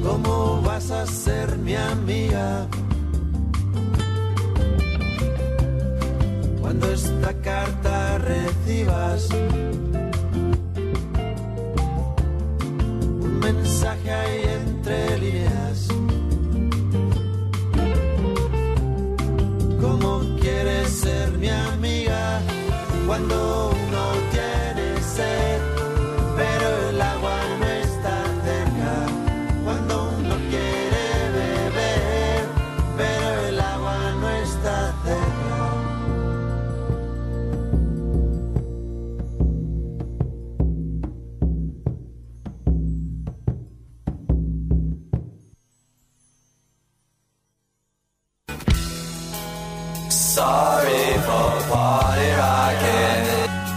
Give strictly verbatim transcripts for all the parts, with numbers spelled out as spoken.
¿Cómo vas a ser mi amiga cuando esta carta recibas un mensaje ahí entre líneas? ¿Cómo quieres ser mi amiga cuando uno tiene sed, pero el agua no está cerca? Cuando uno quiere beber, pero el agua no está cerca. Sorry for party rocking.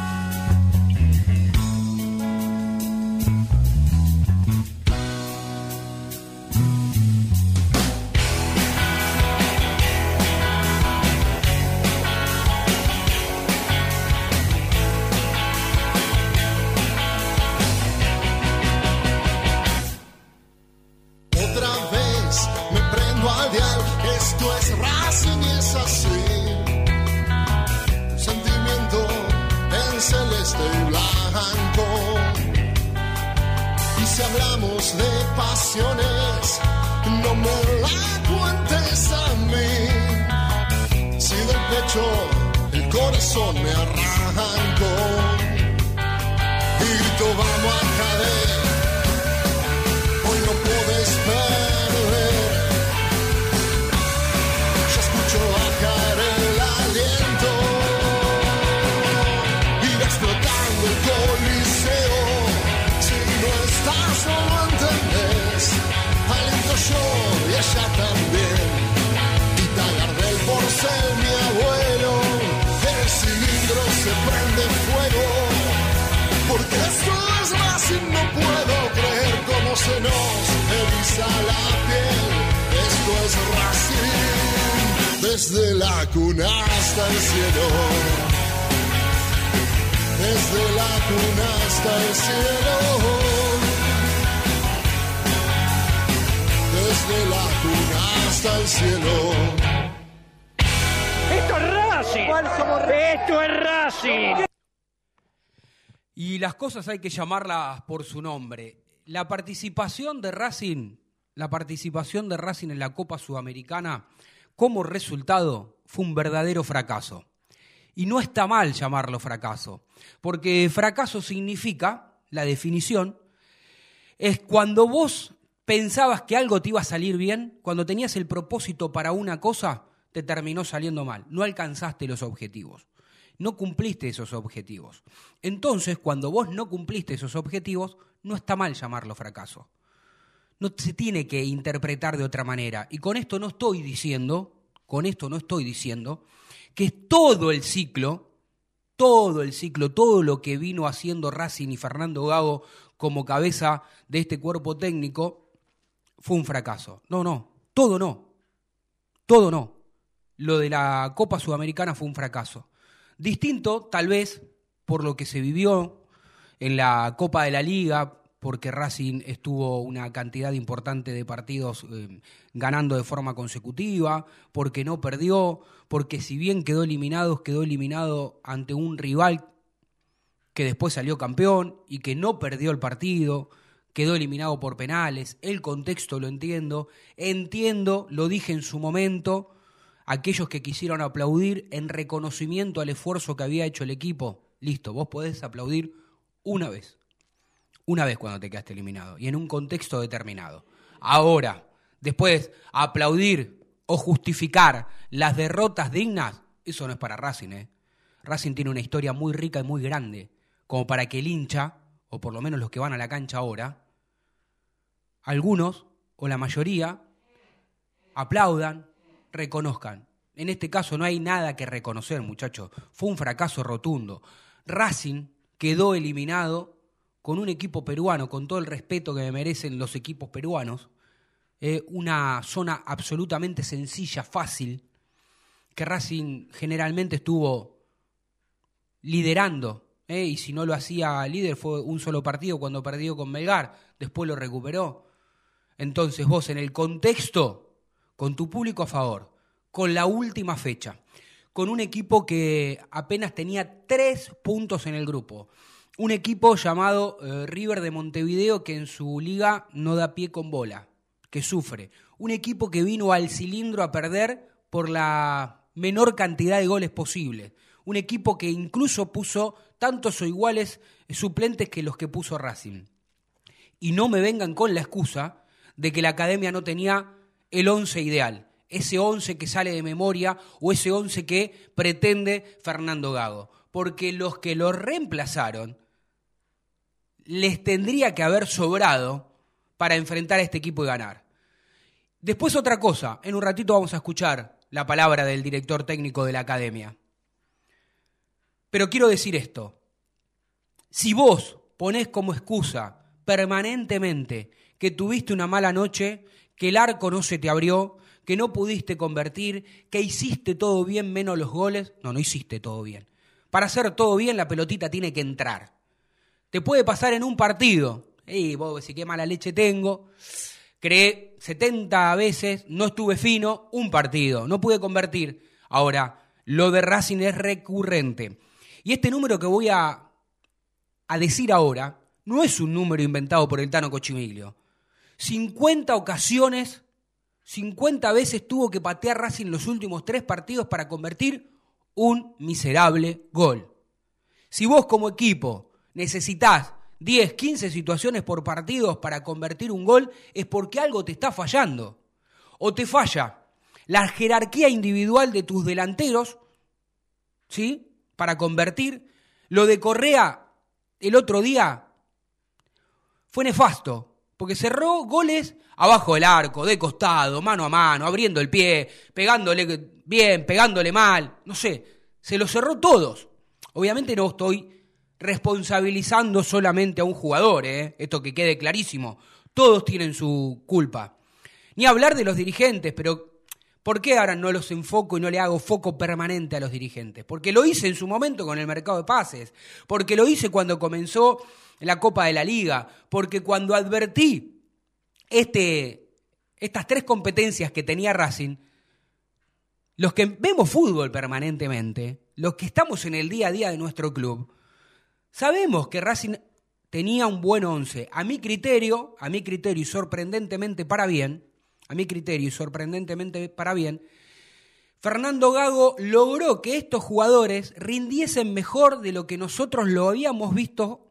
Otra vez me prendo al dial, esto es Racing y es así. Sentimiento en celeste y blanco. Y si hablamos de pasiones, no me la cuentes a mí. Si del pecho el corazón me arrancó y grito vamos a caer, hoy no puedes perder. Yo escucho bajar el aliento, ir explotando el coliseo. Si no estás no lo entendés, aliento yo y ella también. Tita Gardel por ser mi abuelo, el cilindro se prende fuego, porque esto es Racing, no puedo creer cómo se nos eriza la piel. Esto es Racing, desde la cuna hasta el cielo. Desde la cuna hasta el cielo. Desde la cuna hasta el cielo. ¡Esto es Racing! ¡Esto es Racing! Y las cosas hay que llamarlas por su nombre. La participación de Racing, la participación de Racing en la Copa Sudamericana, como resultado, fue un verdadero fracaso. Y no está mal llamarlo fracaso, porque fracaso significa, la definición, es cuando vos pensabas que algo te iba a salir bien, cuando tenías el propósito para una cosa, te terminó saliendo mal, no alcanzaste los objetivos. No cumpliste esos objetivos. Entonces, cuando vos no cumpliste esos objetivos, no está mal llamarlo fracaso. No se tiene que interpretar de otra manera. Y con esto no estoy diciendo, con esto no estoy diciendo, que todo el ciclo, todo el ciclo, todo lo que vino haciendo Racing y Fernando Gago como cabeza de este cuerpo técnico fue un fracaso. No, no, todo no, todo no. Lo de la Copa Sudamericana fue un fracaso. Distinto, tal vez, por lo que se vivió en la Copa de la Liga, porque Racing estuvo una cantidad importante de partidos eh, ganando de forma consecutiva, porque no perdió, porque si bien quedó eliminado, quedó eliminado ante un rival que después salió campeón y que no perdió el partido, quedó eliminado por penales. El contexto lo entiendo, entiendo, lo dije en su momento, aquellos que quisieron aplaudir en reconocimiento al esfuerzo que había hecho el equipo. Listo, vos podés aplaudir una vez. Una vez cuando te quedaste eliminado y en un contexto determinado. Ahora, después, aplaudir o justificar las derrotas dignas, eso no es para Racing, ¿eh? Racing tiene una historia muy rica y muy grande, como para que el hincha, o por lo menos los que van a la cancha ahora, algunos, o la mayoría, aplaudan, reconozcan. En este caso no hay nada que reconocer, muchachos. Fue un fracaso rotundo. Racing quedó eliminado con un equipo peruano, con todo el respeto que me merecen los equipos peruanos, eh, una zona absolutamente sencilla, fácil, que Racing generalmente estuvo liderando, eh, y si no lo hacía líder fue un solo partido cuando perdió con Melgar, después lo recuperó. entonces vos en el contexto, con tu público a favor, con la última fecha, con un equipo que apenas tenía tres puntos en el grupo, un equipo llamado eh, River de Montevideo que en su liga no da pie con bola, que sufre, un equipo que vino al cilindro a perder por la menor cantidad de goles posible, un equipo que incluso puso tantos o iguales suplentes que los que puso Racing. Y no me vengan con la excusa de que la academia no tenía el once ideal, ese once que sale de memoria o ese once que pretende Fernando Gago, porque los que lo reemplazaron les tendría que haber sobrado para enfrentar a este equipo y ganar. Después otra cosa, en un ratito vamos a escuchar la palabra del director técnico de la academia. Pero quiero decir esto, si vos ponés como excusa permanentemente que tuviste una mala noche, que el arco no se te abrió, que no pudiste convertir, que hiciste todo bien menos los goles, no, no hiciste todo bien. Para hacer todo bien la pelotita tiene que entrar. Te puede pasar en un partido, y vos decís qué mala leche tengo, creé setenta veces, no estuve fino, un partido, no pude convertir. Ahora, lo de Racing es recurrente. Y este número que voy a, a decir ahora no es un número inventado por el Tano Cochimiglio. cincuenta ocasiones, cincuenta veces tuvo que patear Racing los últimos tres partidos para convertir un miserable gol. Si vos como equipo necesitás diez, quince situaciones por partido para convertir un gol, es porque algo te está fallando. O te falla la jerarquía individual de tus delanteros, ¿sí?, para convertir. Lo de Correa el otro día fue nefasto, porque cerró goles abajo del arco, de costado, mano a mano, abriendo el pie, pegándole bien, pegándole mal, no sé, se los cerró todos. Obviamente no estoy responsabilizando solamente a un jugador, ¿eh? Esto que quede clarísimo, todos tienen su culpa. Ni hablar de los dirigentes, pero ¿por qué ahora no los enfoco y no le hago foco permanente a los dirigentes? Porque lo hice en su momento con el mercado de pases, porque lo hice cuando comenzó la Copa de la Liga, porque cuando advertí este, estas tres competencias que tenía Racing, los que vemos fútbol permanentemente, los que estamos en el día a día de nuestro club, sabemos que Racing tenía un buen once. A mi criterio, a mi criterio y sorprendentemente para bien, a mi criterio y sorprendentemente para bien, Fernando Gago logró que estos jugadores rindiesen mejor de lo que nosotros lo habíamos visto.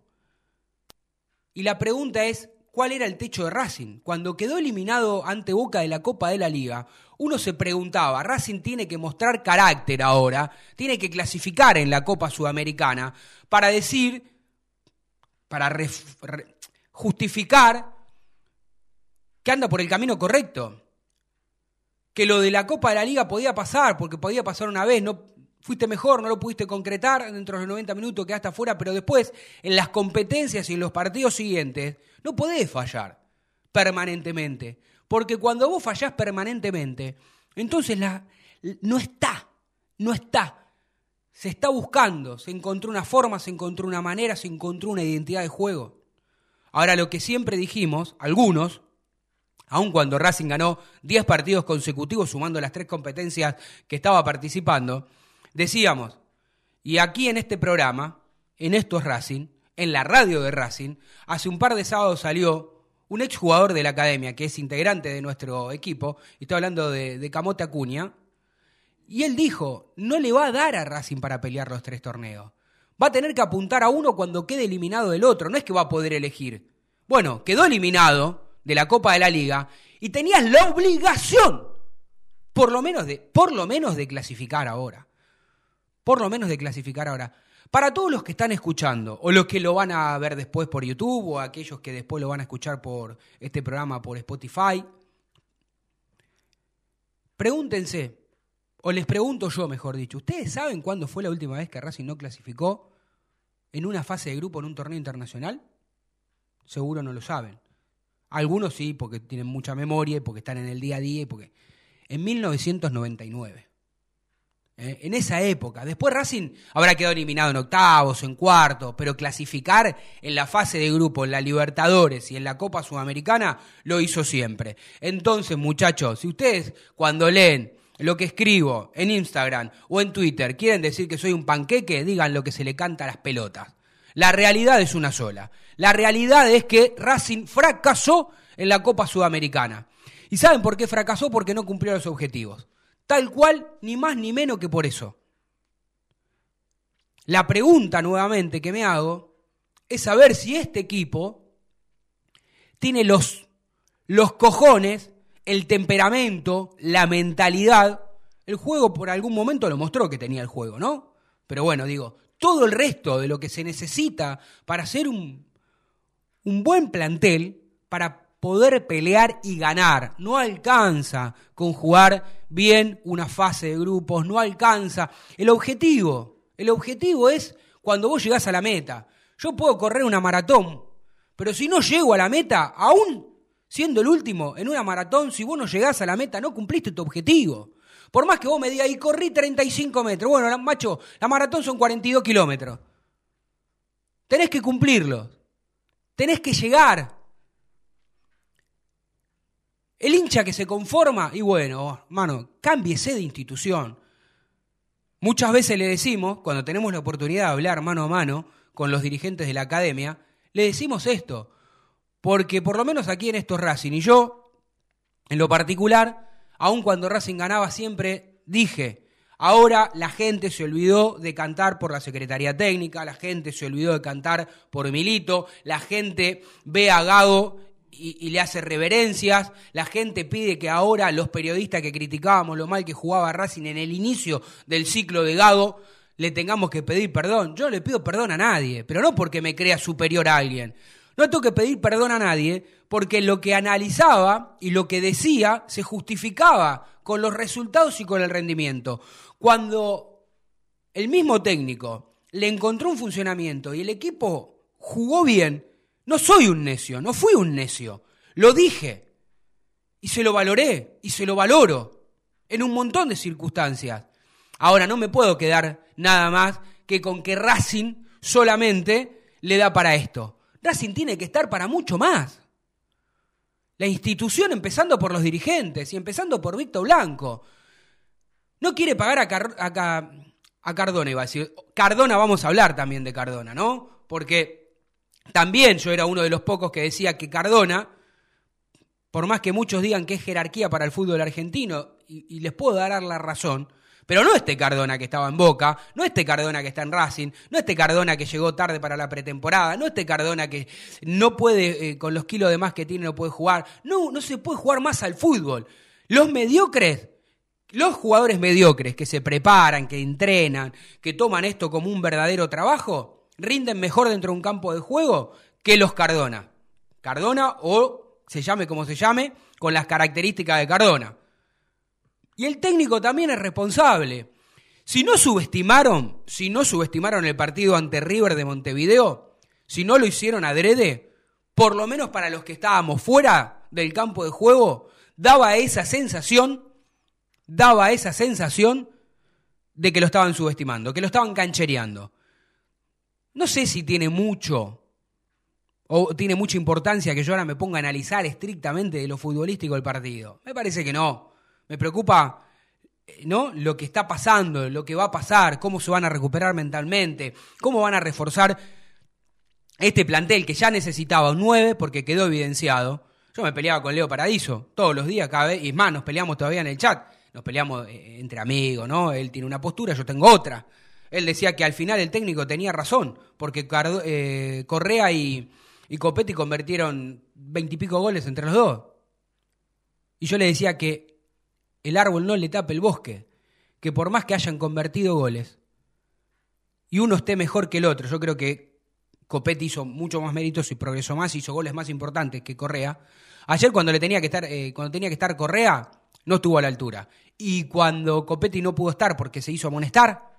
Y la pregunta es, ¿cuál era el techo de Racing? Cuando quedó eliminado ante Boca de la Copa de la Liga, uno se preguntaba, Racing tiene que mostrar carácter ahora, tiene que clasificar en la Copa Sudamericana para decir, para ref, re, justificar que anda por el camino correcto, que lo de la Copa de la Liga podía pasar, porque podía pasar una vez, no fuiste mejor, no lo pudiste concretar dentro de los noventa minutos, quedaste afuera, pero después en las competencias y en los partidos siguientes no podés fallar permanentemente, porque cuando vos fallás permanentemente, entonces la, no está, no está, se está buscando, se encontró una forma, se encontró una manera, se encontró una identidad de juego. Ahora, lo que siempre dijimos, algunos, aun cuando Racing ganó diez partidos consecutivos sumando las tres competencias que estaba participando, decíamos, y aquí en este programa, en Esto es Racing, en la radio de Racing, hace un par de sábados salió un exjugador de la academia, que es integrante de nuestro equipo, y estoy hablando de, de Camote Acuña, y él dijo, no le va a dar a Racing para pelear los tres torneos. Va a tener que apuntar a uno cuando quede eliminado del otro, no es que va a poder elegir. Bueno, quedó eliminado de la Copa de la Liga y tenías la obligación, por lo menos de, por lo menos de clasificar ahora. Por lo menos de clasificar ahora. Para todos los que están escuchando, o los que lo van a ver después por YouTube, o aquellos que después lo van a escuchar por este programa por Spotify, pregúntense, o les pregunto yo, mejor dicho, ¿ustedes saben cuándo fue la última vez que Racing no clasificó en una fase de grupo en un torneo internacional? Seguro no lo saben. Algunos sí, porque tienen mucha memoria y porque están en el día a día y porque... En mil novecientos noventa y nueve. ¿eh? En esa época. Después Racing habrá quedado eliminado en octavos, en cuartos, pero clasificar en la fase de grupo, en la Libertadores y en la Copa Sudamericana, lo hizo siempre. Entonces, muchachos, si ustedes cuando leen lo que escribo en Instagram o en Twitter quieren decir que soy un panqueque, digan lo que se le canta a las pelotas. La realidad es una sola. La realidad es que Racing fracasó en la Copa Sudamericana. ¿Y saben por qué fracasó? Porque no cumplió los objetivos. Tal cual, ni más ni menos que por eso. La pregunta nuevamente que me hago es saber si este equipo tiene los, los cojones, el temperamento, la mentalidad. El juego por algún momento lo mostró que tenía el juego, ¿no? Pero bueno, digo, todo el resto de lo que se necesita para hacer un, un buen plantel, para poder pelear y ganar. No alcanza con jugar bien una fase de grupos, no alcanza. El objetivo, el objetivo es cuando vos llegás a la meta. Yo puedo correr una maratón, pero si no llego a la meta, aún siendo el último en una maratón, si vos no llegás a la meta, no cumpliste tu objetivo. Por más que vos me digas, y corrí treinta y cinco metros. Bueno, macho, la maratón son cuarenta y dos kilómetros. Tenés que cumplirlo. Tenés que llegar. El hincha que se conforma, y bueno, mano, cámbiese de institución. Muchas veces le decimos, cuando tenemos la oportunidad de hablar mano a mano con los dirigentes de la academia, le decimos esto, porque por lo menos aquí en estos Racing, y yo, en lo particular, aun cuando Racing ganaba siempre, dije, ahora la gente se olvidó de cantar por la Secretaría Técnica, la gente se olvidó de cantar por Milito, la gente ve a Gago Y, y le hace reverencias, la gente pide que ahora los periodistas que criticábamos lo mal que jugaba Racing en el inicio del ciclo de Gago, le tengamos que pedir perdón. Yo no le pido perdón a nadie, pero no porque me crea superior a alguien. No tengo que pedir perdón a nadie porque lo que analizaba y lo que decía se justificaba con los resultados y con el rendimiento. Cuando el mismo técnico le encontró un funcionamiento y el equipo jugó bien, no soy un necio, no fui un necio. Lo dije y se lo valoré y se lo valoro en un montón de circunstancias. Ahora no me puedo quedar nada más que con que Racing solamente le da para esto. Racing tiene que estar para mucho más. La institución, empezando por los dirigentes y empezando por Víctor Blanco, no quiere pagar a, Car- a, Car- a Cardona, iba a decir. Cardona, vamos a hablar también de Cardona, ¿no? Porque también yo era uno de los pocos que decía que Cardona, por más que muchos digan que es jerarquía para el fútbol argentino, y, y les puedo dar la razón, pero no este Cardona que estaba en Boca, no este Cardona que está en Racing, no este Cardona que llegó tarde para la pretemporada, no este Cardona que no puede, eh, con los kilos de más que tiene, no puede jugar. No, no se puede jugar más al fútbol. Los mediocres, los jugadores mediocres que se preparan, que entrenan, que toman esto como un verdadero trabajo, rinden mejor dentro de un campo de juego que los Cardona. Cardona, o se llame como se llame, con las características de Cardona. Y el técnico también es responsable. Si no subestimaron, si no subestimaron el partido ante River de Montevideo, si no lo hicieron adrede, por lo menos para los que estábamos fuera del campo de juego, daba esa sensación, daba esa sensación de que lo estaban subestimando, que lo estaban canchereando. No sé si tiene mucho o tiene mucha importancia que yo ahora me ponga a analizar estrictamente de lo futbolístico del partido. Me parece que no. Me preocupa, ¿no?, lo que está pasando, lo que va a pasar, cómo se van a recuperar mentalmente, cómo van a reforzar este plantel que ya necesitaba un nueve porque quedó evidenciado. Yo me peleaba con Leo Paradiso todos los días, cada vez, y más, nos peleamos todavía en el chat. Nos peleamos entre amigos, ¿no? Él tiene una postura, yo tengo otra. Él decía que al final el técnico tenía razón, porque Card- eh, Correa y, y Copetti convirtieron veintipico goles entre los dos. Y yo le decía que el árbol no le tape el bosque, que por más que hayan convertido goles, y uno esté mejor que el otro, yo creo que Copetti hizo mucho más méritos y progresó más, hizo goles más importantes que Correa. Ayer cuando le tenía que estar, eh, cuando tenía que estar Correa, no estuvo a la altura. Y cuando Copetti no pudo estar porque se hizo amonestar,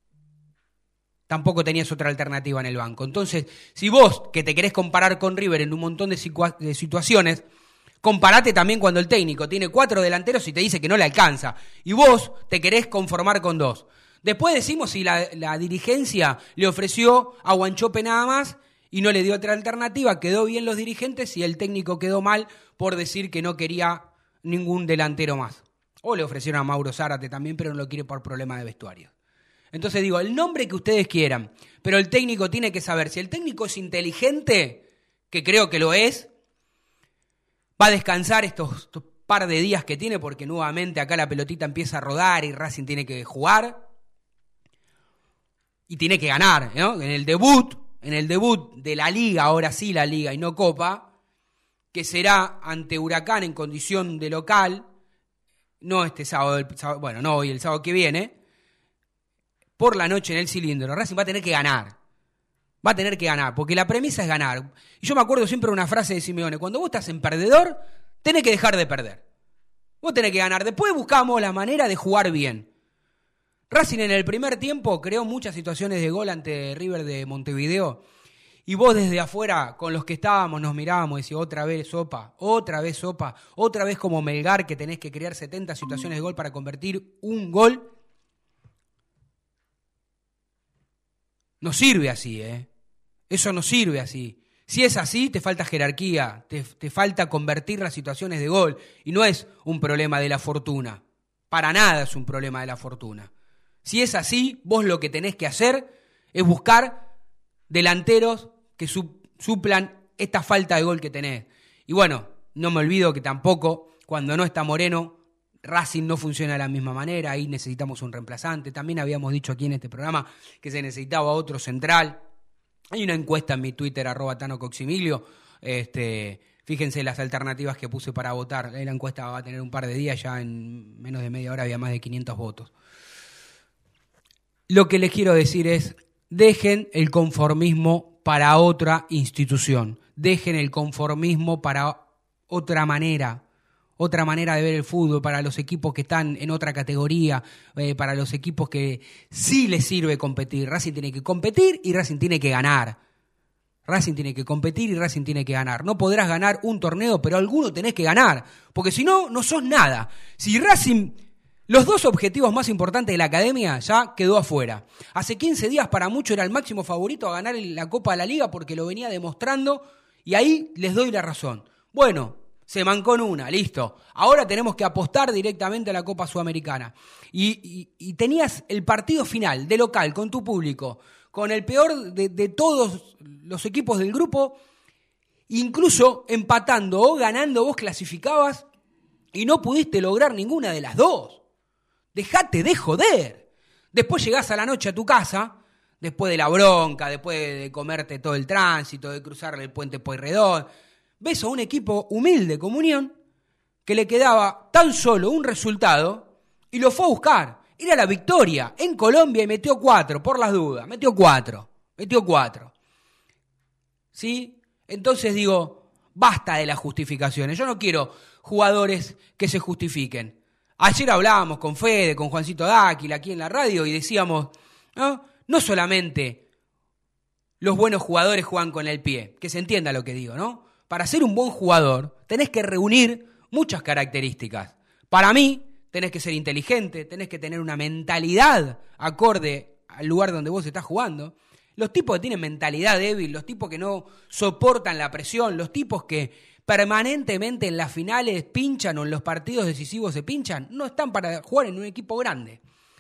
tampoco tenías otra alternativa en el banco. Entonces, si vos, que te querés comparar con River en un montón de, situa- de situaciones, Comparate también cuando el técnico tiene cuatro delanteros y te dice que no le alcanza. Y vos te querés conformar con dos. Después decimos si la, la dirigencia le ofreció a Wanchope nada más y no le dio otra alternativa. Quedó bien los dirigentes y el técnico quedó mal por decir que no quería ningún delantero más. O le ofrecieron a Mauro Zárate también, pero no lo quiere por problema de vestuario. Entonces digo, el nombre que ustedes quieran, pero el técnico tiene que saber. Si el técnico es inteligente, que creo que lo es, va a descansar estos, estos par de días que tiene, porque nuevamente acá la pelotita empieza a rodar y Racing tiene que jugar. Y tiene que ganar, ¿no? En el debut, en el debut de la Liga, ahora sí la Liga y no Copa, que será ante Huracán en condición de local, no este sábado, el sábado bueno, no hoy, el sábado que viene, por la noche en el Cilindro. Racing va a tener que ganar. Va a tener que ganar, porque la premisa es ganar. Y yo me acuerdo siempre de una frase de Simeone: cuando vos estás en perdedor, tenés que dejar de perder. Vos tenés que ganar. Después buscamos la manera de jugar bien. Racing en el primer tiempo creó muchas situaciones de gol ante River de Montevideo. Y vos desde afuera, con los que estábamos, nos mirábamos y decías, otra vez sopa, otra vez sopa, otra vez como Melgar, que tenés que crear setenta situaciones de gol para convertir un gol. No sirve así, ¿eh? Eso no sirve así. Si es así, te falta jerarquía, te, te falta convertir las situaciones de gol. Y no es un problema de la fortuna. Para nada es un problema de la fortuna. Si es así, vos lo que tenés que hacer es buscar delanteros que su, suplan esta falta de gol que tenés. Y bueno, no me olvido que tampoco, cuando no está Moreno, Racing no funciona de la misma manera. Ahí necesitamos un reemplazante. También habíamos dicho aquí en este programa que se necesitaba otro central. Hay una encuesta en mi Twitter, arroba Tano Coximilio. Este, fíjense las alternativas que puse para votar. La encuesta va a tener un par de días, ya en menos de media hora había más de quinientos votos. Lo que les quiero decir es, dejen el conformismo para otra institución. Dejen el conformismo para otra manera. Otra manera de ver el fútbol, para los equipos que están en otra categoría, eh, para los equipos que sí les sirve competir. Racing tiene que competir y Racing tiene que ganar. Racing tiene que competir y Racing tiene que ganar. No podrás ganar un torneo, pero alguno tenés que ganar, porque si no, no sos nada. Si Racing, los dos objetivos más importantes de la academia ya quedó afuera. Hace quince días para mucho era el máximo favorito a ganar la Copa de la Liga porque lo venía demostrando y ahí les doy la razón. Bueno, se mancó en una, listo. Ahora tenemos que apostar directamente a la Copa Sudamericana. Y, y, y tenías el partido final de local con tu público, con el peor de, de todos los equipos del grupo, incluso empatando o ganando vos clasificabas y no pudiste lograr ninguna de las dos. Dejate de joder. Después llegás a la noche a tu casa, después de la bronca, después de comerte todo el tránsito, de cruzar el puente Pueyrredón, ves a un equipo humilde como Unión que le quedaba tan solo un resultado y lo fue a buscar. Era la victoria en Colombia y metió cuatro, por las dudas. Metió cuatro, metió cuatro. ¿Sí? Entonces digo, basta de las justificaciones. Yo no quiero jugadores que se justifiquen. Ayer hablábamos con Fede, con Juancito Dáquila aquí en la radio y decíamos, ¿no? No solamente los buenos jugadores juegan con el pie, que se entienda lo que digo, ¿no? Para ser un buen jugador tenés que reunir muchas características. Para mí, tenés que ser inteligente, tenés que tener una mentalidad acorde al lugar donde vos estás jugando. Los tipos que tienen mentalidad débil, los tipos que no soportan la presión, los tipos que permanentemente en las finales pinchan o en los partidos decisivos se pinchan, no están para jugar en un equipo grande.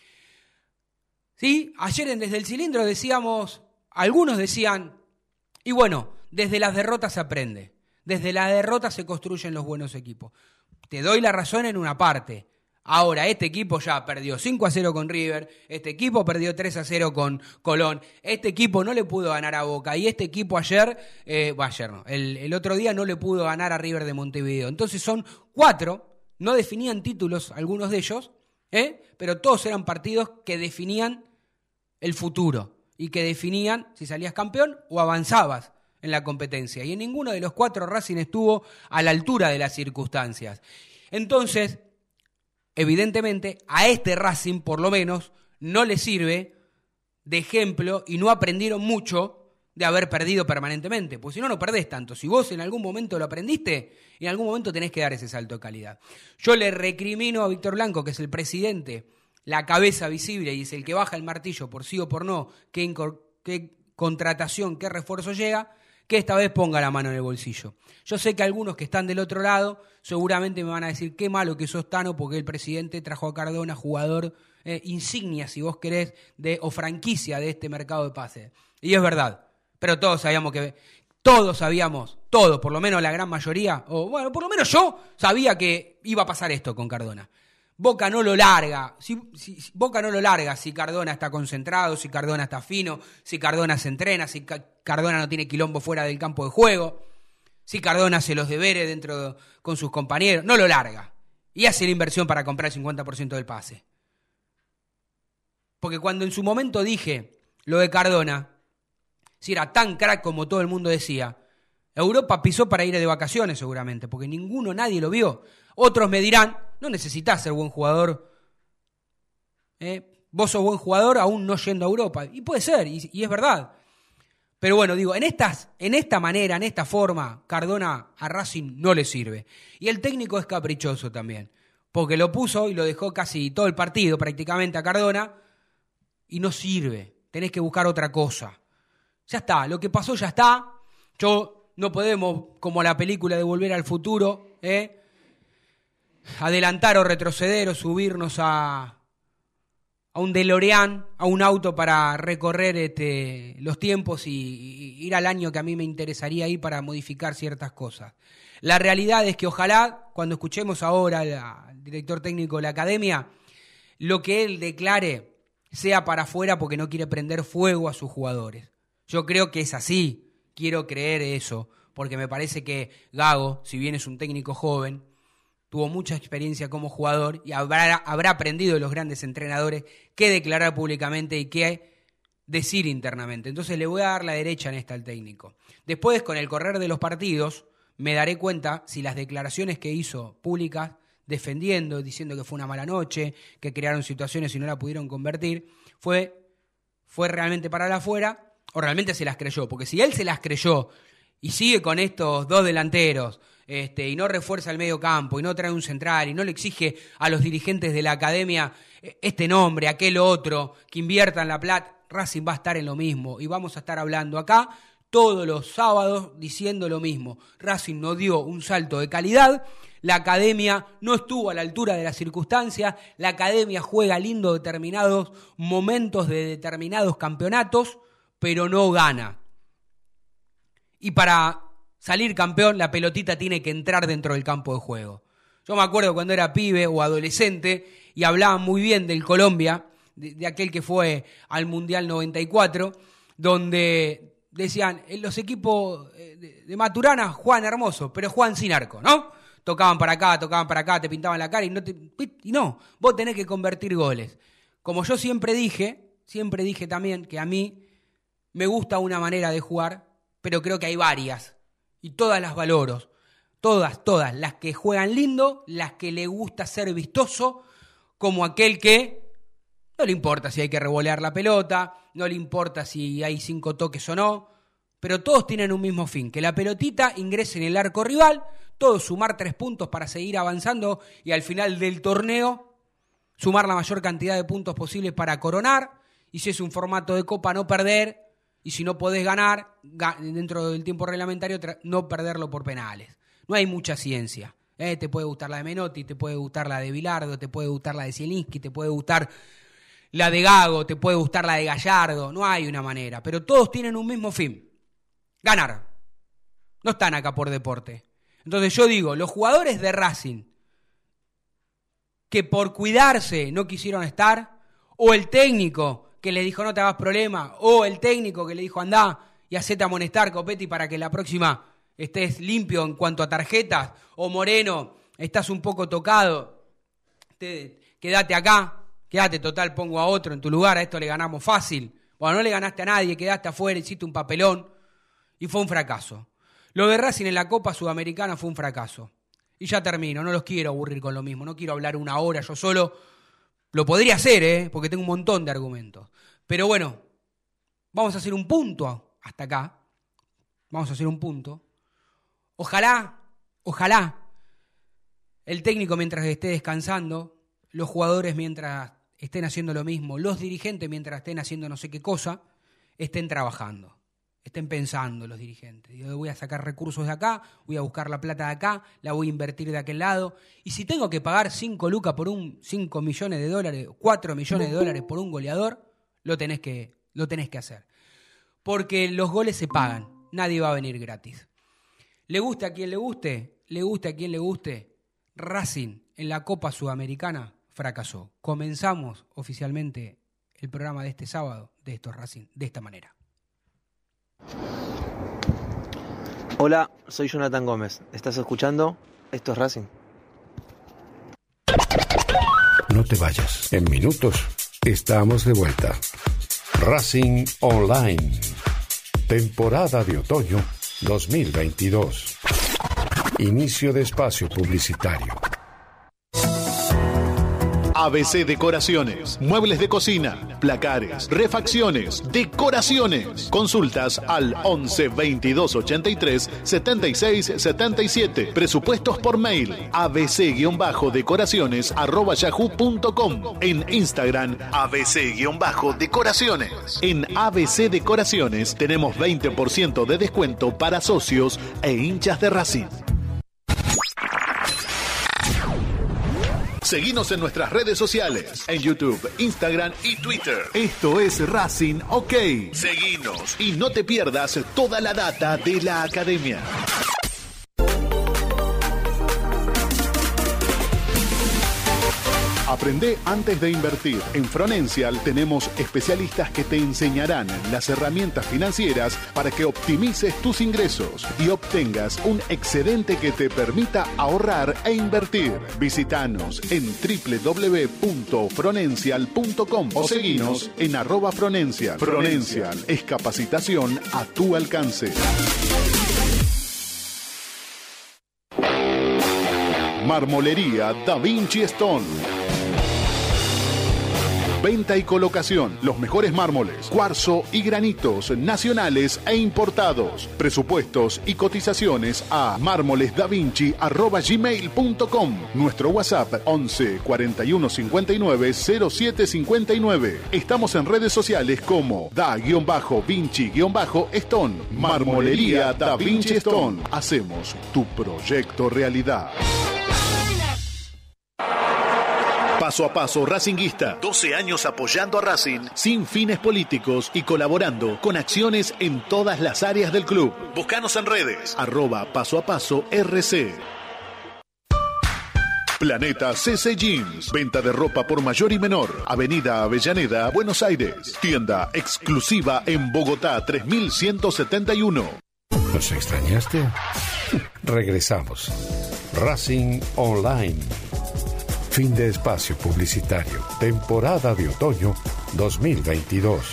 ¿Sí? Ayer en Desde el Cilindro decíamos, algunos decían, y bueno, desde las derrotas se aprende. Desde la derrota se construyen los buenos equipos. Te doy la razón en una parte. Ahora, este equipo ya perdió cinco a cero con River, este equipo perdió tres a cero con Colón, este equipo no le pudo ganar a Boca y este equipo ayer, eh, bueno, ayer no, el, el otro día no le pudo ganar a River de Montevideo. Entonces son cuatro, no definían títulos algunos de ellos, ¿eh? Pero todos eran partidos que definían el futuro y que definían si salías campeón o avanzabas en la competencia. Y en ninguno de los cuatro Racing estuvo a la altura de las circunstancias. Entonces, evidentemente, a este Racing, por lo menos, no le sirve de ejemplo y no aprendieron mucho de haber perdido permanentemente, porque si no, no perdés tanto. Si vos en algún momento lo aprendiste, en algún momento tenés que dar ese salto de calidad. Yo le recrimino a Víctor Blanco, que es el presidente, la cabeza visible y es el que baja el martillo por sí o por no, qué, incor- qué contratación, qué refuerzo llega, que esta vez ponga la mano en el bolsillo. Yo sé que algunos que están del otro lado seguramente me van a decir qué malo que sos Tano porque el presidente trajo a Cardona, jugador eh, insignia, si vos querés, de, o franquicia de este mercado de pases. Y es verdad, pero todos sabíamos que, todos sabíamos, todos, por lo menos la gran mayoría, o bueno, por lo menos yo sabía que iba a pasar esto con Cardona. Boca no lo larga, si, si, si, Boca no lo larga si Cardona está concentrado, si Cardona está fino, si Cardona se entrena, si Ca- Cardona no tiene quilombo fuera del campo de juego, si Cardona hace los deberes dentro de, con sus compañeros, no lo larga. Y hace la inversión para comprar el cincuenta por ciento del pase. Porque cuando en su momento dije lo de Cardona, si era tan crack como todo el mundo decía, Europa pisó para ir de vacaciones seguramente, porque ninguno, nadie lo vio. Otros me dirán, no necesitas ser buen jugador. ¿Eh? Vos sos buen jugador aún no yendo a Europa. Y puede ser, y, y es verdad. Pero bueno, digo, en, estas, en esta manera, en esta forma, Cardona a Racing no le sirve. Y el técnico es caprichoso también, porque lo puso y lo dejó casi todo el partido prácticamente a Cardona y no sirve. Tenés que buscar otra cosa. Ya está, lo que pasó ya está. Yo no podemos, como la película de Volver al Futuro, ¿eh? adelantar o retroceder o subirnos a, a un DeLorean, a un auto para recorrer este, los tiempos y, y ir al año que a mí me interesaría ir para modificar ciertas cosas. La realidad es que ojalá, cuando escuchemos ahora al, al director técnico de la academia, lo que él declare sea para afuera porque no quiere prender fuego a sus jugadores. Yo creo que es así, quiero creer eso, porque me parece que Gago, si bien es un técnico joven, tuvo mucha experiencia como jugador y habrá, habrá aprendido de los grandes entrenadores qué declarar públicamente y qué decir internamente. Entonces le voy a dar la derecha en esta al técnico. Después, con el correr de los partidos, me daré cuenta si las declaraciones que hizo públicas, defendiendo, diciendo que fue una mala noche, que crearon situaciones y no la pudieron convertir, fue, fue realmente para la afuera o realmente se las creyó. Porque si él se las creyó y sigue con estos dos delanteros, Este, y no refuerza el medio campo, y no trae un central, y no le exige a los dirigentes de la academia este nombre, aquel otro, que inviertan la plata, Racing va a estar en lo mismo, y vamos a estar hablando acá todos los sábados diciendo lo mismo. Racing no dio un salto de calidad, la academia no estuvo a la altura de las circunstancias, la academia juega lindo determinados momentos de determinados campeonatos, pero no gana. Y para salir campeón, la pelotita tiene que entrar dentro del campo de juego. Yo me acuerdo cuando era pibe o adolescente y hablaban muy bien del Colombia, de, de aquel que fue al Mundial noventa y cuatro, donde decían, en los equipos de, de Maturana juegan hermoso, pero juegan sin arco, ¿no? Tocaban para acá, tocaban para acá, te pintaban la cara y no, te, y no, vos tenés que convertir goles. Como yo siempre dije, siempre dije también que a mí me gusta una manera de jugar, pero creo que hay varias. Y todas las valoro, todas, todas, las que juegan lindo, las que le gusta ser vistoso, como aquel que no le importa si hay que revolear la pelota, no le importa si hay cinco toques o no, pero todos tienen un mismo fin, que la pelotita ingrese en el arco rival, todos sumar tres puntos para seguir avanzando y al final del torneo sumar la mayor cantidad de puntos posibles para coronar, y si es un formato de copa no perder, y si no podés ganar, dentro del tiempo reglamentario, no perderlo por penales. No hay mucha ciencia. ¿eh? Te puede gustar la de Menotti, te puede gustar la de Bilardo, te puede gustar la de Zielinski, te puede gustar la de Gago, te puede gustar la de Gallardo. No hay una manera. Pero todos tienen un mismo fin. Ganar. No están acá por deporte. Entonces yo digo, los jugadores de Racing que por cuidarse no quisieron estar, o el técnico que le dijo no te hagas problema, o el técnico que le dijo andá y hacete amonestar, Copetti, para que la próxima estés limpio en cuanto a tarjetas, o Moreno, estás un poco tocado, te, quédate acá, quédate, total, pongo a otro en tu lugar, a esto le ganamos fácil. Bueno, no le ganaste a nadie, quedaste afuera, hiciste un papelón, y fue un fracaso. Lo de Racing en la Copa Sudamericana fue un fracaso. Y ya termino, no los quiero aburrir con lo mismo, no quiero hablar una hora yo solo. Lo podría hacer, ¿eh? porque tengo un montón de argumentos. Pero bueno, vamos a hacer un punto hasta acá. Vamos a hacer un punto. Ojalá, ojalá, el técnico mientras esté descansando, los jugadores mientras estén haciendo lo mismo, los dirigentes mientras estén haciendo no sé qué cosa, estén trabajando, estén pensando los dirigentes. Yo voy a sacar recursos de acá, voy a buscar la plata de acá, la voy a invertir de aquel lado. Y si tengo que pagar cinco lucas por un cinco millones de dólares, cuatro millones de dólares por un goleador, lo tenés que, lo tenés que hacer. Porque los goles se pagan, nadie va a venir gratis. Le guste a quien le guste, le guste a quien le guste, Racing en la Copa Sudamericana fracasó. Comenzamos oficialmente el programa de este sábado de estos Racing de esta manera. Hola, soy Jonathan Gómez. ¿Estás escuchando? Esto es Racing. No te vayas. En minutos estamos de vuelta. Racing Online. Temporada de otoño dos mil veintidós. Inicio de espacio publicitario. A B C Decoraciones, muebles de cocina, placares, refacciones, decoraciones. Consultas al once veintidós ochenta y tres setenta y seis setenta y siete. Presupuestos por mail abc-decoraciones arroba yahoo punto com. En Instagram abc-decoraciones. En A B C Decoraciones tenemos veinte por ciento de descuento para socios e hinchas de Racing. Seguinos en nuestras redes sociales, en YouTube, Instagram y Twitter. Esto es Racing OK. Seguinos y no te pierdas toda la data de la academia. Aprende antes de invertir. En Fronencial tenemos especialistas que te enseñarán las herramientas financieras para que optimices tus ingresos y obtengas un excedente que te permita ahorrar e invertir. Visítanos en doble u doble u doble u punto fronencial punto com o seguinos en arroba Fronencial. Fronencial es capacitación a tu alcance. Marmolería Da Vinci Stone. Venta y colocación, los mejores mármoles, cuarzo y granitos nacionales e importados. Presupuestos y cotizaciones a mármolesdavinci arroba gmail punto com. Nuestro WhatsApp once cuarenta y uno cincuenta y nueve cero siete cincuenta y nueve. Estamos en redes sociales como Da-Vinci-Stone. Marmolería Da Vinci Stone. Hacemos tu proyecto realidad. Paso a paso Racinguista, doce años apoyando a Racing sin fines políticos y colaborando con acciones en todas las áreas del club. Búscanos en redes, arroba paso a paso R C. Planeta C C Jeans, venta de ropa por mayor y menor, Avenida Avellaneda, Buenos Aires. Tienda exclusiva en Bogotá tres mil ciento setenta y uno. ¿Nos extrañaste? Regresamos. Racing Online. Fin de espacio publicitario. Temporada de otoño dos mil veintidós.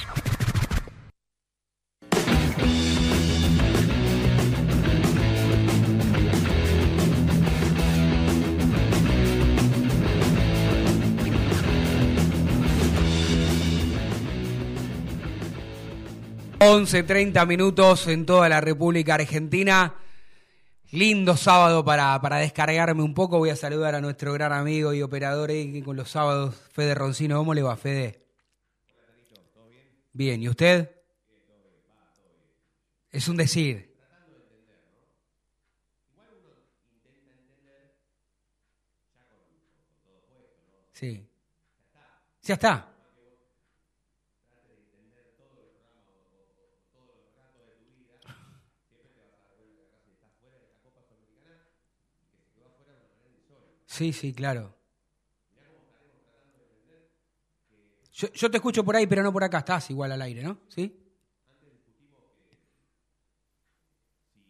once treinta minutos en toda la República Argentina. Lindo sábado para, para descargarme un poco. Voy a saludar a nuestro gran amigo y operador eh, con los sábados, Fede Roncino. ¿Cómo le va, Fede? Hola, Carito. ¿Todo bien? Bien, ¿y usted? Bien, todo bien. Va, todo bien. Es un decir. Tratando de entender, ¿no? Igual uno intenta entender ya con, con, con todo puesto, ¿no? Sí. Ya está. Ya está. Trate de entender todo el programa o, o, o todos los ratos de tu vida. Siempre te vas a dar cuenta que Racing está fuera de esta Copa Sudamericana y que se quedó afuera de una manera insólita. Sí, sí, claro. Mirá cómo estaremos tratando de entender que... Yo, yo te escucho por ahí, pero no por acá. Estás igual al aire, ¿no? ¿Sí? Antes discutimos que si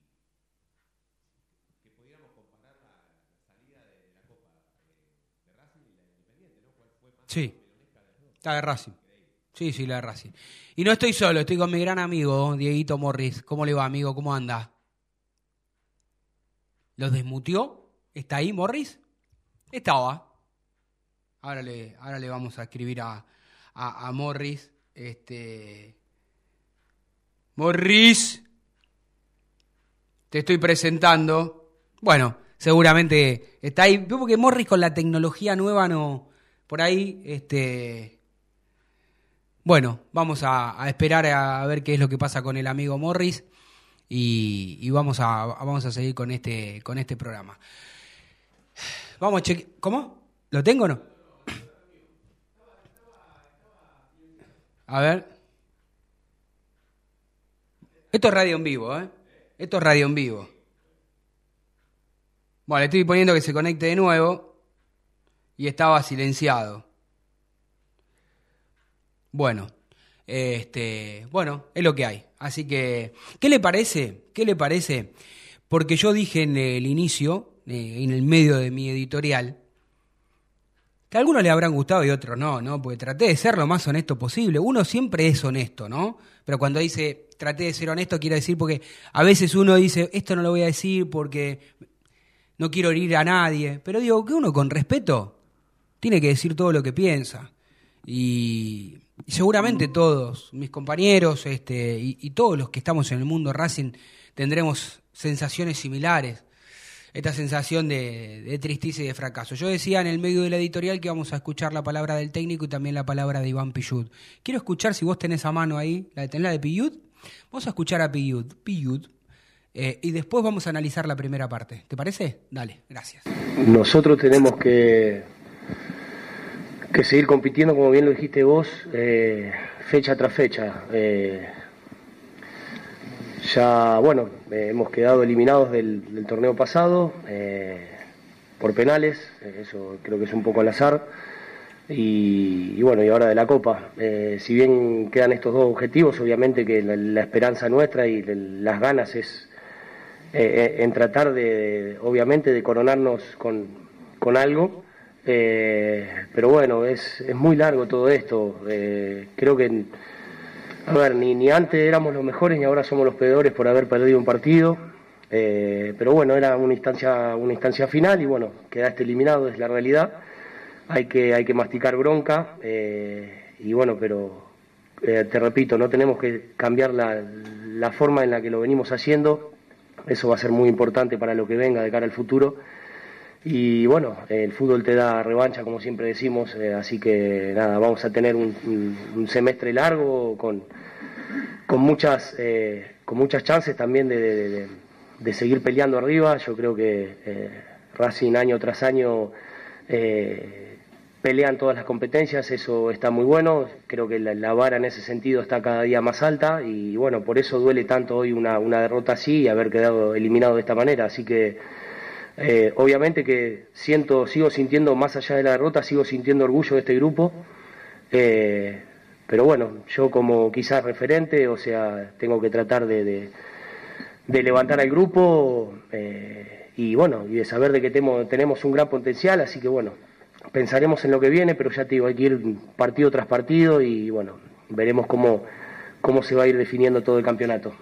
que pudiéramos comparar la, la salida de, de la Copa eh, de Racing y la de Independiente, ¿no? ¿Cuál fue más Sí. peleonesca de las dos? La de Racing. Sí, sí, la de Racing. Y no estoy solo, estoy con mi gran amigo, Dieguito Morris. ¿Cómo le va, amigo? ¿Cómo anda? ¿Los desmutió? ¿Está ahí, Morris? Estaba. Ahora le, ahora le vamos a escribir a, a, a Morris. Este, Morris, te estoy presentando. Bueno, seguramente está ahí. Veo porque Morris con la tecnología nueva no... Por ahí, este... Bueno, vamos a, a esperar a ver qué es lo que pasa con el amigo Morris y, y vamos, a, vamos a seguir con este, con este programa. Vamos a chequear. ¿Cómo? ¿Lo tengo o no? A ver. Esto es radio en vivo, ¿eh? Esto es radio en vivo. Bueno, le estoy poniendo que se conecte de nuevo y estaba silenciado. Bueno, este, bueno, es lo que hay. Así que, ¿qué le parece? ¿Qué le parece? Porque yo dije en el inicio, eh, en el medio de mi editorial, que a algunos le habrán gustado y otros no, ¿no? Porque traté de ser lo más honesto posible. Uno siempre es honesto, ¿no? Pero cuando dice traté de ser honesto, quiero decir porque a veces uno dice, esto no lo voy a decir porque no quiero herir a nadie. Pero digo, que uno con respeto tiene que decir todo lo que piensa. Y... Y seguramente todos mis compañeros este, y, y todos los que estamos en el mundo Racing tendremos sensaciones similares. Esta sensación de, de tristeza y de fracaso. Yo decía en el medio de la editorial que vamos a escuchar la palabra del técnico y también la palabra de Iván Pillud. Quiero escuchar, si vos tenés a mano ahí, la de, la de Pillud, vamos a escuchar a Pillud, Pillud eh, y después vamos a analizar la primera parte. ¿Te parece? Dale, gracias. Nosotros tenemos que... que seguir compitiendo, como bien lo dijiste vos, eh, fecha tras fecha. Eh, ya, bueno, eh, hemos quedado eliminados del, del torneo pasado eh, por penales, eh, eso creo que es un poco al azar, y, y bueno, y ahora de la Copa. Eh, si bien quedan estos dos objetivos, obviamente que la, la esperanza nuestra y de, las ganas es eh, en tratar de, obviamente, de coronarnos con, con algo. Eh, pero bueno, es, es muy largo todo esto. Eh, creo que, a ver, ni, ni antes éramos los mejores ni ahora somos los peores por haber perdido un partido. Eh, pero bueno, era una instancia, una instancia final y bueno, quedaste eliminado, es la realidad. Hay que, hay que masticar bronca eh, y bueno, pero eh, te repito, no tenemos que cambiar la, la forma en la que lo venimos haciendo. Eso va a ser muy importante para lo que venga de cara al futuro. Y bueno, el fútbol te da revancha, como siempre decimos, eh, así que nada, vamos a tener un, un, un semestre largo con, con muchas eh, con muchas chances también de, de, de, de seguir peleando arriba. Yo creo que eh, Racing año tras año eh, pelean todas las competencias, eso está muy bueno. Creo que la, la vara en ese sentido está cada día más alta y bueno, por eso duele tanto hoy una, una derrota así y haber quedado eliminado de esta manera, así que Eh, obviamente que siento, sigo sintiendo, más allá de la derrota, sigo sintiendo orgullo de este grupo, eh, pero bueno, yo como quizás referente, o sea, tengo que tratar de, de, de levantar al grupo eh, y bueno, y de saber de que temo, tenemos un gran potencial, así que bueno, pensaremos en lo que viene, pero ya te digo, hay que ir partido tras partido y bueno, veremos cómo, cómo se va a ir definiendo todo el campeonato.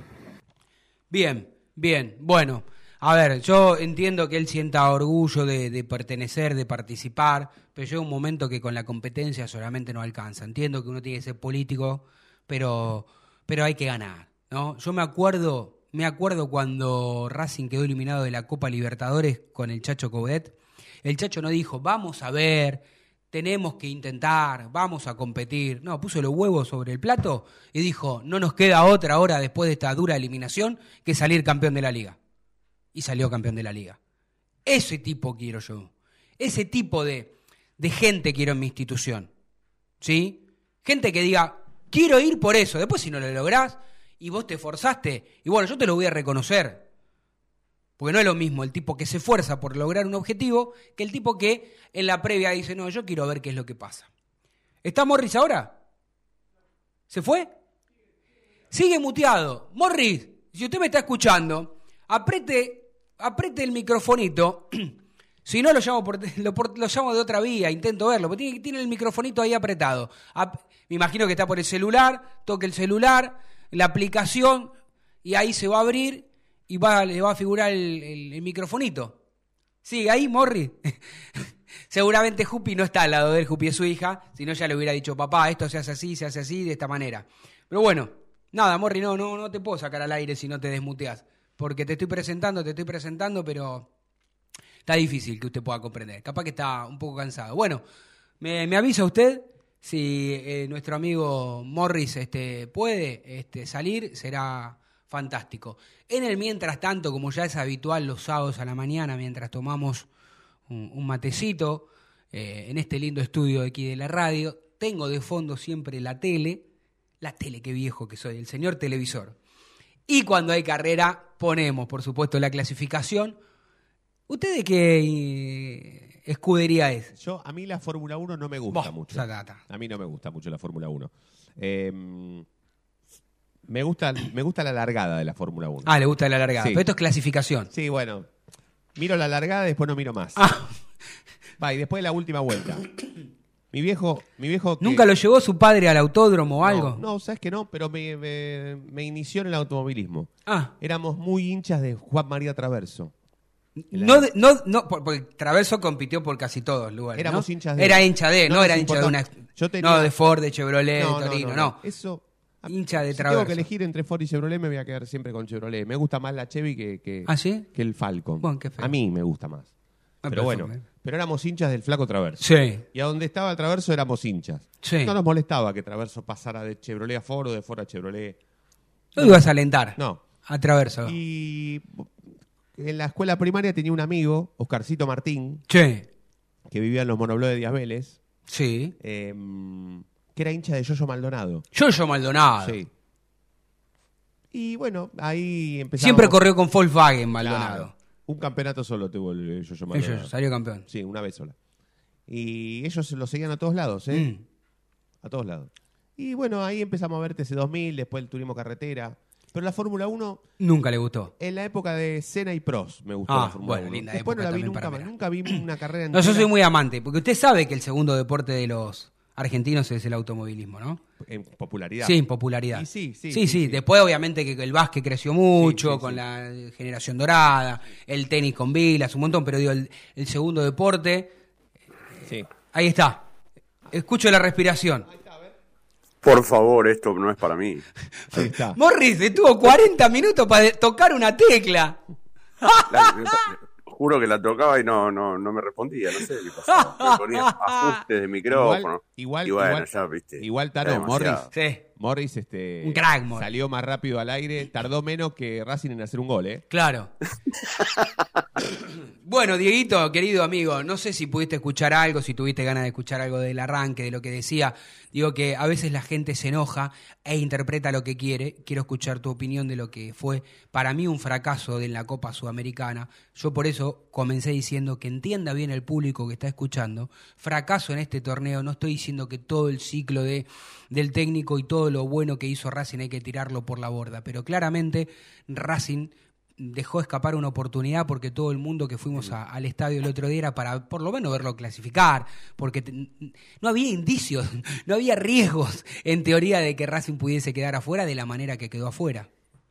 Bien, bien, bueno. A ver, yo entiendo que él sienta orgullo de, de pertenecer, de participar, pero llega un momento que con la competencia solamente no alcanza. Entiendo que uno tiene que ser político, pero, pero hay que ganar, ¿no? Yo me acuerdo, me acuerdo cuando Racing quedó eliminado de la Copa Libertadores con el Chacho Coudet. El Chacho no dijo, vamos a ver, tenemos que intentar, vamos a competir. No, puso los huevos sobre el plato y dijo, no nos queda otra hora después de esta dura eliminación que salir campeón de la Liga. Y salió campeón de la Liga. Ese tipo quiero yo. Ese tipo de, de gente quiero en mi institución. ¿Sí? Gente que diga, quiero ir por eso. Después si no lo lográs y vos te esforzaste, y bueno, yo te lo voy a reconocer. Porque no es lo mismo el tipo que se esfuerza por lograr un objetivo que el tipo que en la previa dice, no, yo quiero ver qué es lo que pasa. ¿Está Morris ahora? ¿Se fue? Sigue muteado. Morris, si usted me está escuchando, apriete... Aprete el microfonito, si no lo llamo por, lo, por, lo llamo de otra vía, intento verlo, porque tiene, tiene el microfonito ahí apretado. Ap, me imagino que está por el celular, toque el celular, la aplicación, y ahí se va a abrir y va, le va a figurar el, el, el microfonito. Sí, ahí, Morri. Seguramente Jupi no está al lado de él, Jupi es su hija, si no ya le hubiera dicho, papá, esto se hace así, se hace así, de esta manera. Pero bueno, Nada, Morri, no, no, no te puedo sacar al aire si no te desmuteás. Porque te estoy presentando, te estoy presentando, pero está difícil que usted pueda comprender. Capaz que está un poco cansado. Bueno, me, me avisa usted si eh, nuestro amigo Morris este, puede este, salir, será fantástico. En el mientras tanto, como ya es habitual los sábados a la mañana, mientras tomamos un, un matecito eh, en este lindo estudio de aquí de la radio, tengo de fondo siempre la tele, la tele, qué viejo que soy, el señor televisor. Y cuando hay carrera, ponemos, por supuesto, la clasificación. ¿Usted de qué eh, escudería es? Yo, a mí la Fórmula uno no me gusta Boh, mucho. sacata. A mí no me gusta mucho la Fórmula uno. Eh, me, gusta, me gusta la largada de la Fórmula uno. Ah, le gusta la largada. Sí. Pero esto es clasificación. Sí, bueno. Miro la largada y después no miro más. Ah. Va, y después la última vuelta. Mi viejo... Mi viejo que- ¿Nunca lo llevó su padre al autódromo o No, algo? No, sabes que no, pero me, me, me inició en el automovilismo. Ah. Éramos muy hinchas de Juan María Traverso. No, de- no, no, por- porque Traverso compitió por casi todos lugares. Éramos ¿no? hinchas de... Era hincha de, no, nos era hincha de una. importaba. Yo tenía- No, de Ford, de Chevrolet, No, de no, Torino, no, no. no. Eso... Hincha de Si Traverso. tengo que elegir entre Ford y Chevrolet, me voy a quedar siempre con Chevrolet. Me gusta más la Chevy que, que, ¿Ah, sí? que el Falcon. Bueno, qué feo. A mí me gusta más. Ah, pero bueno, perfecto. pero éramos hinchas del flaco Traverso. Sí. Y a donde estaba el Traverso éramos hinchas. Sí. No nos molestaba que Traverso pasara de Chevrolet a Ford o de Ford a Chevrolet. No ibas a alentar. No. A Traverso. Y en la escuela primaria tenía un amigo, Oscarcito Martín, Sí. que vivía en los monoblós de Díaz Vélez, Sí. eh, que era hincha de Yoyo Maldonado. Yoyo Maldonado. Sí. Y bueno, ahí empezamos. Siempre corrió con Volkswagen Maldonado. Claro. Un campeonato solo tuvo el Yoyo Maldonado. Ellos, salió campeón. Sí, una vez sola. Y ellos lo seguían a todos lados, ¿eh? Mm. A todos lados. Y bueno, ahí empezamos a ver T C dos mil, después el turismo carretera. Pero la Fórmula uno, Nunca le gustó. en la época de Senna y Prost, me gustó Ah, la Fórmula bueno, uno. linda Después no época la vi también nunca para más. ver. Nunca vi una carrera No, entera. yo soy muy amante, porque usted sabe que el segundo deporte de los argentinos es el automovilismo, ¿no? En popularidad. Sí, en popularidad. Y sí, sí, sí, sí, sí. sí. Después, obviamente, que el básquet creció mucho, Sí, sí, con sí. la generación dorada, el tenis con Vilas, un montón, pero digo, el, el segundo deporte, Sí. ahí está. Escucho la respiración. Por favor, esto no es para mí. Ahí está. Morris estuvo cuarenta minutos para tocar una tecla. La- juro que la tocaba y no, no, no me respondía, no sé qué pasaba. Me ponía ajustes de micrófono. Igual, y bueno, igual, ya viste. igual era Tano, Morris, demasiado. Sí, Morris este, Un crack, Morris. salió más rápido al aire, tardó menos que Racing en hacer un gol, ¿eh? claro. Bueno, Dieguito, querido amigo, no sé si pudiste escuchar algo, si tuviste ganas de escuchar algo del arranque, de lo que decía. Digo que a veces la gente se enoja e interpreta lo que quiere. Quiero escuchar tu opinión de lo que fue para mí un fracaso de la Copa Sudamericana. Yo por eso comencé diciendo que entienda bien el público que está escuchando. Fracaso en este torneo, no estoy diciendo que todo el ciclo de, del técnico y todo lo bueno que hizo Racing hay que tirarlo por la borda, pero claramente Racing dejó escapar una oportunidad porque todo el mundo que fuimos a- al estadio el otro día era para por lo menos verlo clasificar, porque te- no había indicios, no había riesgos en teoría de que Racing pudiese quedar afuera de la manera que quedó afuera.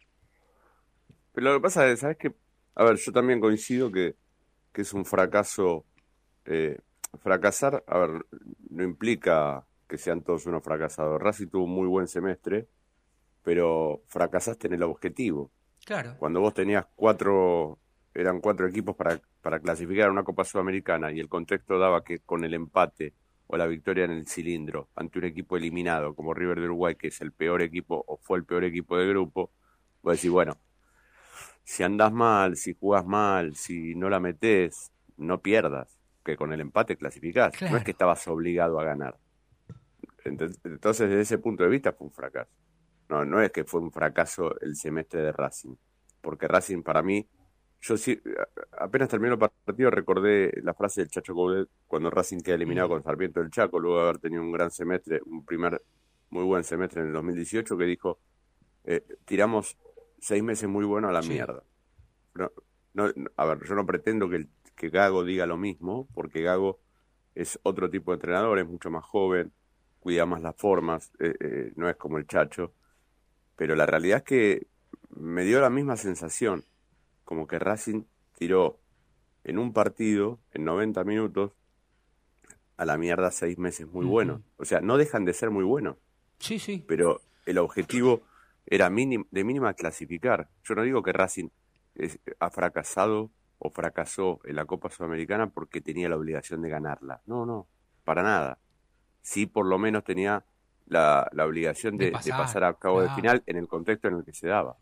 Pero lo que pasa es, ¿sabes qué? A ver, yo también coincido que, que es un fracaso. eh, fracasar, a ver, no implica que sean todos unos fracasados. Racing tuvo un muy buen semestre, pero fracasaste en el objetivo. Claro. Cuando vos tenías cuatro, eran cuatro equipos para, para clasificar a una Copa Sudamericana y el contexto daba que con el empate o la victoria en el cilindro ante un equipo eliminado como River de Uruguay, que es el peor equipo o fue el peor equipo del grupo, vos decís, bueno, si andás mal, si jugás mal, si no la metés, no pierdas, que con el empate clasificás. Claro. No es que estabas obligado a ganar. Entonces, entonces, desde ese punto de vista fue un fracaso. No, no es que fue un fracaso el semestre de Racing, porque Racing para mí, yo sí, apenas terminó el partido recordé la frase del Chacho Coudet cuando Racing queda eliminado con Sarmiento del Chaco, luego de haber tenido un gran semestre, un primer muy buen semestre en el dos mil dieciocho, que dijo, eh, tiramos seis meses muy buenos a la Sí. mierda. No, no, no, a ver, yo no pretendo que, el- que Gago diga lo mismo, porque Gago es otro tipo de entrenador, es mucho más joven, cuida más las formas, eh, eh, no es como el Chacho, pero la realidad es que me dio la misma sensación, como que Racing tiró en un partido, en noventa minutos, a la mierda seis meses muy Ujú. buenos. O sea, no dejan de ser muy buenos, Sí, sí. pero el objetivo era mínim, de mínima clasificar. Yo no digo que Racing es, ha fracasado o fracasó en la Copa Sudamericana porque tenía la obligación de ganarla. No, no, para nada. Sí, por lo menos tenía la, la obligación de, de, pasar, de pasar a cabo claro. de final en el contexto en el que se daba.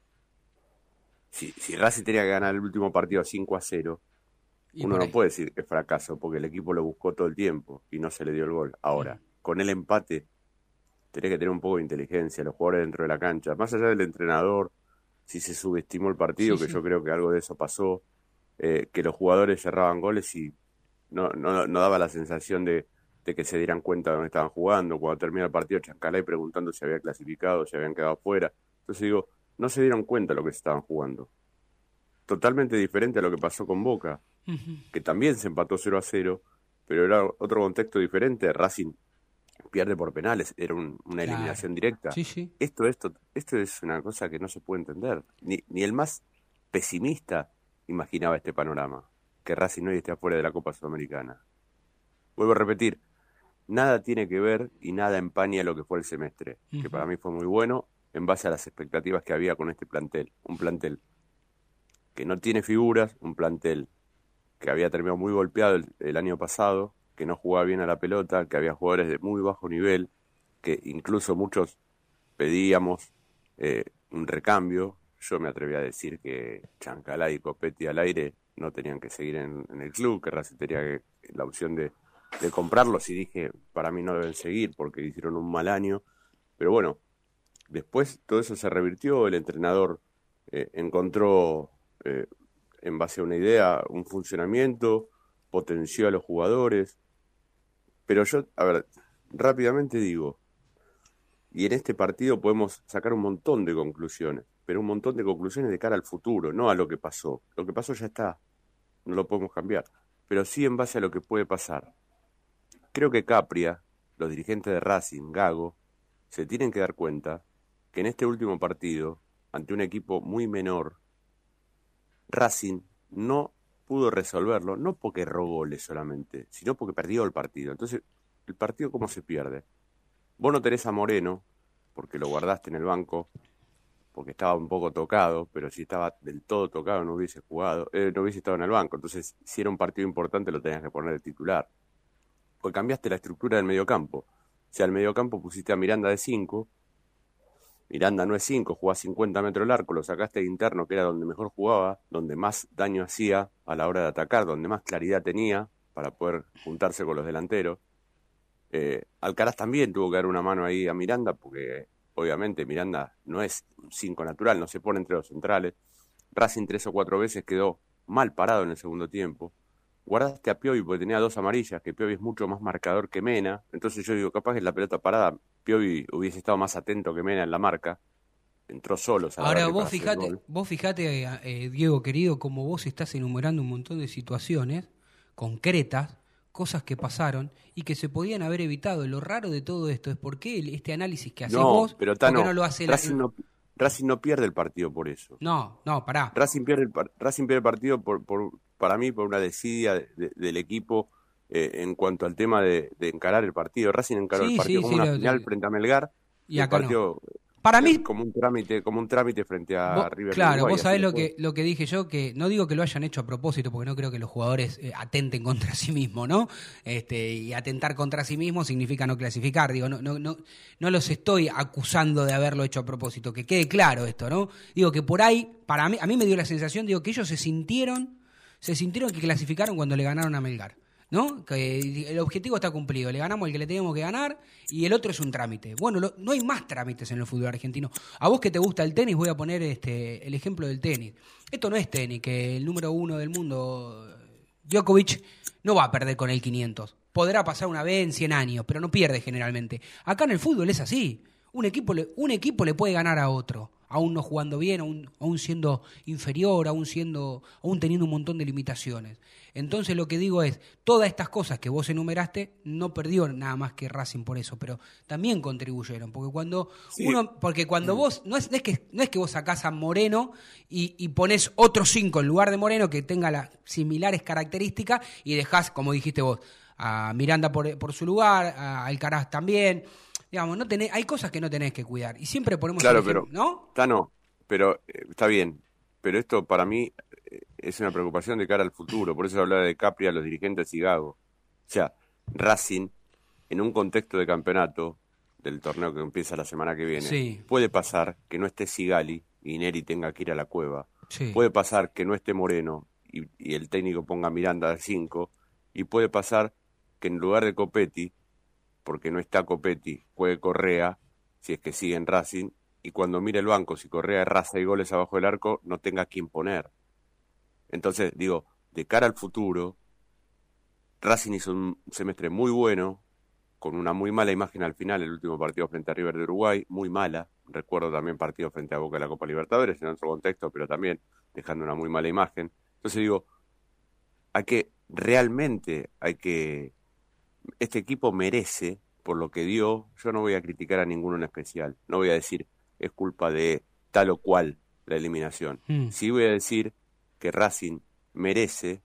Si, si Racing tenía que ganar el último partido cinco a cero, uno no puede decir que es fracaso, porque el equipo lo buscó todo el tiempo y no se le dio el gol. Ahora, mm. con el empate, tenés que tener un poco de inteligencia, los jugadores dentro de la cancha, más allá del entrenador, si se subestimó el partido, sí, que sí. yo creo que algo de eso pasó, eh, que los jugadores cerraban goles y no, no, no daba la sensación de, de que se dieran cuenta de dónde estaban jugando. Cuando termina el partido, Chancalay preguntando si había clasificado, si habían quedado fuera. Entonces digo, no se dieron cuenta de lo que se estaban jugando. Totalmente diferente a lo que pasó con Boca, uh-huh. que también se empató cero a cero, pero era otro contexto diferente. Racing pierde por penales, era un, una claro. eliminación directa. Sí, sí. Esto, esto, esto es una cosa que no se puede entender. Ni, ni el más pesimista imaginaba este panorama, que Racing hoy esté afuera de la Copa Sudamericana. Vuelvo a repetir, nada tiene que ver y nada empaña lo que fue el semestre, uh-huh. que para mí fue muy bueno en base a las expectativas que había con este plantel. Un plantel que no tiene figuras, un plantel que había terminado muy golpeado el, el año pasado, que no jugaba bien a la pelota, que había jugadores de muy bajo nivel, que incluso muchos pedíamos eh, un recambio. Yo me atreví a decir que Chancalay y Copetti al aire no tenían que seguir en, en el club, que Racing tenía que, la opción de, de comprarlos, y dije, para mí no deben seguir porque hicieron un mal año. Pero bueno, después todo eso se revirtió, el entrenador eh, encontró... Eh, en base a una idea, un funcionamiento, potenció a los jugadores. Pero yo, a ver, rápidamente digo, y en este partido podemos sacar un montón de conclusiones, pero un montón de conclusiones de cara al futuro, no a lo que pasó. Lo que pasó ya está, no lo podemos cambiar, pero sí en base a lo que puede pasar. Creo que Capria, los dirigentes de Racing, Gago, se tienen que dar cuenta que en este último partido, ante un equipo muy menor, Racing no pudo resolverlo, no porque erró goles solamente, sino porque perdió el partido. Entonces, ¿el partido cómo se pierde? Vos no tenés a Moreno, porque lo guardaste en el banco, porque estaba un poco tocado, pero si estaba del todo tocado no hubiese jugado, eh, no hubiese estado en el banco. Entonces, si era un partido importante lo tenías que poner de titular. Porque cambiaste la estructura del mediocampo. O sea, al mediocampo pusiste a Miranda de cinco, Miranda no es cinco, jugaba cincuenta metros el arco, lo sacaste de interno, que era donde mejor jugaba, donde más daño hacía a la hora de atacar, donde más claridad tenía para poder juntarse con los delanteros. Eh, Alcaraz también tuvo que dar una mano ahí a Miranda, porque obviamente Miranda no es un cinco natural, no se pone entre los centrales. Racing tres o cuatro veces quedó mal parado en el segundo tiempo. Guardaste a Piovi porque tenía dos amarillas, que Piovi es mucho más marcador que Mena. Entonces yo digo, capaz que en la pelota parada Piovi hubiese estado más atento que Mena en la marca. Entró solo. Ahora vos fijate, vos fijate eh, Diego querido, como vos estás enumerando un montón de situaciones concretas, cosas que pasaron y que se podían haber evitado. Lo raro de todo esto es por qué este análisis que haces no, vos, pero ¿por qué no, no lo hace Racing la... no, Racing no pierde el partido por eso. No, no, pará. Racing pierde el, Racing pierde el partido por, por, para mí por una desidia de, de, del equipo eh, en cuanto al tema de, de encarar el partido. Racing encaró sí, el partido sí, como sí, una lo, final lo, frente a Melgar y acá el partido no. Para mí como un trámite, como un trámite frente a vos, River. Claro, Uruguay, vos sabés lo fue. que lo que dije yo, que no digo que lo hayan hecho a propósito, porque no creo que los jugadores eh, atenten contra sí mismos, ¿no? Este, y atentar contra sí mismos significa no clasificar. Digo, no, no, no, no los estoy acusando de haberlo hecho a propósito, que quede claro esto, ¿no? Digo que por ahí, para mí, a mí me dio la sensación, digo, que ellos se sintieron, se sintieron que clasificaron cuando le ganaron a Melgar, ¿no? Que el objetivo está cumplido, le ganamos el que le teníamos que ganar y el otro es un trámite. Bueno, lo, no hay más trámites en el fútbol argentino. A vos que te gusta el tenis, voy a poner este el ejemplo del tenis. Esto no es tenis, que el número uno del mundo, Djokovic, no va a perder con el quinientos. Podrá pasar una vez en cien años, pero no pierde generalmente. Acá en el fútbol es así. Un equipo le, un equipo le puede ganar a otro, aún no jugando bien, aún, aún siendo inferior, aún siendo, aún teniendo un montón de limitaciones. Entonces lo que digo es, todas estas cosas que vos enumeraste no perdió nada más que Racing por eso, pero también contribuyeron, porque cuando sí. uno, porque cuando vos, no es, no es que no es que vos sacás a Moreno y, y ponés otro cinco en lugar de Moreno que tenga las similares características y dejás, como dijiste vos, a Miranda por, por su lugar, a Alcaraz también. Digamos, no tenés, hay cosas que no tenés que cuidar. Y siempre ponemos Claro, el ejemplo, pero, ¿no? Está no, pero eh, está bien. Pero esto para mí eh, es una preocupación de cara al futuro. Por eso hablaba de Capria, los dirigentes y Gago. O sea, Racing, en un contexto de campeonato, del torneo que empieza la semana que viene, Sí. puede pasar que no esté Sigali y Neri tenga que ir a la cueva. Sí. Puede pasar que no esté Moreno y, y el técnico ponga a Miranda al cinco. Y puede pasar que en lugar de Copetti, porque no está Copetti, juegue Correa, si es que sigue en Racing, y cuando mire el banco, si Correa erraza y goles abajo del arco, no tenga quien poner. Entonces, digo, de cara al futuro, Racing hizo un semestre muy bueno, con una muy mala imagen al final, el último partido frente a River de Uruguay, muy mala. Recuerdo también partido frente a Boca de la Copa Libertadores, en otro contexto, pero también dejando una muy mala imagen. Entonces digo, hay que, realmente hay que, este equipo merece, por lo que dio, yo no voy a criticar a ninguno en especial, no voy a decir es culpa de tal o cual la eliminación. Mm. Sí voy a decir que Racing merece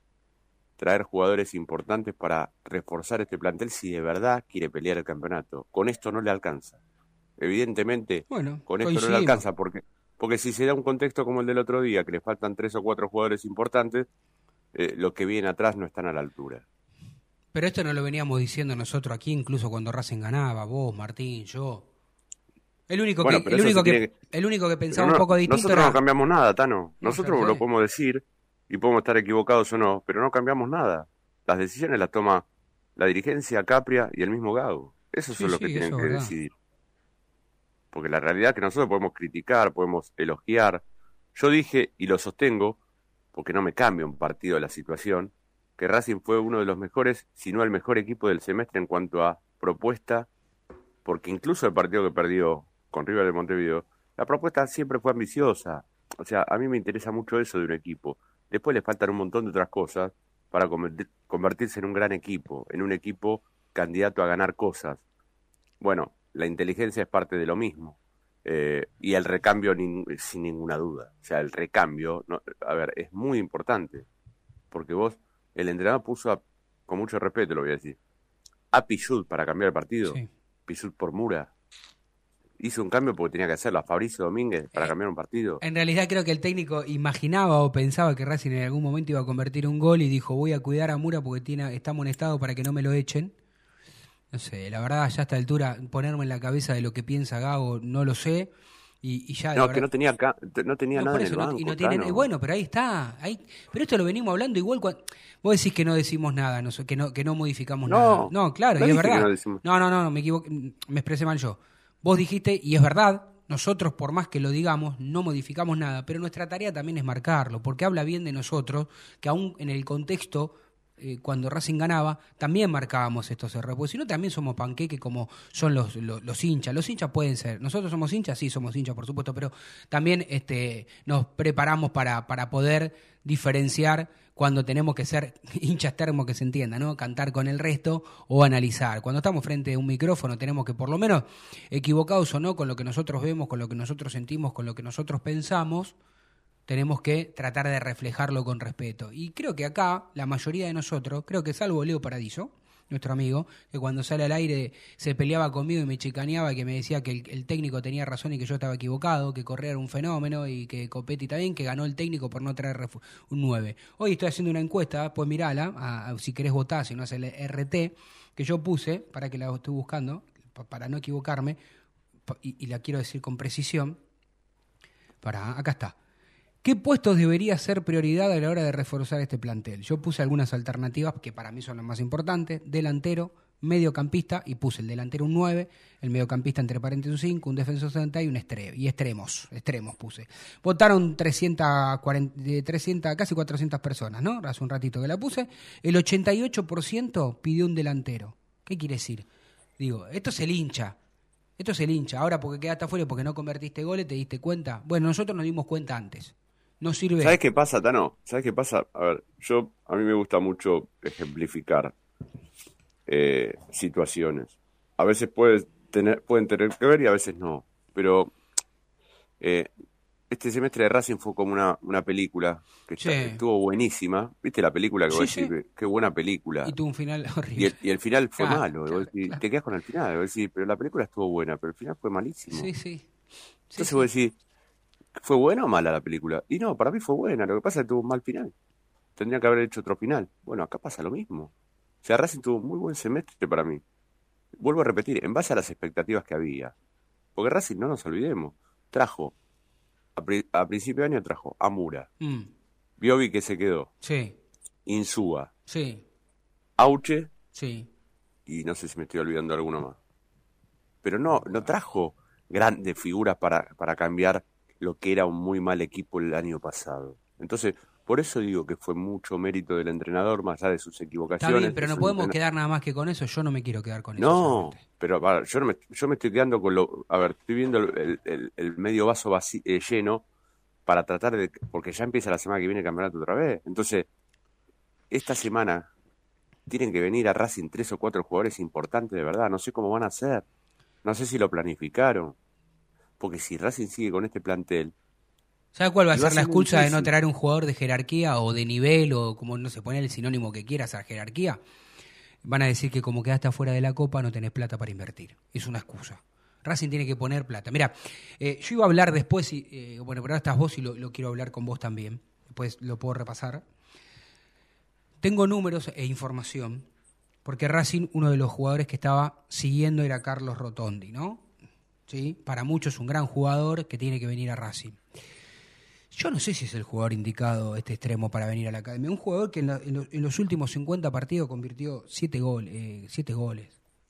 traer jugadores importantes para reforzar este plantel si de verdad quiere pelear el campeonato. Con esto no le alcanza. Evidentemente, Bueno, con esto no le coincidimos. alcanza, porque, porque si se da un contexto como el del otro día, que le faltan tres o cuatro jugadores importantes, eh, los que vienen atrás no están a la altura. Pero esto no lo veníamos diciendo nosotros aquí, incluso cuando Racing ganaba, vos, Martín, yo. El único Bueno, que, pero el eso único se que, tiene que- el único que Pero pensaba no- un poco distinto nosotros era... no cambiamos nada, Tano. No, Nosotros ya lo sé. podemos decir y podemos estar equivocados o no, pero no cambiamos nada. Las decisiones las toma la dirigencia, Capria y el mismo Gago. Esos Sí, son los sí, que tienen eso que es verdad. decidir. Porque la realidad es que nosotros podemos criticar, podemos elogiar. Yo dije, y lo sostengo, porque no me cambia un partido la situación, que Racing fue uno de los mejores, si no el mejor equipo del semestre en cuanto a propuesta, porque incluso el partido que perdió con River de Montevideo, la propuesta siempre fue ambiciosa. O sea, a mí me interesa mucho eso de un equipo. Después le faltan un montón de otras cosas para convertir- convertirse en un gran equipo, en un equipo candidato a ganar cosas. Bueno, la inteligencia es parte de lo mismo. Eh, y el recambio nin- sin ninguna duda. O sea, el recambio, no, a ver, es muy importante. Porque vos, el entrenador puso, a- con mucho respeto lo voy a decir, a Pichut para cambiar el partido. Sí. Pichut por Mura. Hizo un cambio porque tenía que hacerlo a Fabricio Domínguez para Eh, cambiar un partido. En realidad creo que el técnico imaginaba o pensaba que Racing en algún momento iba a convertir un gol y dijo, voy a cuidar a Mura porque tiene, está amonestado para que no me lo echen. No sé, la verdad, ya a esta altura, ponerme en la cabeza de lo que piensa Gago, no lo sé. Y, y ya, la No, verdad- que no tenía, ca- no tenía No, nada por en eso, el no- banco. y no tienen, Tano. eh, bueno, pero ahí está, ahí, pero esto lo venimos hablando igual cuando vos decís que no decimos nada, no, sé, que no que no modificamos No, nada. No, claro, no y es dije que verdad. no decimos. No, no, no, me equivoqué, me expresé mal yo. Vos dijiste y es verdad, nosotros por más que lo digamos no modificamos nada, pero nuestra tarea también es marcarlo, porque habla bien de nosotros que aún en el contexto eh, cuando Racing ganaba, también marcábamos estos errores, porque si no también somos panqueque como son los, los, los hinchas. Los hinchas pueden ser, nosotros somos hinchas, sí somos hinchas por supuesto, pero también este, nos preparamos para, para poder diferenciar cuando tenemos que ser hinchas termos que se entienda, ¿no? Cantar con el resto o analizar. Cuando estamos frente a un micrófono tenemos que por lo menos, equivocados o no, con lo que nosotros vemos, con lo que nosotros sentimos, con lo que nosotros pensamos, tenemos que tratar de reflejarlo con respeto. Y creo que acá, la mayoría de nosotros, creo que salvo Leo Paradiso, nuestro amigo, que cuando sale al aire se peleaba conmigo y me chicaneaba, que me decía que el, el técnico tenía razón y que yo estaba equivocado, que Correa era un fenómeno y que Copetti también, que ganó el técnico por no traer refu- un nueve. Hoy estoy haciendo una encuesta, pues mirala, a, a, si querés votar, si no hace el R T, que yo puse, para que la estoy buscando, pa- para no equivocarme, pa- y, y la quiero decir con precisión, para, acá está. ¿Qué puestos debería ser prioridad a la hora de reforzar este plantel? Yo puse algunas alternativas que para mí son las más importantes. Delantero, mediocampista, y puse el delantero un nueve, el mediocampista entre paréntesis un cinco, un defensor setenta y un estre y extremos. Extremos puse. Votaron trescientas cuarenta, trescientas, casi cuatrocientas personas, ¿no? Hace un ratito que la puse. El ochenta y ocho por ciento pidió un delantero. ¿Qué quiere decir? Digo, esto es el hincha. Esto es el hincha. Ahora porque quedaste afuera y porque no convertiste goles, ¿te diste cuenta? Bueno, nosotros nos dimos cuenta antes. No sirve. ¿Sabes qué pasa, Tano? ¿Sabes qué pasa? A ver, yo, a mí me gusta mucho ejemplificar eh, situaciones. A veces puede tener, pueden tener que ver y a veces no. Pero eh, este semestre de Racing fue como una, una película que Sí. está- estuvo buenísima. ¿Viste la película que Sí, vos sí. decís, qué buena película? Y tuvo un final horrible. Y el, y el final fue Claro, malo. y vos decís, te quedás con el final. y Vos decís, pero la película estuvo buena, pero el final fue malísimo. Sí, sí. Sí, Entonces sí. vos decís, ¿fue buena o mala la película? Y no, para mí fue buena. Lo que pasa es que tuvo un mal final. Tendría que haber hecho otro final. Bueno, acá pasa lo mismo. O sea, Racing tuvo un muy buen semestre para mí. Vuelvo a repetir, en base a las expectativas que había. Porque Racing, no nos olvidemos, trajo, a, pri- a principio de año trajo a Mura, Mm, Biobi que se quedó, sí, Insúa, sí, Auche sí. y no sé si me estoy olvidando de alguno más. Pero no, no trajo grandes figuras para, para cambiar lo que era un muy mal equipo el año pasado. Entonces, por eso digo que fue mucho mérito del entrenador, más allá de sus Está equivocaciones. bien, pero de no sus podemos entrena- quedar nada más que con eso. Yo no me quiero quedar con eso. No, solamente. pero a ver, yo, no me, yo me estoy quedando con lo... A ver, estoy viendo el, el- el medio vaso vaci- eh, lleno para tratar de... Porque ya empieza la semana que viene el campeonato otra vez. Entonces, esta semana tienen que venir a Racing tres o cuatro jugadores importantes de verdad. No sé cómo van a hacer. No sé si lo planificaron. Porque si Racing sigue con este plantel... ¿Sabe cuál va a Y va ser a la ser muy excusa de no difícil. traer un jugador de jerarquía o de nivel o como no se pone el sinónimo que quieras a jerarquía? Van a decir que como quedaste afuera de la Copa no tenés plata para invertir. Es una excusa. Racing tiene que poner plata. Mira, eh, yo iba a hablar después, y, eh, bueno, pero ahora estás vos y lo, lo quiero hablar con vos también. Después lo puedo repasar. Tengo números e información, porque Racing, uno de los jugadores que estaba siguiendo era Carlos Rotondi, ¿no? ¿Sí? Para muchos es un gran jugador que tiene que venir a Racing. Yo no sé si es el jugador indicado, este extremo, para venir a la academia. Un jugador que en, la- en los, en los últimos cincuenta partidos convirtió siete goles, eh, siete goles.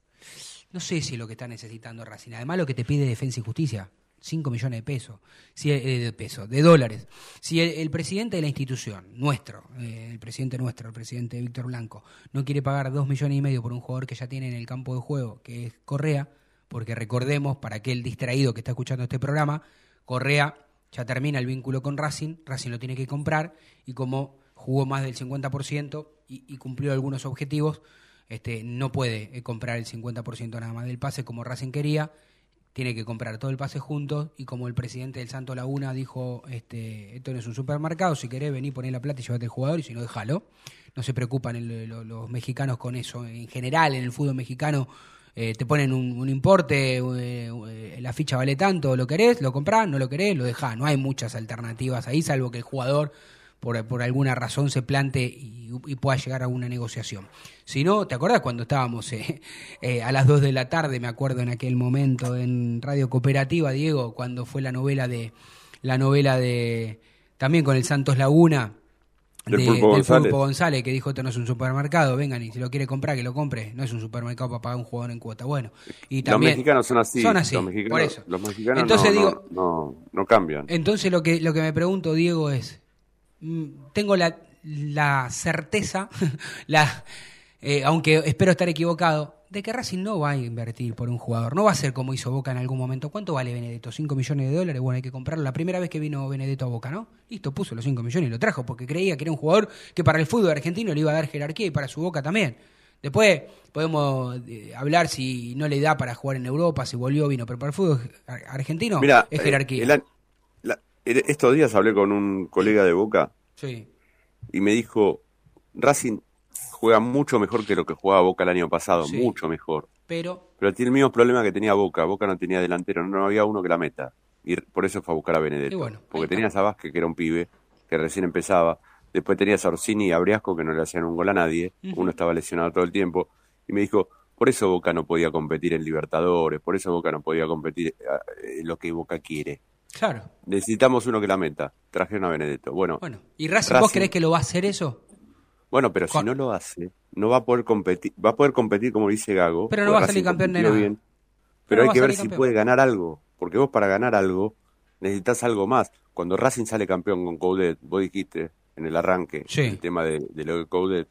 No sé si es lo que está necesitando Racing. Además, lo que te pide Defensa y Justicia, cinco millones de pesos, si, eh, de pesos, de dólares. Si el, el presidente de la institución, nuestro, eh, el presidente nuestro, el presidente Víctor Blanco, no quiere pagar dos millones y medio por un jugador que ya tiene en el campo de juego, que es Correa, porque recordemos, para aquel distraído que está escuchando este programa, Correa ya termina el vínculo con Racing, Racing lo tiene que comprar, y como jugó más del cincuenta por ciento y, y cumplió algunos objetivos, este, no puede eh, comprar el cincuenta por ciento nada más del pase como Racing quería, tiene que comprar todo el pase juntos, y como el presidente del Santo Laguna dijo, este, esto no es un supermercado, si querés vení, poné la plata y llévate el jugador, y si no, déjalo. No se preocupan el- lo- los mexicanos con eso. En general, en el fútbol mexicano, eh, te ponen un, un importe, eh, eh, la ficha vale tanto, lo querés, lo comprás, no lo querés, lo dejás. No hay muchas alternativas ahí, salvo que el jugador por, por alguna razón se plante y, y pueda llegar a una negociación. Si no, ¿te acordás cuando estábamos eh, eh, a las dos de la tarde, me acuerdo en aquel momento en Radio Cooperativa, Diego, cuando fue la novela de la novela de también con el Santos Laguna, Del de- Pulpo del González. Pulpo González, que dijo esto no es un supermercado, vengan, y si lo quiere comprar, que lo compre, no es un supermercado para pagar un jugador en cuota. Bueno, y también los mexicanos son así. son así, los mexicanos, por eso. Los mexicanos Entonces no, digo- no, no, no cambian. Entonces lo que lo que me pregunto, Diego, es, mm, tengo la, la certeza, la eh, aunque espero estar equivocado, de que Racing no va a invertir por un jugador. No va a ser como hizo Boca en algún momento. ¿Cuánto vale Benedetto? ¿cinco millones de dólares? Bueno, hay que comprarlo. La primera vez que vino Benedetto a Boca, ¿no? Listo, puso los cinco millones y lo trajo porque creía que era un jugador que para el fútbol argentino le iba a dar jerarquía y para su Boca también. Después podemos eh, hablar si no le da para jugar en Europa, si volvió, vino, pero para el fútbol ar- argentino Mira, es eh, jerarquía. el an- la- el- estos días hablé con un colega de Boca Sí. y me dijo, Racing juega mucho mejor que lo que jugaba Boca el año pasado, Sí. mucho mejor. Pero, Pero tiene el mismo problema que tenía Boca. Boca no tenía delantero, no había uno que la meta. Y por eso fue a buscar a Benedetto. Y bueno, ahí Porque está. tenías a Vázquez, que era un pibe, que recién empezaba. Después tenías a Orsini y a Briasco, que no le hacían un gol a nadie. Ujú. Uno estaba lesionado todo el tiempo. Y me dijo, por eso Boca no podía competir en Libertadores, por eso Boca no podía competir eh, en lo que Boca quiere. claro. Necesitamos uno que la meta. Trajeron a Benedetto. Bueno, Bueno, ¿y Racing, vos Racing- creés que lo va a hacer eso? bueno, pero Con- si no lo hace, no va a poder competir. Va a poder competir, como dice Gago. Pero no porque va a salir Racing campeón de compitió nada. bien. Pero Pero no va hay a que ver salir si campeón. puede ganar algo. Porque vos para ganar algo necesitas algo más. Cuando Racing sale campeón con Coudet, vos dijiste en el arranque, Sí. el tema de, de lo de Coudet,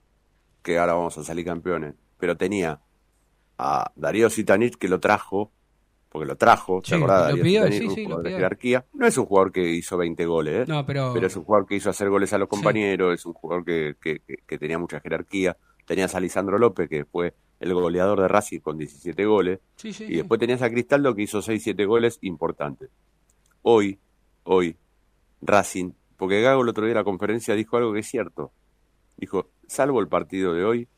que ahora vamos a salir campeones. Pero tenía a Darío Zitanich, que lo trajo, porque lo trajo, ¿te Sí, acordás? lo Darío pidió, Zitanich, sí, un sí, lo jugador de pidió. jerarquía. No es un jugador que hizo veinte goles, ¿eh? No, pero... Pero es un jugador que hizo hacer goles a los compañeros, es un jugador que, que, que, que tenía mucha jerarquía. Tenías a Lisandro López, que fue el goleador de Racing con diecisiete goles. Sí, sí, Y sí. después tenías a Cristaldo, que hizo seis siete goles importantes. Hoy, hoy Racing, porque Gago el otro día en la conferencia dijo algo que es cierto. Dijo, salvo el partido de hoy,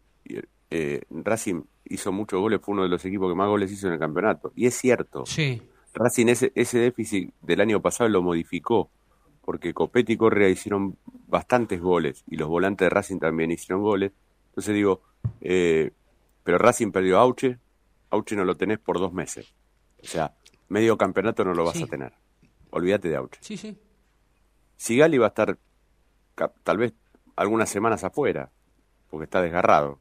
eh, Racing hizo muchos goles, fue uno de los equipos que más goles hizo en el campeonato. Y es cierto. Sí. Racing ese, ese déficit del año pasado lo modificó, porque Copetti y Correa hicieron bastantes goles, y los volantes de Racing también hicieron goles. Entonces digo, eh, pero Racing perdió a Auche, Auche no lo tenés por dos meses. O sea, medio campeonato no lo vas Sí. a tener. Olvídate de Auche. Sí, sí. Sigali va a estar ca- tal vez algunas semanas afuera, porque está desgarrado.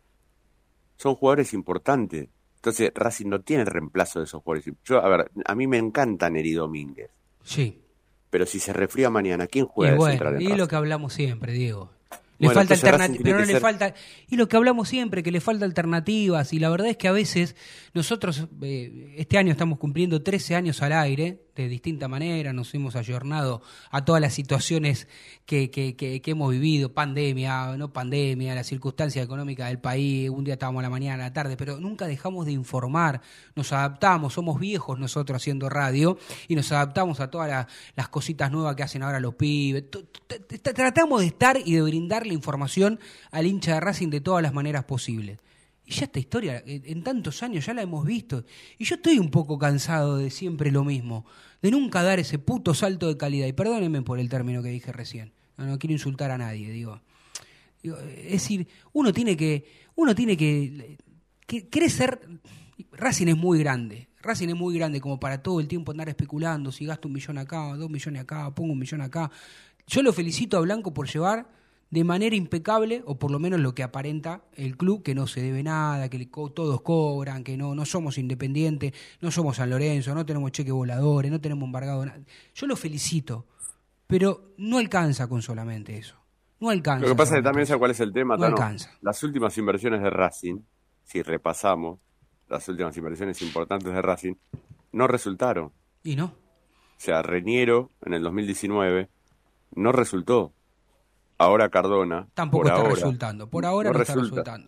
Son jugadores importantes. Entonces Racing no tiene reemplazo de esos jugadores. Yo, a ver, a mí me encanta Neri Domínguez. Sí. Pero si se resfría mañana, ¿quién Y juega de bueno, central en y Racing? lo que hablamos siempre, Diego. Le Bueno, falta entonces Racing alternativa, tiene pero no que le ser- falta. Y lo que hablamos siempre, que le falta alternativas. Y la verdad es que a veces nosotros, eh, este año estamos cumpliendo trece años al aire, de distinta manera, nos hemos ayornado a todas las situaciones que, que, que, que hemos vivido, pandemia, no pandemia, las circunstancias económicas del país, un día estábamos a la mañana, a la tarde, pero nunca dejamos de informar, nos adaptamos, somos viejos nosotros haciendo radio y nos adaptamos a todas la- las cositas nuevas que hacen ahora los pibes. T- t- t- Tratamos de estar y de brindar la información al hincha de Racing de todas las maneras posibles. Y ya esta historia, en en tantos años ya la hemos visto. Y yo estoy un poco cansado de siempre lo mismo, de nunca dar ese puto salto de calidad. Y perdónenme por el término que dije recién. No, no quiero insultar a nadie, digo. Digo, es decir, uno tiene que, uno tiene que, que crecer. Racing es muy grande. Racing es muy grande como para todo el tiempo andar especulando si gasto un millón acá, dos millones acá, pongo un millón acá. Yo lo felicito a Blanco por llevar de manera impecable, o por lo menos lo que aparenta el club, que no se debe nada, que le co- todos cobran, que no, no somos independientes, no somos San Lorenzo, no tenemos cheques voladores, no tenemos embargado nada. Yo lo felicito, pero no alcanza con solamente eso. No alcanza. Lo que pasa es que solamente también, eso. ¿sabes cuál es el tema? No Tano? alcanza. Las últimas inversiones de Racing, si repasamos las últimas inversiones importantes de Racing, no resultaron. Y no. O sea, Reñero en el dos mil diecinueve no resultó. Ahora Cardona, Tampoco por está ahora, resultando. Por ahora no, está resultando.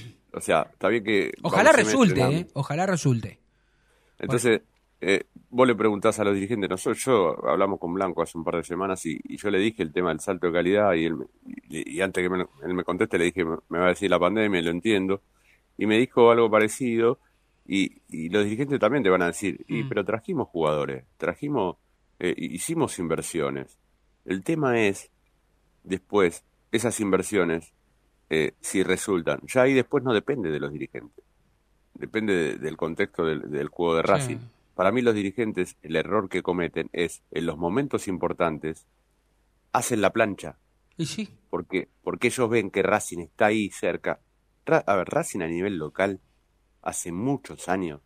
O sea, está bien que... Ojalá vamos resulte, semestre, ¿eh? Ojalá resulte. Entonces, eh, vos le preguntás a los dirigentes, nosotros, yo hablamos con Blanco hace un par de semanas y, y yo le dije el tema del salto de calidad y él, me- y, y antes que me, él me conteste le dije, me, me va a decir la pandemia, lo entiendo, y me dijo algo parecido y, y los dirigentes también te van a decir, y, Mm. pero trajimos jugadores, trajimos, eh, hicimos inversiones. El tema es, después, esas inversiones, eh, si resultan, ya ahí después no depende de los dirigentes, depende de- del contexto del, del juego de Racing. Sí. Para mí los dirigentes, el error que cometen es, en los momentos importantes, hacen la plancha, Y sí. porque porque ellos ven que Racing está ahí cerca. Ra- a ver, Racing a nivel local, hace muchos años,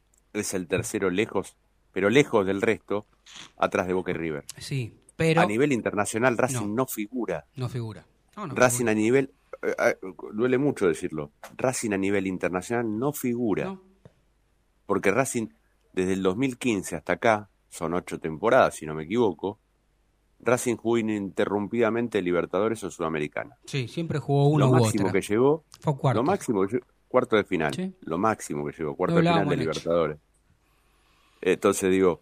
es el tercero lejos, pero lejos del resto, atrás de Boca y River. Sí, pero A nivel internacional, Racing No. no, figura. no figura. No, no Racing figura. a nivel, eh, eh, duele mucho decirlo, Racing a nivel internacional no figura. No. Porque Racing, desde el dos mil quince hasta acá, son ocho temporadas, si no me equivoco, Racing jugó ininterrumpidamente Libertadores o Sudamericana. Sí, siempre jugó uno Lo u máximo otra. que llegó, Fue cuarto. lo máximo que llegó, cuarto de final, Sí. lo máximo que llegó, cuarto Lo de final hablábamos de anoche. Libertadores. Entonces digo,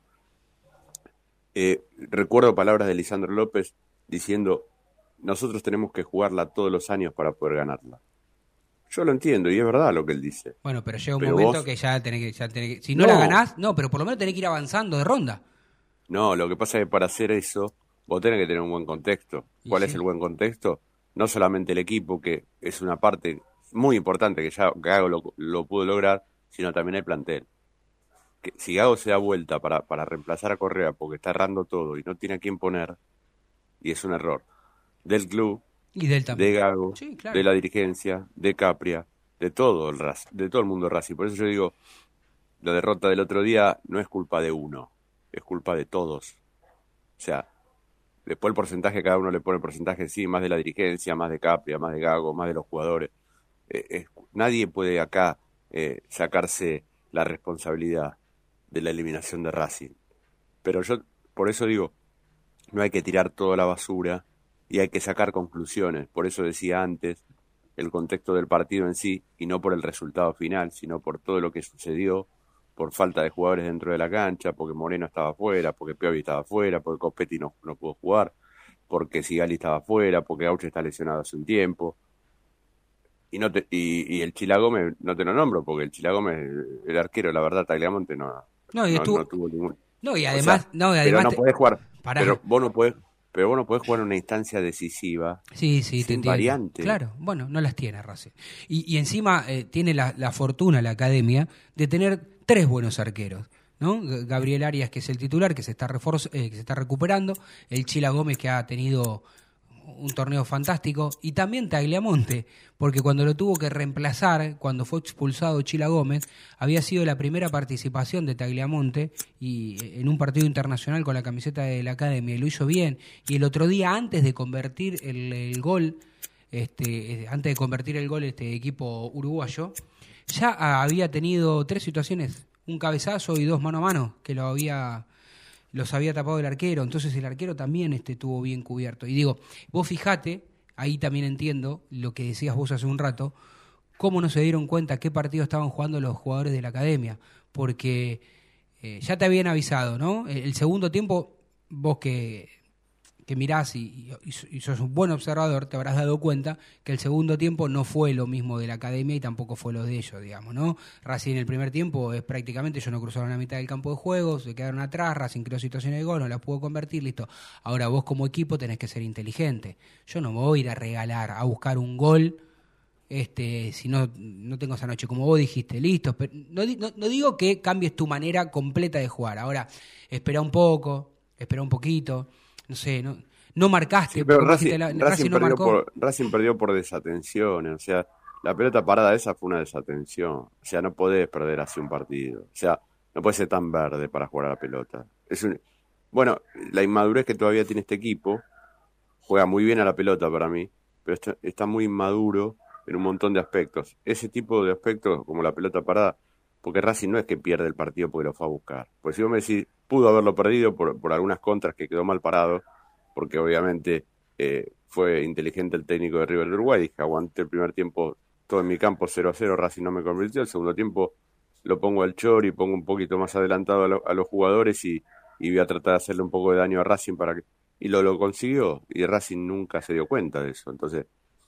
eh, recuerdo palabras de Lisandro López diciendo, nosotros tenemos que jugarla todos los años para poder ganarla. Yo lo entiendo y es verdad lo que él dice. Bueno, pero llega un Pero momento vos- que ya tenés que, ya tenés que- si no, No. la ganás, no, pero por lo menos tenés que ir avanzando de ronda. No, lo que pasa es que para hacer eso, vos tenés que tener un buen contexto. Y ¿Cuál sí. es el buen contexto? No solamente el equipo, que es una parte muy importante que ya Gago lo, lo pudo lograr, sino también el plantel. Que si Gago se da vuelta para, para reemplazar a Correa porque está errando todo y no tiene a quién poner, y es un error del club, Y del también. de Gago, Sí, claro. de la dirigencia, de Capria, de todo el Raz- de todo el mundo Racing. Por eso yo digo, la derrota del otro día no es culpa de uno, es culpa de todos. O sea, después el porcentaje, cada uno le pone el porcentaje, sí, más de la dirigencia, más de Capria, más de Gago, más de los jugadores. Eh, es- nadie puede acá eh, sacarse la responsabilidad de la eliminación de Racing. Pero yo, por eso digo, no hay que tirar toda la basura y hay que sacar conclusiones. Por eso decía antes, el contexto del partido en sí, y no por el resultado final, sino por todo lo que sucedió, por falta de jugadores dentro de la cancha, porque Moreno estaba afuera, porque Piovi estaba afuera, porque Coppetti no, no pudo jugar, porque Sigali estaba afuera, porque Auche está lesionado hace un tiempo. Y no te, y, y el Chila Gómez no te lo nombro, porque el Chila Gómez, el arquero, la verdad, Tagliamonte no, no, y no, estuvo... no tuvo ningún... No, y además... O sea, no, y además pero no podés jugar... Pará. Pero vos no podés... Pero vos no podés jugar en una instancia decisiva. Sí, sí, sin te entiendo. variante. Claro, bueno, no las tiene Racing. Y, y encima eh, tiene la, la fortuna la academia de tener tres buenos arqueros, ¿no? Gabriel Arias, que es el titular, que se está reforz- eh, que se está recuperando, el Chila Gómez, que ha tenido un torneo fantástico, y también Tagliamonte, porque cuando lo tuvo que reemplazar, cuando fue expulsado Chila Gómez, había sido la primera participación de Tagliamonte y en un partido internacional con la camiseta de la academia, y lo hizo bien. Y el otro día, antes de convertir el, el gol, este, antes de convertir el gol este equipo uruguayo, ya había tenido tres situaciones, un cabezazo y dos mano a mano, que lo había... los había tapado el arquero, entonces el arquero también este, estuvo bien cubierto. Y digo, vos fijate, ahí también entiendo lo que decías vos hace un rato, cómo no se dieron cuenta qué partido estaban jugando los jugadores de la academia, porque eh, ya te habían avisado, ¿no? El, el segundo tiempo, vos que, que mirás y, y, y sos un buen observador, te habrás dado cuenta que el segundo tiempo no fue lo mismo de la academia y tampoco fue lo de ellos, digamos, ¿no? Racing en el primer tiempo es prácticamente, ellos no cruzaron la mitad del campo de juego, se quedaron atrás, Racing creó situaciones de gol, no las pudo convertir, listo. Ahora vos como equipo tenés que ser inteligente. Yo no me voy a ir a regalar, a buscar un gol, este, si no, no tengo esa noche, como vos dijiste, listo. Pero no, no, no digo que cambies tu manera completa de jugar. Ahora, espera un poco, espera un poquito. No sé, no, no marcaste. Sí, pero Racing, la, Racing, Racing no perdió marcó. por, Racing perdió por desatenciones. O sea, la pelota parada esa fue una desatención. O sea, no podés perder así un partido. O sea, no podés ser tan verde para jugar a la pelota. Es un, bueno, la inmadurez que todavía tiene este equipo, juega muy bien a la pelota para mí, pero está, está muy inmaduro en un montón de aspectos. Ese tipo de aspectos, como la pelota parada, porque Racing no es que pierde el partido porque lo fue a buscar. Porque si vos me decís, pudo haberlo perdido por, por algunas contras que quedó mal parado, porque obviamente eh, fue inteligente el técnico de River de Uruguay, dije, aguanté el primer tiempo todo en mi campo cero a cero, Racing no me convirtió, el segundo tiempo lo pongo al Chori, pongo un poquito más adelantado a, lo, a los jugadores y, y voy a tratar de hacerle un poco de daño a Racing para que... Y lo, lo consiguió, y Racing nunca se dio cuenta de eso. Entonces,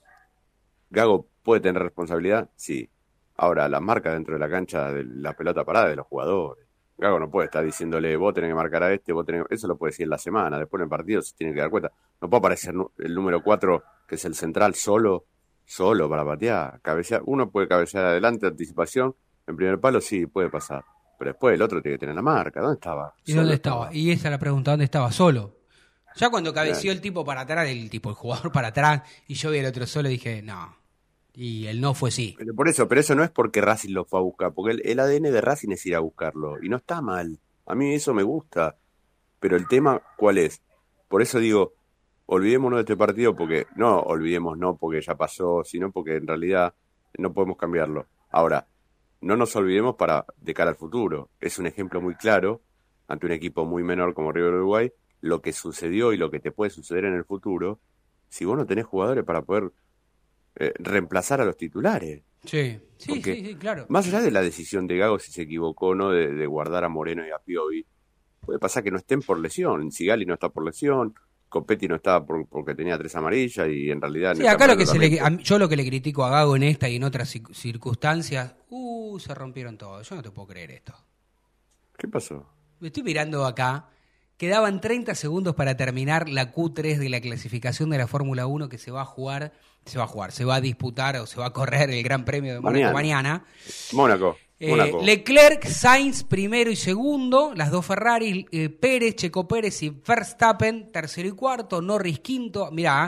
¿Gago puede tener responsabilidad? Sí. Ahora, la marca dentro de la cancha de la pelota parada de los jugadores. Gago no puede estar diciéndole, vos tenés que marcar a este, vos tenés que... Eso lo puede decir en la semana, después en el partido se tiene que dar cuenta. No puede aparecer el número cuatro, que es el central, solo, solo para patear. Cabecear. Uno puede cabecear adelante, anticipación, en primer palo sí, puede pasar. Pero después el otro tiene que tener la marca. ¿Dónde estaba? ¿Y Solo dónde estaba? Y esa es la pregunta, ¿dónde estaba? Solo. Ya cuando cabeció Claro. el tipo para atrás, el tipo, el jugador para atrás, y yo vi el otro solo, dije, no. Y el no fue sí. Pero por eso, pero eso no es porque Racing lo fue a buscar, porque el, el A D N de Racing es ir a buscarlo, y no está mal. A mí eso me gusta. Pero el tema, ¿cuál es? Por eso digo, olvidémonos de este partido, porque no olvidemos, no porque ya pasó, sino porque en realidad no podemos cambiarlo. Ahora, no nos olvidemos para de cara al futuro. Es un ejemplo muy claro, ante un equipo muy menor como River Uruguay, lo que sucedió y lo que te puede suceder en el futuro, si vos no tenés jugadores para poder eh, reemplazar a los titulares. Sí, sí, Porque sí, sí, claro. Más allá de la decisión de Gago, si se equivocó o no, de, de guardar a Moreno y a Piovi, puede pasar que no estén por lesión. Sigali no está por lesión, Coppetti no estaba por, porque tenía tres amarillas y en realidad... en Sí, el acá lo que campeonato se le, también- a- yo lo que le critico a Gago en esta y en otras cic- circunstancias, uh, se rompieron todos. Yo no te puedo creer esto. ¿Qué pasó? Me estoy mirando acá. Quedaban treinta segundos para terminar la Q tres de la clasificación de la Fórmula uno que se va a jugar, se va a jugar, se va a disputar o se va a correr el Gran Premio de Mónaco mañana. Mónaco. Eh, Mónaco. Leclerc, Sainz primero y segundo, las dos Ferrari, eh, Pérez, Checo Pérez y Verstappen tercero y cuarto, Norris quinto, mirá,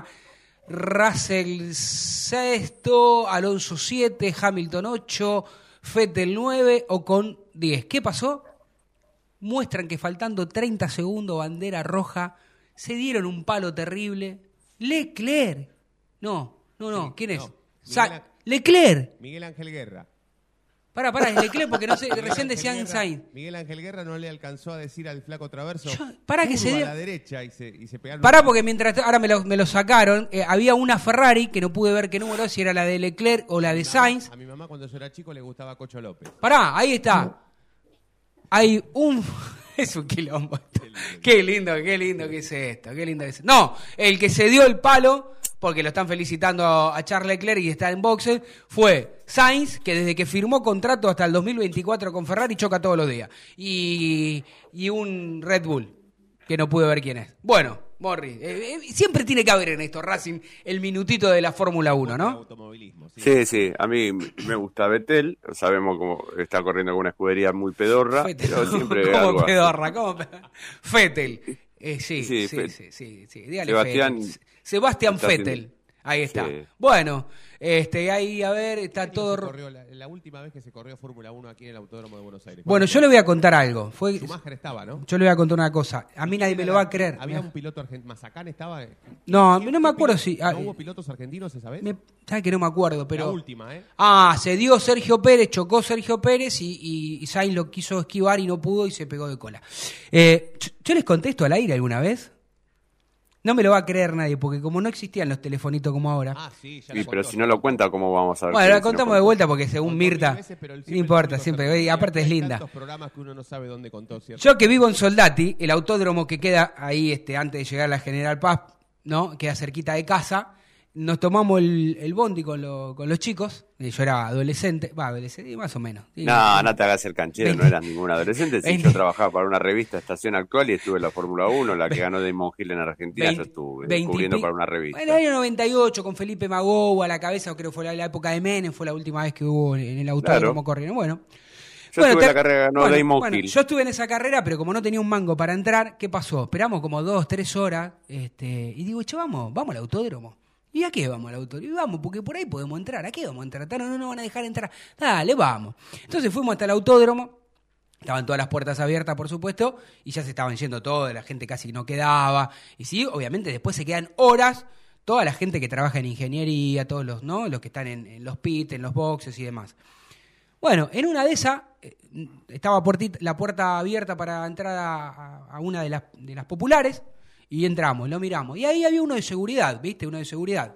Russell sexto, Alonso siete, Hamilton ocho, Vettel nueve, Ocon diez. ¿Qué pasó? Muestran que faltando treinta segundos, bandera roja, se dieron un palo terrible. Leclerc. No, no, no, ¿quién es? no, Sa- Miguel Ángel- Leclerc. Miguel Ángel Guerra. Pará, pará, es Leclerc porque no sé, Miguel recién Ángel decían Guerra- Sainz. Miguel Ángel Guerra no le alcanzó a decir al flaco Traverso. pará que se curva dio- a la derecha y se, y se pegaron. Pará porque mientras, ahora me lo, me lo sacaron, eh, había una Ferrari que no pude ver qué número, si era la de Leclerc o la de Sainz. A mi mamá cuando yo era chico le gustaba Cocho López. Pará, ahí está. hay un... Es un quilombo. Qué lindo, qué lindo que es esto, qué lindo que es. No, el que se dio el palo, porque lo están felicitando a Charles Leclerc y está en boxe, fue Sainz, que desde que firmó contrato hasta el dos mil veinticuatro con Ferrari choca todos los días. Y, y un Red Bull, que no pude ver quién es. Bueno, Morri, eh, eh, siempre tiene que haber en esto, Racing, el minutito de la Fórmula uno, ¿no? Automovilismo, sí. Sí, sí, a mí me gusta Vettel, sabemos cómo está corriendo con una escudería muy pedorra, Vettel. pero siempre ¿Cómo algo pedorra? ¿Cómo pedorra? Vettel. Eh, sí, Sí, sí, Fe- sí, sí, sí. Dígale Sebastián- Vettel. Sebastián está Vettel. haciendo- Ahí está. Sí. Bueno, este, ahí, a ver, está ¿Quién todo... se ro- corrió la, la última vez que se corrió Fórmula uno aquí en el Autódromo de Buenos Aires? Bueno, yo le voy a contar algo. Fue... Schumacher estaba, ¿no? Yo le voy a contar una cosa. A mí nadie me lo va a creer. Había un piloto argentino. ¿Mazacán estaba? No, no me acuerdo si... ah, ¿No hubo pilotos argentinos esa vez? me- ¿Sabes que no me acuerdo? Pero... La última, ¿eh? Ah, se dio Sergio Pérez, chocó Sergio Pérez y, y, y Sainz lo quiso esquivar y no pudo y se pegó de cola. Eh, yo, yo les contesto al aire alguna vez. No me lo va a creer nadie, porque como no existían los telefonitos como ahora. Ah, sí, ya Y, la pero contó. si no lo cuenta, ¿cómo vamos a ver? Bueno, que la si no contamos de contó? vuelta porque según Contó Mirta, mil veces, pero él no siempre importa, lo único siempre. que Y aparte es hay linda. tantos programas que uno no sabe dónde contó, ¿cierto? Yo que vivo en Soldati, el autódromo que queda ahí este, antes de llegar a la General Paz, ¿no? Queda cerquita de casa. Nos tomamos el, el bondi con, lo- con los chicos. Eh, Yo era adolescente, va, adolescente, más o menos. Sí, No, no te hagas el canchero, veinte no eras ningún adolescente. Sí, veinte yo trabajaba para una revista Estación Actual y estuve en la Fórmula uno, la que ganó Damon Hill en Argentina. veinte yo estuve veinte y cubriendo pi- para una revista. En el año noventa y ocho, con Felipe Magou a la cabeza, creo que fue la, la época de Menem, fue la última vez que hubo en el autódromo Claro. corriendo. Bueno, Yo Bueno, estuve te- en la carrera, ganó bueno, Damon bueno, Hill. yo estuve en esa carrera, pero como no tenía un mango para entrar, ¿qué pasó? Esperamos como dos, tres horas, este, y digo, che, vamos, vamos al autódromo. ¿Y a qué vamos al autódromo? Y vamos, porque por ahí podemos entrar. ¿A qué vamos a entrar? No, no nos van a dejar entrar. Dale, vamos. Entonces fuimos hasta el autódromo. Estaban todas las puertas abiertas, por supuesto, y ya se estaban yendo todos, la gente casi no quedaba. Y sí, obviamente después se quedan horas toda la gente que trabaja en ingeniería, todos los, ¿no? Los que están en, en los pits, en los boxes y demás. Bueno, en una de esas eh, estaba puertita- la puerta abierta para entrar a, a- a una de las, de las populares y entramos, lo miramos. Y ahí había uno de seguridad, ¿viste? Uno de seguridad.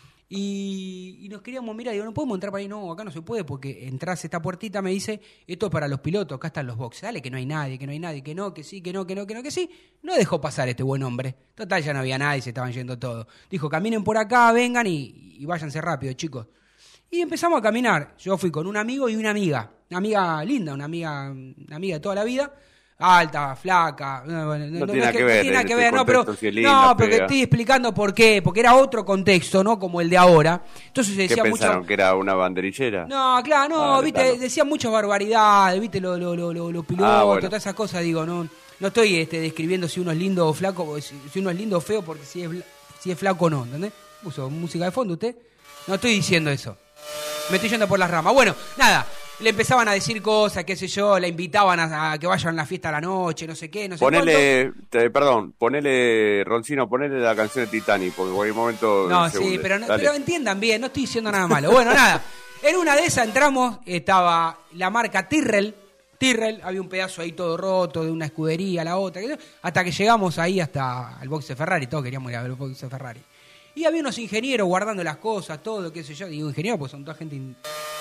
Y, y nos queríamos mirar, digo, no podemos entrar para ahí, no, acá no se puede porque entras a esta puertita, me dice, esto es para los pilotos, acá están los boxes, dale que no hay nadie, que no hay nadie, que no, que sí, que no, que no, que no, que sí. No dejó pasar este buen hombre. Total, ya no había nadie, se estaban yendo todos. Dijo, caminen por acá, vengan y, y váyanse rápido, chicos. Y empezamos a caminar. Yo fui con un amigo y una amiga. Una amiga linda, una amiga, una amiga de toda la vida. Alta, flaca. No, bueno, no- No no tiene es nada que ver no tiene nada en que este ver, no, pero, contexto, si es linda, no, pero que fea. estoy explicando por qué. Porque era otro contexto, ¿no? Como el de ahora. Entonces se ¿Qué decía pensaron? mucho. ¿Que era una banderillera? No, claro, no, Ah, viste, claro. decían muchas barbaridades, viste, los lo, lo, lo, lo pilotos, Ah, bueno. todas esas cosas, digo, no, no estoy este, describiendo si uno es lindo o flaco, o si, si uno es lindo o feo, porque si es, bla- si es flaco o no, ¿entendés? ¿Puso música de fondo usted? No estoy diciendo eso. Me estoy yendo por las ramas. Bueno, nada, le empezaban a decir cosas, qué sé yo, la invitaban a, a que vayan a la fiesta a la noche, no sé qué, no sé cuánto. Ponele, te- perdón, ponele, Roncino, ponele la canción de Titanic, porque en cualquier momento No, se sí, hunde. pero, no- Dale. pero entiendan bien, no estoy diciendo nada malo. Bueno, nada, en una de esas entramos, estaba la marca Tyrrell, Tyrrell, había un pedazo ahí todo roto, de una escudería a la otra, qué sé yo, hasta que llegamos ahí hasta el box de Ferrari, todos queríamos ir a ver el box de Ferrari. Y había unos ingenieros guardando las cosas, todo, qué sé yo. Digo, ingenieros, pues son toda gente... in-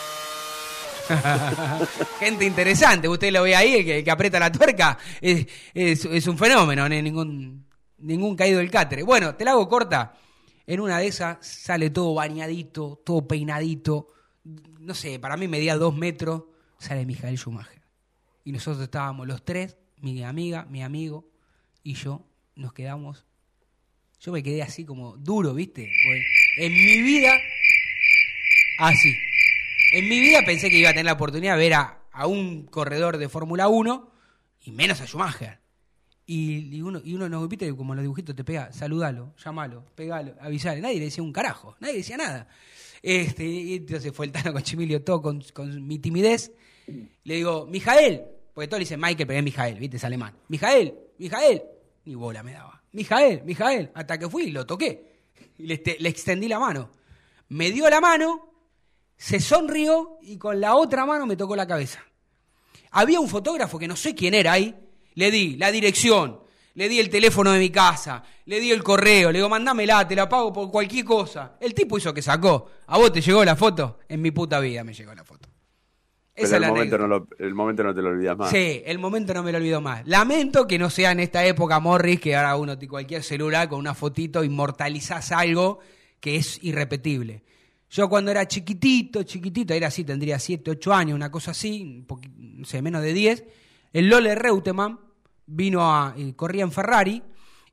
gente interesante. Usted lo ve ahí, el que, el que aprieta la tuerca, es, es- es un fenómeno, no hay ningún, ningún caído del catre. Bueno, te la hago corta. En una de esas sale todo bañadito, todo peinadito. No sé, para mí medía dos metros. Sale Michael Schumacher. Y nosotros estábamos los tres, mi amiga, mi amigo y yo, nos quedamos. Yo me quedé así como duro, ¿viste? Porque en mi vida, así. En mi vida pensé que iba a tener la oportunidad de ver a, a un corredor de Fórmula uno y menos a Schumacher. Y, y uno, y uno nos viste como los dibujitos te pega, saludalo, llámalo, pegalo, avisale. Nadie le decía un carajo, nadie decía nada. Este, y entonces fue el Tano con Chimilio todo con, con mi timidez. Le digo, Mijael, porque todos le dicen Michael, pero es Mijael, ¿viste? Es alemán. Mijael, Mijael. Ni bola me daba. Mijael, Mijael. Hasta que fui y lo toqué. Y le, este- le extendí la mano. Me dio la mano, se sonrió y con la otra mano me tocó la cabeza. Había un fotógrafo que no sé quién era ahí. Le di la dirección, le di el teléfono de mi casa, le di el correo, le digo, mandámela, te la pago por cualquier cosa. El tipo hizo que sacó. ¿A vos te llegó la foto? En mi puta vida me llegó la foto. Esa el es la momento, no anécdota. lo, el momento no te lo olvidas más. Sí, el momento no me lo olvido más. Lamento que no sea en esta época, Morris, que ahora uno tiene cualquier celular con una fotito, inmortalizás algo que es irrepetible. Yo cuando era chiquitito, chiquitito, era así, tendría siete, ocho años, una cosa así, un poquito, no sé, menos de diez, el Lole Reutemann vino a, eh, corría en Ferrari,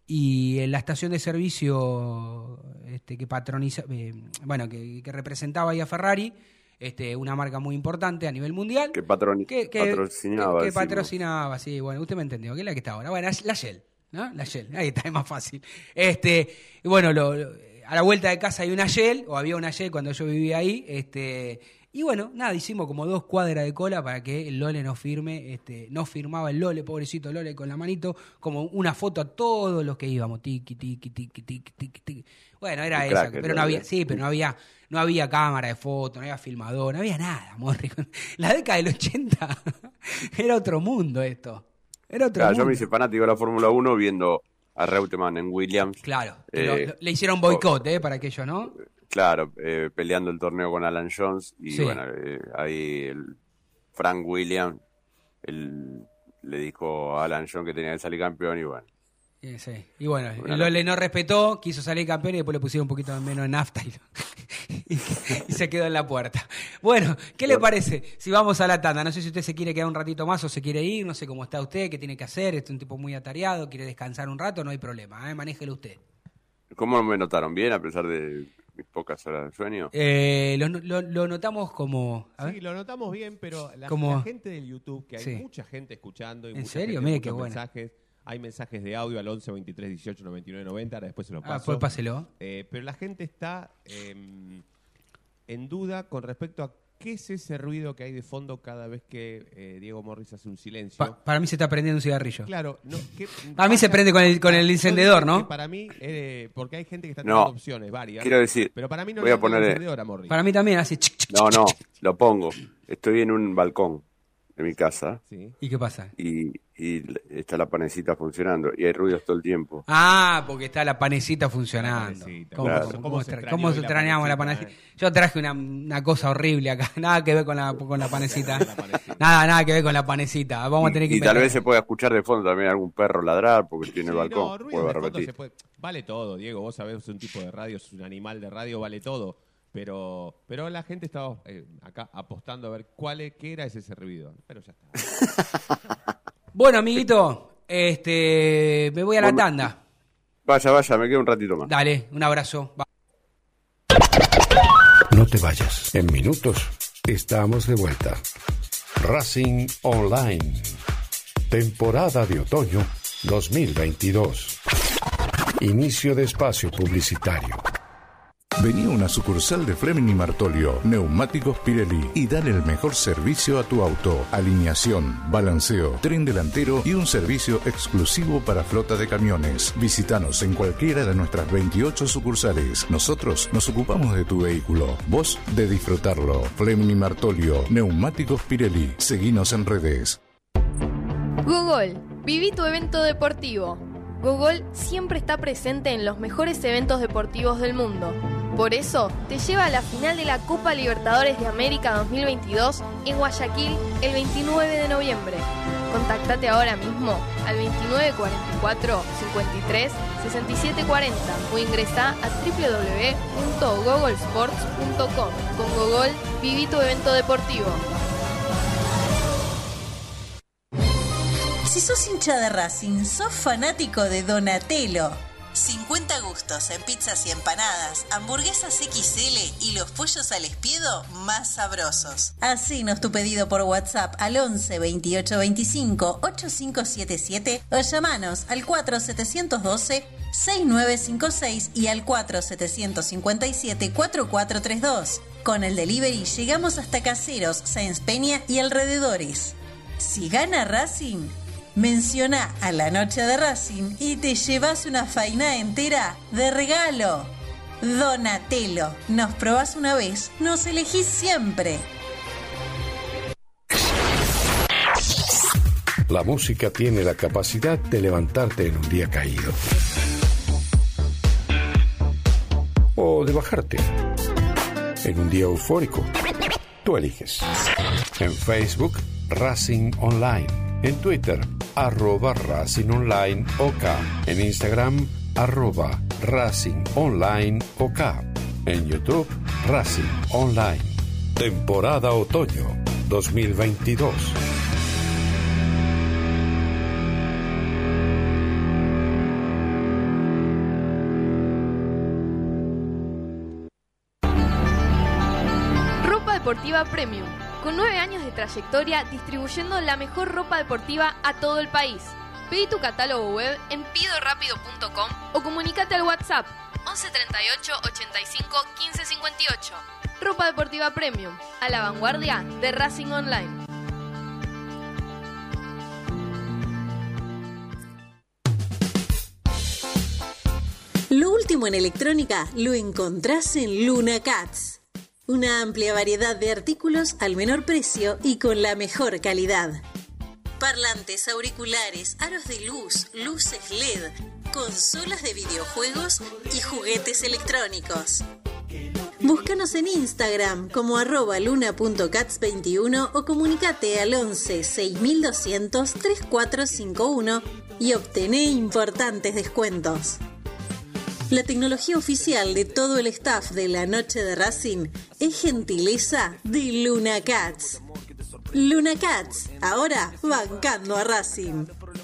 y en la estación de servicio este, que patroniza, eh, bueno, que, que representaba ahí a Ferrari, este, una marca muy importante a nivel mundial. Que, patroni- que, que patrocinaba. Que, que decimos. patrocinaba, sí, bueno, usted me entendió, que es la que está ahora. Bueno, la Shell, ¿no? La Shell, ahí está, es más fácil. Este, y bueno, lo, lo, a la vuelta de casa hay una Shell, o había una Shell cuando yo vivía ahí, este, y bueno, nada, hicimos como dos cuadras de cola para que el Lole no firme, este, no firmaba el Lole, pobrecito Lole, con la manito, como una foto a todos los que íbamos, tiqui, tiqui, tiqui, tiqui, tiqui, tiqui. Bueno, era Un esa, crack, pero no había, sí, pero no había, no había cámara de foto, no había filmador, no había nada, Morri. La década del ochenta era otro mundo esto. Era otro Claro, mundo. yo me hice fanático de la Fórmula uno viendo a Reutemann en Williams. Claro, eh, lo, lo, le hicieron boicot, eh, para aquello, ¿no? Claro, eh, peleando el torneo con Alan Jones y Sí. bueno, eh, ahí el Frank Williams él, le dijo a Alan Jones que tenía que salir campeón y bueno. Sí, sí. Y bueno, Bueno, el Lole no respetó, quiso salir campeón y después le pusieron un poquito menos de nafta y, y, y se quedó en la puerta. Bueno, ¿qué le parece si vamos a la tanda? No sé si usted se quiere quedar un ratito más o se quiere ir, no sé cómo está usted, qué tiene que hacer, es un tipo muy atareado, quiere descansar un rato, no hay problema, ¿eh? Manéjelo usted. ¿Cómo me notaron? ¿Bien a pesar de mis pocas horas de sueño? Eh, lo, lo, lo notamos como... a ver. Sí, lo notamos bien, pero la, Como- la gente del YouTube, que hay Sí. mucha gente escuchando y ¿En mucha serio? gente, Mire muchos qué bueno. mensajes. Hay mensajes de audio al once, veintitrés, dieciocho, noventa y nueve, noventa, ahora después se lo Ah, paso. pues páselo. Eh, pero la gente está eh, en duda con respecto a qué es ese ruido que hay de fondo cada vez que eh, Diego Morris hace un silencio. Pa- para mí se está prendiendo un cigarrillo. Claro, no, ¿qué A mí se pasa? prende con el, con el Yo encendedor, digo que ¿no? Para mí, eh, porque hay gente que está No. teniendo opciones, varias. Quiero decir, pero para mí no voy le a anda el poner- encendedor a Morris. Para mí también hace... chic, chic, No, no, lo pongo. Estoy en un balcón de mi casa Sí. ¿Y qué pasa? y, y está la panecita funcionando y hay ruidos todo el tiempo. Ah, porque está la panecita funcionando. La panecita, ¿Cómo, claro. cómo- ¿Cómo cómo se extra- extrañó cómo hoy se la extrañamos la panecita, panecita? eh? Yo traje una, una cosa horrible acá. Nada que ver con la, con la panecita. La panecita. Nada, nada que ver con la panecita. Vamos a tener que Y, y tal inventar- vez se pueda escuchar de fondo también algún perro ladrar porque estoy en el Sí, balcón. no, ruido Vuelvo a de fondo repetir. se puede- Vale todo, Diego. Vos sabés, es un tipo de radio, es un animal de radio, vale todo. Pero, pero la gente estaba eh, acá apostando a ver cuál es, qué era ese, ese ruido. Pero ya está. Bueno, amiguito, este, me voy a la Bueno, tanda. Vaya, vaya, me quedo un ratito más. Dale, un abrazo. Va. No te vayas. En minutos estamos de vuelta. Racing Online. Temporada de otoño dos mil veintidós. Inicio de espacio publicitario. Vení a una sucursal de Fleming y Martolio, Neumáticos Pirelli, y dale el mejor servicio a tu auto. Alineación, balanceo, tren delantero y un servicio exclusivo para flota de camiones. Visítanos en cualquiera de nuestras veintiocho sucursales. Nosotros nos ocupamos de tu vehículo, vos de disfrutarlo. Fleming y Martolio, Neumáticos Pirelli. Seguinos en redes. Google, viví tu evento deportivo. Google siempre está presente en los mejores eventos deportivos del mundo. Por eso, te lleva a la final de la Copa Libertadores de América dos mil veintidós en Guayaquil el veintinueve de noviembre. Contactate ahora mismo al veintinueve cuarenta y cuatro, cincuenta y tres, sesenta y siete cuarenta o ingresa a doble u doble u doble u punto google sports punto com. Con Google, viví tu evento deportivo. Si sos hincha de Racing, sos fanático de Donatello. cincuenta gustos en pizzas y empanadas, hamburguesas equis ele y los pollos al espiedo más sabrosos. Hacenos tu pedido por WhatsApp al once, veintiocho veinticinco, ochenta y cinco setenta y siete o llamanos al cuatro siete uno dos, seis nueve cinco seis y al cuatro siete cinco siete, cuatro cuatro tres dos. Con el delivery llegamos hasta Caseros, Sáenz Peña y alrededores. Si gana Racing, menciona a la noche de Racing y te llevas una faina entera de regalo. Donatello, nos probás una vez, nos elegís siempre. La música tiene la capacidad de levantarte en un día caído. O de bajarte en un día eufórico. Tú eliges. En Facebook, Racing Online. En Twitter, arroba Racing Online OK. En Instagram, arroba Racing Online OK. En YouTube, Racing Online. Temporada Otoño dos mil veintidós. Ropa deportiva Premium. Con nueve años de trayectoria distribuyendo la mejor ropa deportiva a todo el país. Pedí tu catálogo web en pido rápido punto com o comunícate al WhatsApp once treinta y ocho ochenta y cinco quince cincuenta y ocho. Ropa deportiva Premium, a la vanguardia de Racing Online. Lo último en electrónica lo encontrás en Luna Cats. Una amplia variedad de artículos al menor precio y con la mejor calidad. Parlantes, auriculares, aros de luz, luces L E D, consolas de videojuegos y juguetes electrónicos. Búscanos en Instagram como arroba luna punto cats veintiuno o comunicate al once seis mil doscientos treinta y cuatro cincuenta y uno y obtené importantes descuentos. La tecnología oficial de todo el staff de la noche de Racing es gentileza de Luna Cats. Luna Cats, ahora bancando a Racing.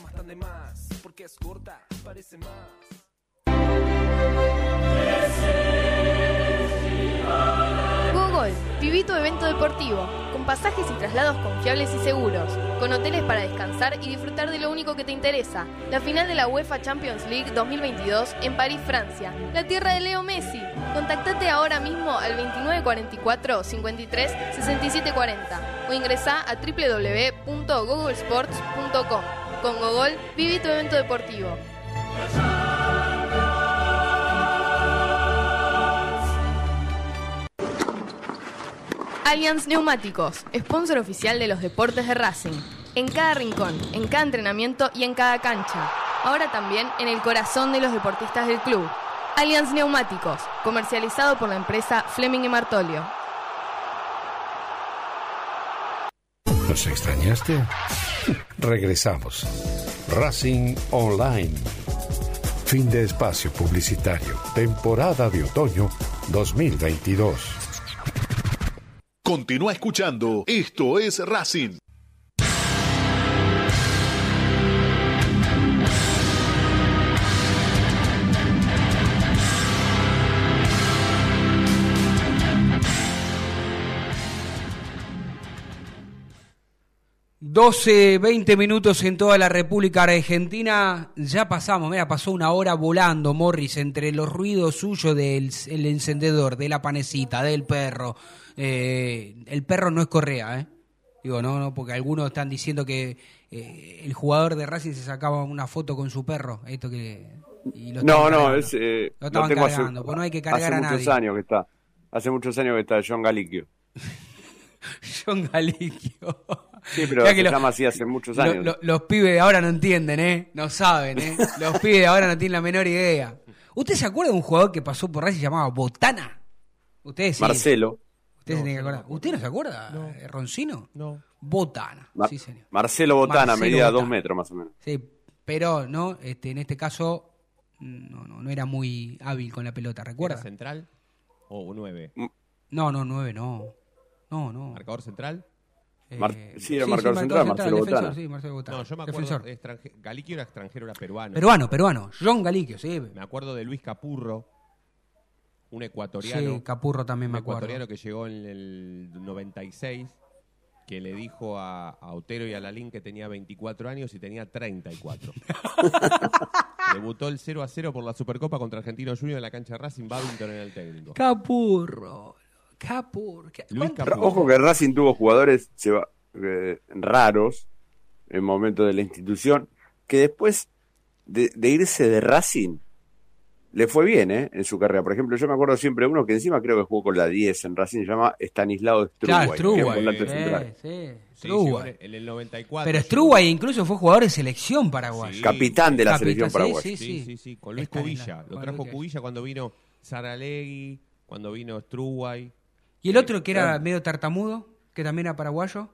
Gogol, viví tu evento deportivo, con pasajes y traslados confiables y seguros, con hoteles para descansar y disfrutar de lo único que te interesa, la final de la UEFA Champions League dos mil veintidós en París, Francia, la tierra de Leo Messi. Contactate ahora mismo al veintinueve cuarenta y cuatro cincuenta y tres sesenta y siete cuarenta o ingresá a doble u doble u doble u punto gogolsports punto com. Con Gogol, viví tu evento deportivo. Allianz Neumáticos, sponsor oficial de los deportes de Racing. En cada rincón, en cada entrenamiento y en cada cancha. Ahora también en el corazón de los deportistas del club. Allianz Neumáticos, comercializado por la empresa Fleming y Martolio. ¿Nos extrañaste? Regresamos. Racing Online. Fin de espacio publicitario. Temporada de otoño dos mil veintidós. Continúa escuchando. Esto es Racing. doce, veinte minutos en toda la República Argentina. Ya pasamos, mira, pasó una hora volando, Morris, entre los ruidos suyos del el encendedor, de la panecita, del perro. Eh, el perro no es Correa, ¿eh? Digo, no, no, porque algunos están diciendo que eh, el jugador de Racing se sacaba una foto con su perro. Esto que y lo no, no, cargando. es, eh, lo estaban lo tengo cargando, hace, pues no hay que cargar hace a muchos nadie. años que está. Hace muchos años que está John Galicchio. John Galicchio. Sí, pero Ya se que lo- llama así hace muchos Lo- años. lo- los pibes de ahora no entienden, ¿eh? No saben, ¿eh? Los pibes de ahora no tienen la menor idea. ¿Usted se acuerda de un jugador que pasó por Racing llamado Botana? Ustedes sí. Marcelo. Ustedes No, tienen que no me acordar. ¿Usted no se acuerda, No. eh, Roncino? No. Botana. Mar- Sí, señor. Marcelo Botana, Marcelo medía Botana. dos metros más o menos. Sí, pero no, este, en este caso no, no, no era muy hábil con la pelota, ¿recuerda? ¿Era central o nueve? No, no, nueve, no. No, no. ¿Marcador central? Mar- Eh, sí, era sí, marcador sí, central, marcador Marcelo defensor, Botana. sí, Marcelo Botana. No, yo me acuerdo, Defensor. extranje- Galicchio era extranjero, era peruano. Peruano, peruano. John Galicchio, sí. Me acuerdo de Luis Capurro, un ecuatoriano. Sí, Capurro también me un acuerdo. ecuatoriano que llegó en el noventa y seis, que le dijo a, a Otero y a Lalín que tenía veinticuatro años y tenía treinta y cuatro. Debutó el cero a cero por la Supercopa contra Argentino Junior en la cancha de Racing, Babington en el técnico. Capurro. Capurro. Luis Pero Capurro. ojo que Racing tuvo jugadores se va- eh, raros en momentos de la institución, que después de, de irse de Racing le fue bien, ¿eh? En su carrera. Por ejemplo, yo me acuerdo siempre de uno que encima creo que jugó con la diez en Racing, se llama Estanislao Struway. Claro, Struway, que es volante sí, central. sí, Sí, Struway. llegó en- en el noventa y cuatro. Pero llegó. Struway incluso fue jugador de selección paraguaya. Sí. Capitán de la Capitán, selección sí, paraguaya. sí, Sí, sí, sí, con Luis Está en la- Cubilla. Lo con trajo Luis Cubilla cuando vino Saralegui, cuando vino Struway. ¿Y el otro que era medio tartamudo? que también era paraguayo.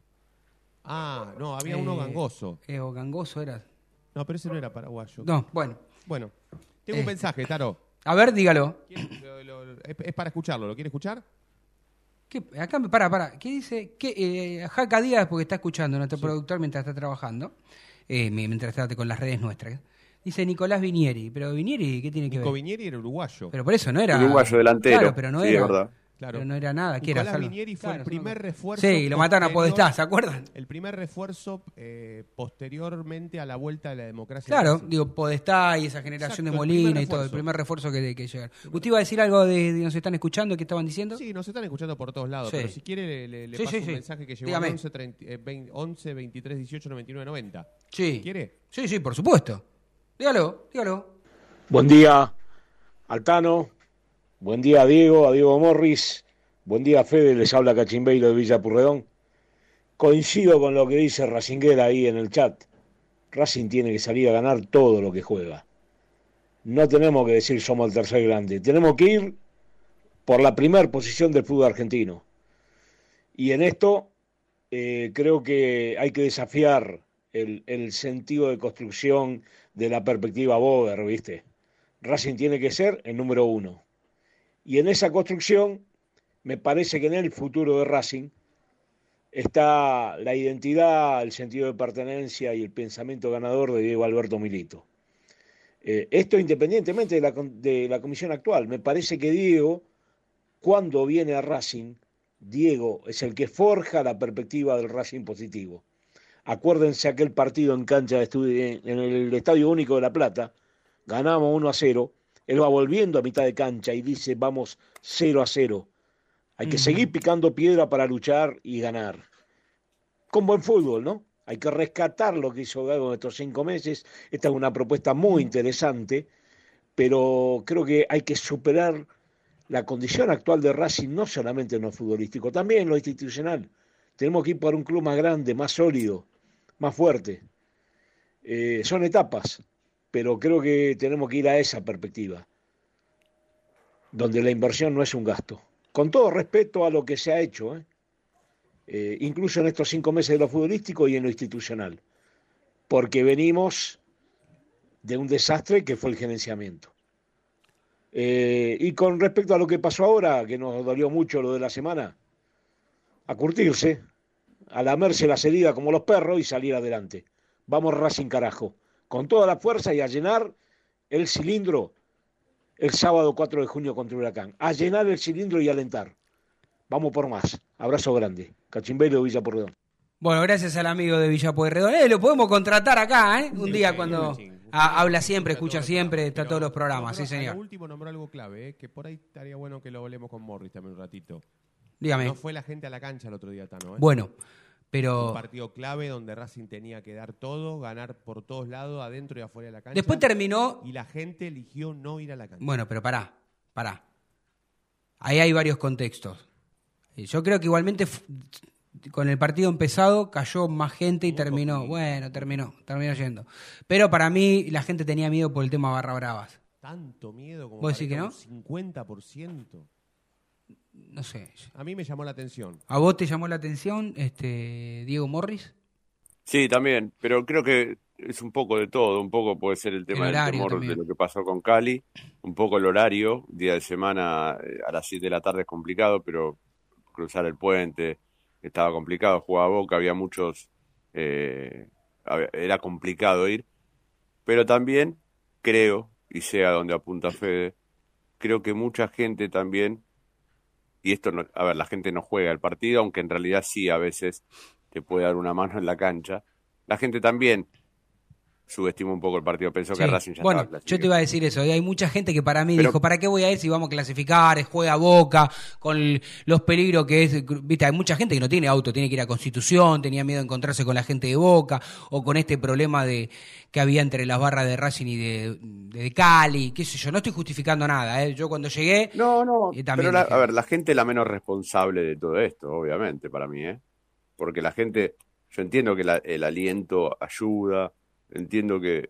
Ah, no, había uno Eh, gangoso. Eh, o gangoso era. No, pero ese no era paraguayo. No, bueno. Bueno, tengo Eh. un mensaje, Taro. A ver, dígalo. Lo- lo- lo- es, es para escucharlo, ¿lo quiere escuchar? ¿Qué? Acá, me- para, para. ¿Qué dice? ¿Qué, eh, Jaca Díaz, porque está escuchando nuestro productor mientras está trabajando, eh, mientras está con las redes nuestras. Dice Nicolás Vinieri. Pero Vinieri, ¿qué tiene que Nico ver? Vinieri era uruguayo. Pero por eso no era... Uruguayo delantero. Claro, pero no Sí, era... es verdad. Claro. Pero no era nada. ¿Qué era? Nicolás Salvo- Vinieri fue Claro, el primer salvo- refuerzo. Sí, y lo mataron a posterior- Podestá, ¿se acuerdan? El primer refuerzo eh, posteriormente a la vuelta de la democracia. Claro, de digo, Podestá y esa generación Exacto, de el Molina primer y todo, el refuerzo. primer refuerzo que, que llega. ¿Usted iba a decir algo de, de nos están escuchando? ¿Qué estaban diciendo? Sí, nos están escuchando por todos lados, Sí. pero si quiere le, le- le Sí, paso sí, un sí. mensaje que llegó Dígame. al once, treinta, eh, veinte, once, veintitrés, dieciocho, noventa y nueve, noventa. Sí. ¿Quiere? Sí, sí, por supuesto. Dígalo, dígalo. Buen día, Altano. Buen día, Diego, a Diego Morris. Buen día, Fede. Les habla Cachimbeiro de Villa Purredón. Coincido con lo que dice Racinguera ahí en el chat. Racing tiene que salir a ganar todo lo que juega. No tenemos que decir somos el tercer grande. Tenemos que ir por la primera posición del fútbol argentino. Y en esto eh, creo que hay que desafiar el, el sentido de construcción de la perspectiva Boger, ¿viste? Racing tiene que ser el número uno. Y en esa construcción, me parece que en el futuro de Racing está la identidad, el sentido de pertenencia y el pensamiento ganador de Diego Alberto Milito. Eh, esto independientemente de la, de la comisión actual. Me parece que Diego, cuando viene a Racing, Diego es el que forja la perspectiva del Racing positivo. Acuérdense aquel partido en cancha de estudio, en el Estadio Único de La Plata, ganamos uno a cero, él va volviendo a mitad de cancha y dice vamos cero a cero. Hay que Ujú. seguir picando piedra para luchar y ganar. Con buen fútbol, ¿no? Hay que rescatar lo que hizo Gago en estos cinco meses. Esta es una propuesta muy interesante, pero creo que hay que superar la condición actual de Racing, no solamente en lo futbolístico, también en lo institucional. Tenemos que ir por un club más grande, más sólido, más fuerte. Eh, son etapas, pero creo que tenemos que ir a esa perspectiva, donde la inversión no es un gasto. Con todo respeto a lo que se ha hecho, ¿eh? Eh, incluso en estos cinco meses de lo futbolístico y en lo institucional, porque venimos de un desastre que fue el gerenciamiento. Eh, y con respecto a lo que pasó ahora, que nos dolió mucho lo de la semana, a curtirse, a lamerse las heridas como los perros y salir adelante. Vamos Racing carajo, con toda la fuerza y a llenar el cilindro el sábado cuatro de junio contra Huracán. A llenar el cilindro y alentar. Vamos por más. Abrazo grande. Cachimbeiro de Villa Porredón. Bueno, gracias al amigo de Villa Pueyrredón. Eh, lo podemos contratar acá, ¿eh? Un día cuando ah, habla siempre, escucha siempre, está todos los programas, sí A señor. lo último nombró algo clave, ¿eh? Que por ahí estaría bueno que lo hablemos con Morris también un ratito. Dígame. No fue la gente a la cancha el otro día, Tano, ¿eh? Bueno, pero... Un partido clave donde Racing tenía que dar todo, ganar por todos lados, adentro y afuera de la cancha. Después terminó... Y la gente eligió no ir a la cancha. Bueno, pero pará, pará. Ahí hay varios contextos. Y yo creo que igualmente f- con el partido empezado cayó más gente y terminó, bueno, terminó, terminó yendo. Pero para mí la gente tenía miedo por el tema Barra Bravas. Tanto miedo como ¿Vos para decís ir que a no? un cincuenta por ciento. No sé. A mí me llamó la atención. ¿A vos te llamó la atención, este Diego Morris? Sí, también, pero creo que es un poco de todo, un poco puede ser el tema El del horario temor también. de lo que pasó con Cali, un poco el horario, día de semana eh, a las siete de la tarde es complicado, pero cruzar el puente estaba complicado, jugaba Boca, había muchos, eh, había- era complicado ir, pero también creo, y sé a dónde apunta Fede, creo que mucha gente también, y esto no, a ver, la gente no juega el partido, aunque en realidad sí a veces te puede dar una mano en la cancha, la gente también subestimó un poco el partido, pensó Sí. que Racing ya Bueno, estaba yo te iba a decir eso. y Hay mucha gente que para mí Pero- dijo, ¿para qué voy a ir si vamos a clasificar? Juega Boca, con el- los peligros que es... Viste, hay mucha gente que no tiene auto, tiene que ir a Constitución, tenía miedo de encontrarse con la gente de Boca, o con este problema de que había entre las barras de Racing y de, de, de Cali, qué sé yo. No estoy justificando nada, ¿eh? Yo cuando llegué... No, no, eh, también pero la- dije, a ver, la gente es la menos responsable de todo esto, obviamente, para mí, ¿eh? Porque la gente, yo entiendo que la- el aliento ayuda, entiendo que...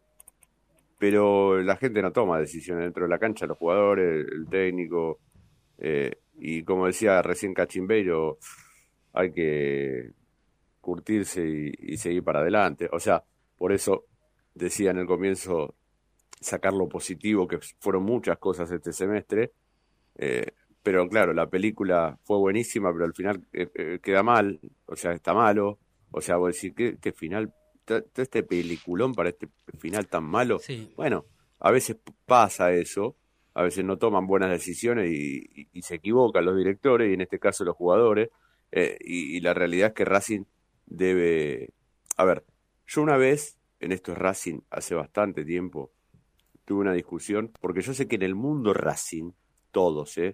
Pero la gente no toma decisiones dentro de la cancha, los jugadores, el técnico, eh, y como decía recién Cachimbeiro, hay que curtirse y, y seguir para adelante. O sea, por eso decía en el comienzo sacar lo positivo, que fueron muchas cosas este semestre, eh, pero claro, la película fue buenísima, pero al final eh, eh, queda mal, o sea, está malo, o sea, vos decís, ¿qué, qué final? Todo este peliculón para este final tan malo. Sí. Bueno, a veces pasa eso, a veces no toman buenas decisiones y, y, y se equivocan los directores, y en este caso los jugadores, eh, y, y la realidad es que Racing debe... A ver, yo una vez, en esto es Racing, hace bastante tiempo, tuve una discusión, porque yo sé que en el mundo Racing, todos, ¿eh?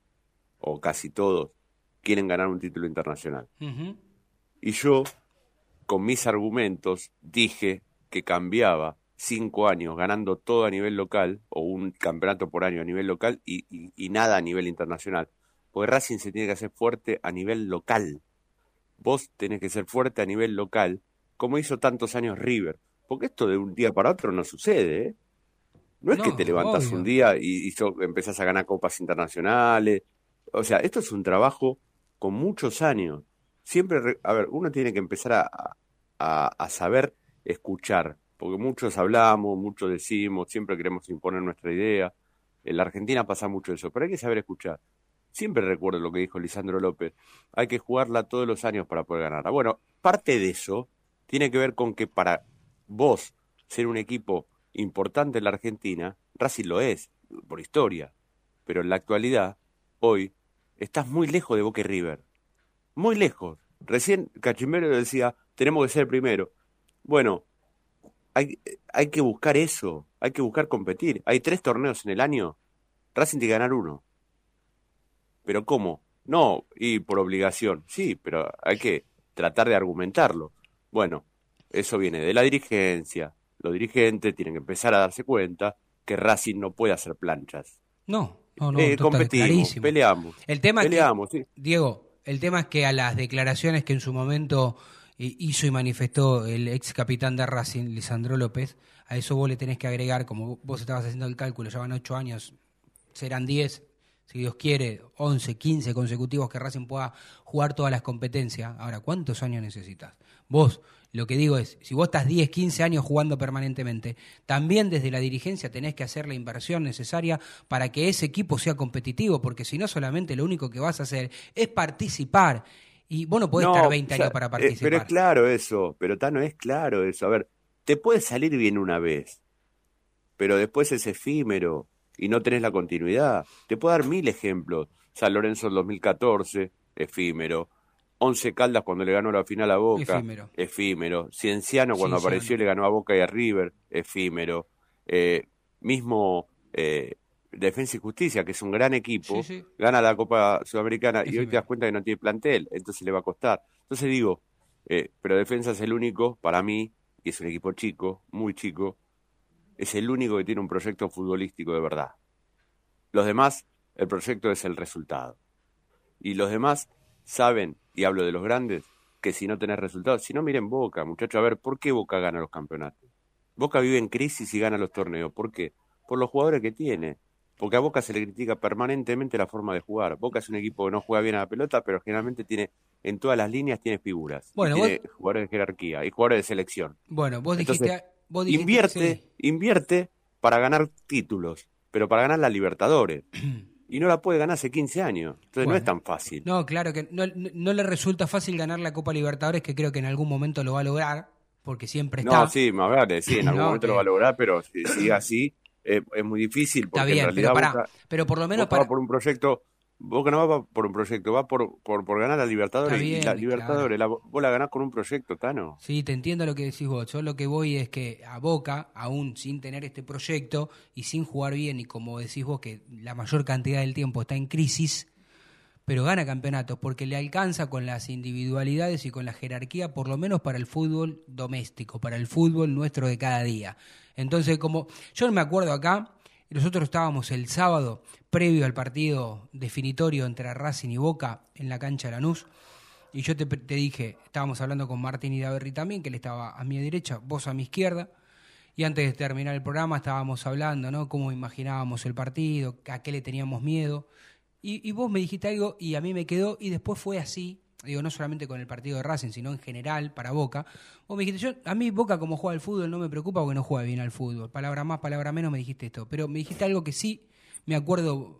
o casi todos, quieren ganar un título internacional. Uh-huh. Y yo, con mis argumentos, dije que cambiaba cinco años ganando todo a nivel local, o un campeonato por año a nivel local, y, y, y nada a nivel internacional. Porque Racing se tiene que hacer fuerte a nivel local. Vos tenés que ser fuerte a nivel local, como hizo tantos años River. Porque esto de un día para otro no sucede, ¿eh? No es No, que te levantas obvio. un día y, y so- empezás a ganar copas internacionales. O sea, esto es un trabajo con muchos años. Siempre, re- a ver, uno tiene que empezar a, a, a saber escuchar, porque muchos hablamos, muchos decimos, siempre queremos imponer nuestra idea. En la Argentina pasa mucho eso, pero hay que saber escuchar. Siempre recuerdo lo que dijo Lisandro López, hay que jugarla todos los años para poder ganarla. Bueno, parte de eso tiene que ver con que para vos ser un equipo importante en la Argentina, Racing lo es, por historia, pero en la actualidad, hoy, estás muy lejos de Boca y River, muy lejos. Recién Cachimbero decía, tenemos que ser primero. Bueno, hay, hay que buscar eso, hay que buscar competir. Hay tres torneos en el año, Racing tiene que ganar uno. ¿Pero cómo? No, y por obligación, sí, pero hay que tratar de argumentarlo. Bueno, eso viene de la dirigencia. Los dirigentes tienen que empezar a darse cuenta que Racing no puede hacer planchas. No, no, no, Eh, total, competimos, clarísimo. peleamos. El tema peleamos, es que, sí. Diego, el tema es que a las declaraciones que en su momento eh, hizo y manifestó el ex capitán de Racing, Lisandro López, a eso vos le tenés que agregar, como vos estabas haciendo el cálculo, ya van ocho años, serán diez, si Dios quiere, once, quince consecutivos que Racing pueda jugar todas las competencias. Ahora, ¿cuántos años necesitas? Vos, lo que digo es, si vos estás diez, quince años jugando permanentemente, también desde la dirigencia tenés que hacer la inversión necesaria para que ese equipo sea competitivo, porque si no solamente lo único que vas a hacer es participar. Y vos no podés No, estar veinte o sea, años para eh, participar. pero es claro eso, pero Tano, es claro eso. A ver, te puede salir bien una vez, pero después es efímero y no tenés la continuidad. Te puedo dar mil ejemplos. San Lorenzo en dos mil catorce, efímero. Once Caldas cuando le ganó la final a Boca, Efímero. efímero. Cienciano cuando Cienciano. apareció y le ganó a Boca y a River, efímero. Eh, mismo eh, Defensa y Justicia, que es un gran equipo, Sí, sí. gana la Copa Sudamericana y hoy Efímero. te das cuenta que no tiene plantel, entonces le va a costar. Entonces digo, eh, pero Defensa es el único, para mí, y es un equipo chico, muy chico, es el único que tiene un proyecto futbolístico de verdad. Los demás, el proyecto es el resultado. Y los demás saben, y hablo de los grandes, que si no tenés resultados, si no miren Boca, muchachos, a ver, ¿por qué Boca gana los campeonatos? Boca vive en crisis y gana los torneos. ¿Por qué? Por los jugadores que tiene. Porque a Boca se le critica permanentemente la forma de jugar. Boca es un equipo que no juega bien a la pelota, pero generalmente tiene, en todas las líneas tiene figuras. Bueno, y tiene vos- jugadores de jerarquía y jugadores de selección. Bueno, vos Entonces, dijiste... vos dijiste invierte, sí. invierte para ganar títulos, pero para ganar la Libertadores. Y no la puede ganar hace quince años. Entonces no Bueno. es tan fácil. No, claro que no, no- no le resulta fácil ganar la Copa Libertadores, que creo que en algún momento lo va a lograr, porque siempre está. No, sí, más vale, sí, en algún No, momento que- lo va a lograr, pero si sigue así, eh, es muy difícil, porque Está bien, en realidad pero pará, Boca- pero por lo menos Boca va para... por un proyecto, Boca no va por un proyecto, va por, por, por ganar la Libertadores. Está y bien, la claro. Libertadores, la, vos la ganás con un proyecto, Tano. Sí, te entiendo lo que decís vos. Yo lo que voy es que a Boca, aún sin tener este proyecto y sin jugar bien, y como decís vos, que la mayor cantidad del tiempo está en crisis, pero gana campeonatos porque le alcanza con las individualidades y con la jerarquía, por lo menos para el fútbol doméstico, para el fútbol nuestro de cada día. Entonces, como yo me acuerdo acá, nosotros estábamos el sábado, previo al partido definitorio entre Racing y Boca en la cancha de Lanús, y yo te, te dije, estábamos hablando con Martín Idaverri también, que él estaba a mi derecha, vos a mi izquierda, y antes de terminar el programa estábamos hablando, ¿no? Cómo imaginábamos el partido, a qué le teníamos miedo, y, y vos me dijiste algo y a mí me quedó, y después fue así, digo, no solamente con el partido de Racing, sino en general para Boca. Vos me dijiste, yo, a mí Boca como juega al fútbol no me preocupa porque no juega bien al fútbol. Palabra más, palabra menos me dijiste esto. Pero me dijiste algo que sí me acuerdo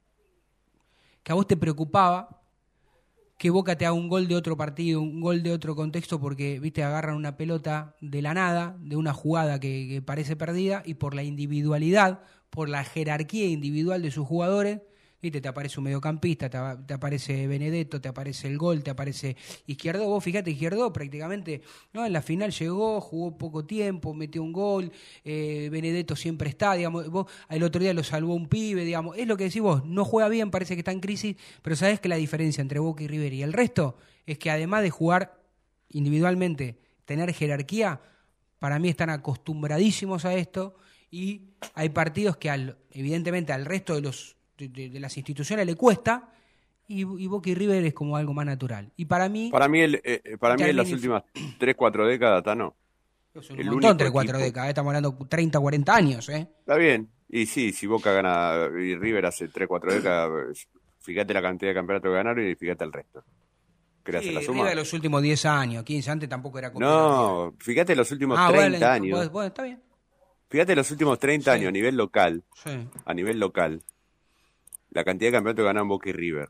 que a vos te preocupaba, que Boca te haga un gol de otro partido, un gol de otro contexto, porque, viste, agarran una pelota de la nada, de una jugada que, que parece perdida, y por la individualidad, por la jerarquía individual de sus jugadores, viste, te aparece un mediocampista, te, te aparece Benedetto, te aparece el gol, te aparece Izquierdo. Vos fíjate, Izquierdo prácticamente, ¿no? En la final llegó, jugó poco tiempo, metió un gol, eh, Benedetto siempre está, digamos, vos el otro día lo salvó un pibe, digamos, es lo que decís vos, no juega bien, parece que está en crisis, pero sabés que la diferencia entre Boca y River y el resto es que además de jugar individualmente, tener jerarquía, para mí están acostumbradísimos a esto, y hay partidos que al, evidentemente al resto de los De, de, de las instituciones le cuesta, y, y Boca y River es como algo más natural. Y para mí... Para mí, el, eh, para mí en las últimas tres cuatro décadas, Tano. Es un montón, tres cuatro décadas, estamos hablando treinta, cuarenta años, ¿eh? Está bien. Y sí, si Boca gana y River hace tres cuatro décadas, fíjate la cantidad de campeonatos que ganaron y fíjate el resto. ¿Querés hacer la suma? River de los últimos diez años, quince, antes tampoco era... No, fíjate los últimos ah, treinta bueno, años. Bueno, bueno, está bien. Fíjate los últimos treinta Sí. años a nivel local. Sí. A nivel local. La cantidad de campeonatos que ganaron Boca y River.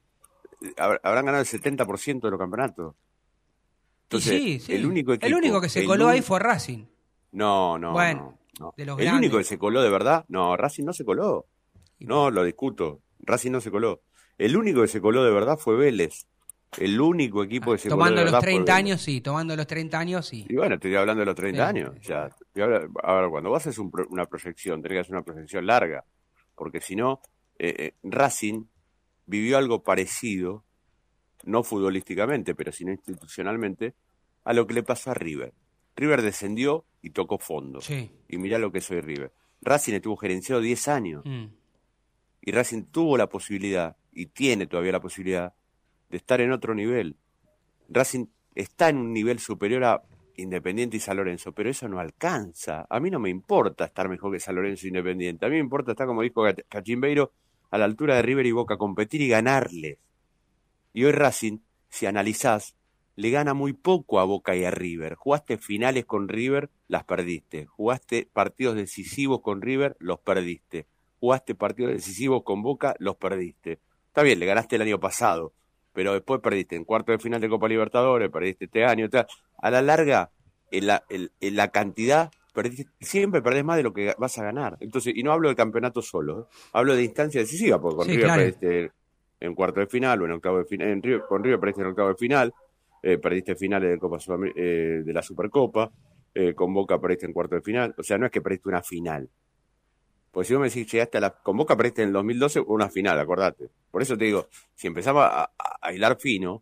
Habrán ganado el setenta por ciento de los campeonatos. Entonces, sí, sí. el único equipo, el único que se coló un... ahí fue Racing. No, no, bueno, no, no. De los el grandes. único que se coló de verdad, no, Racing no se coló. No, lo discuto. Racing no se coló. El único que se coló de verdad fue Vélez. El único equipo que se Tomando coló de los verdad treinta fue años, sí. Tomando los treinta años, sí. Y bueno, estoy hablando de los treinta Sí. años. Ya. A ver, cuando vos haces un pro- una proyección, tenés que hacer una proyección larga. Porque si no, eh, eh, Racing vivió algo parecido, no futbolísticamente, pero sino institucionalmente, a lo que le pasó a River. River descendió y tocó fondo. Sí. Y mirá lo que soy River. Racing estuvo gerenciado diez años. Mm. Y Racing tuvo la posibilidad, y tiene todavía la posibilidad, de estar en otro nivel. Racing está en un nivel superior a Independiente y San Lorenzo, pero eso no alcanza. A mí no me importa estar mejor que San Lorenzo e Independiente. A mí me importa estar, como dijo Cachimbeiro, a la altura de River y Boca, competir y ganarles. Y hoy Racing, si analizás, le gana muy poco a Boca y a River. Jugaste finales con River, las perdiste. Jugaste partidos decisivos con River, los perdiste. Jugaste partidos decisivos con Boca, los perdiste. Está bien, le ganaste el año pasado, pero después perdiste en cuarto de final de Copa Libertadores, perdiste este año. Tal. A la larga, en la, en, en la cantidad, perdiste, siempre perdés más de lo que vas a ganar. Entonces, y no hablo del campeonato solo, ¿eh? Hablo de instancia decisiva, porque con Sí, River claro. perdiste en cuarto de final o en octavo de final. En River, con River perdiste en octavo de final, eh, perdiste finales de Copa Sudam- eh, de la Supercopa, eh, con Boca perdiste en cuarto de final. O sea, no es que perdiste una final. Porque si vos me decís, llegaste a la... Con Boca perdiste en el dos mil doce una final, acordate. Por eso te digo, si empezamos a, a, a hilar fino,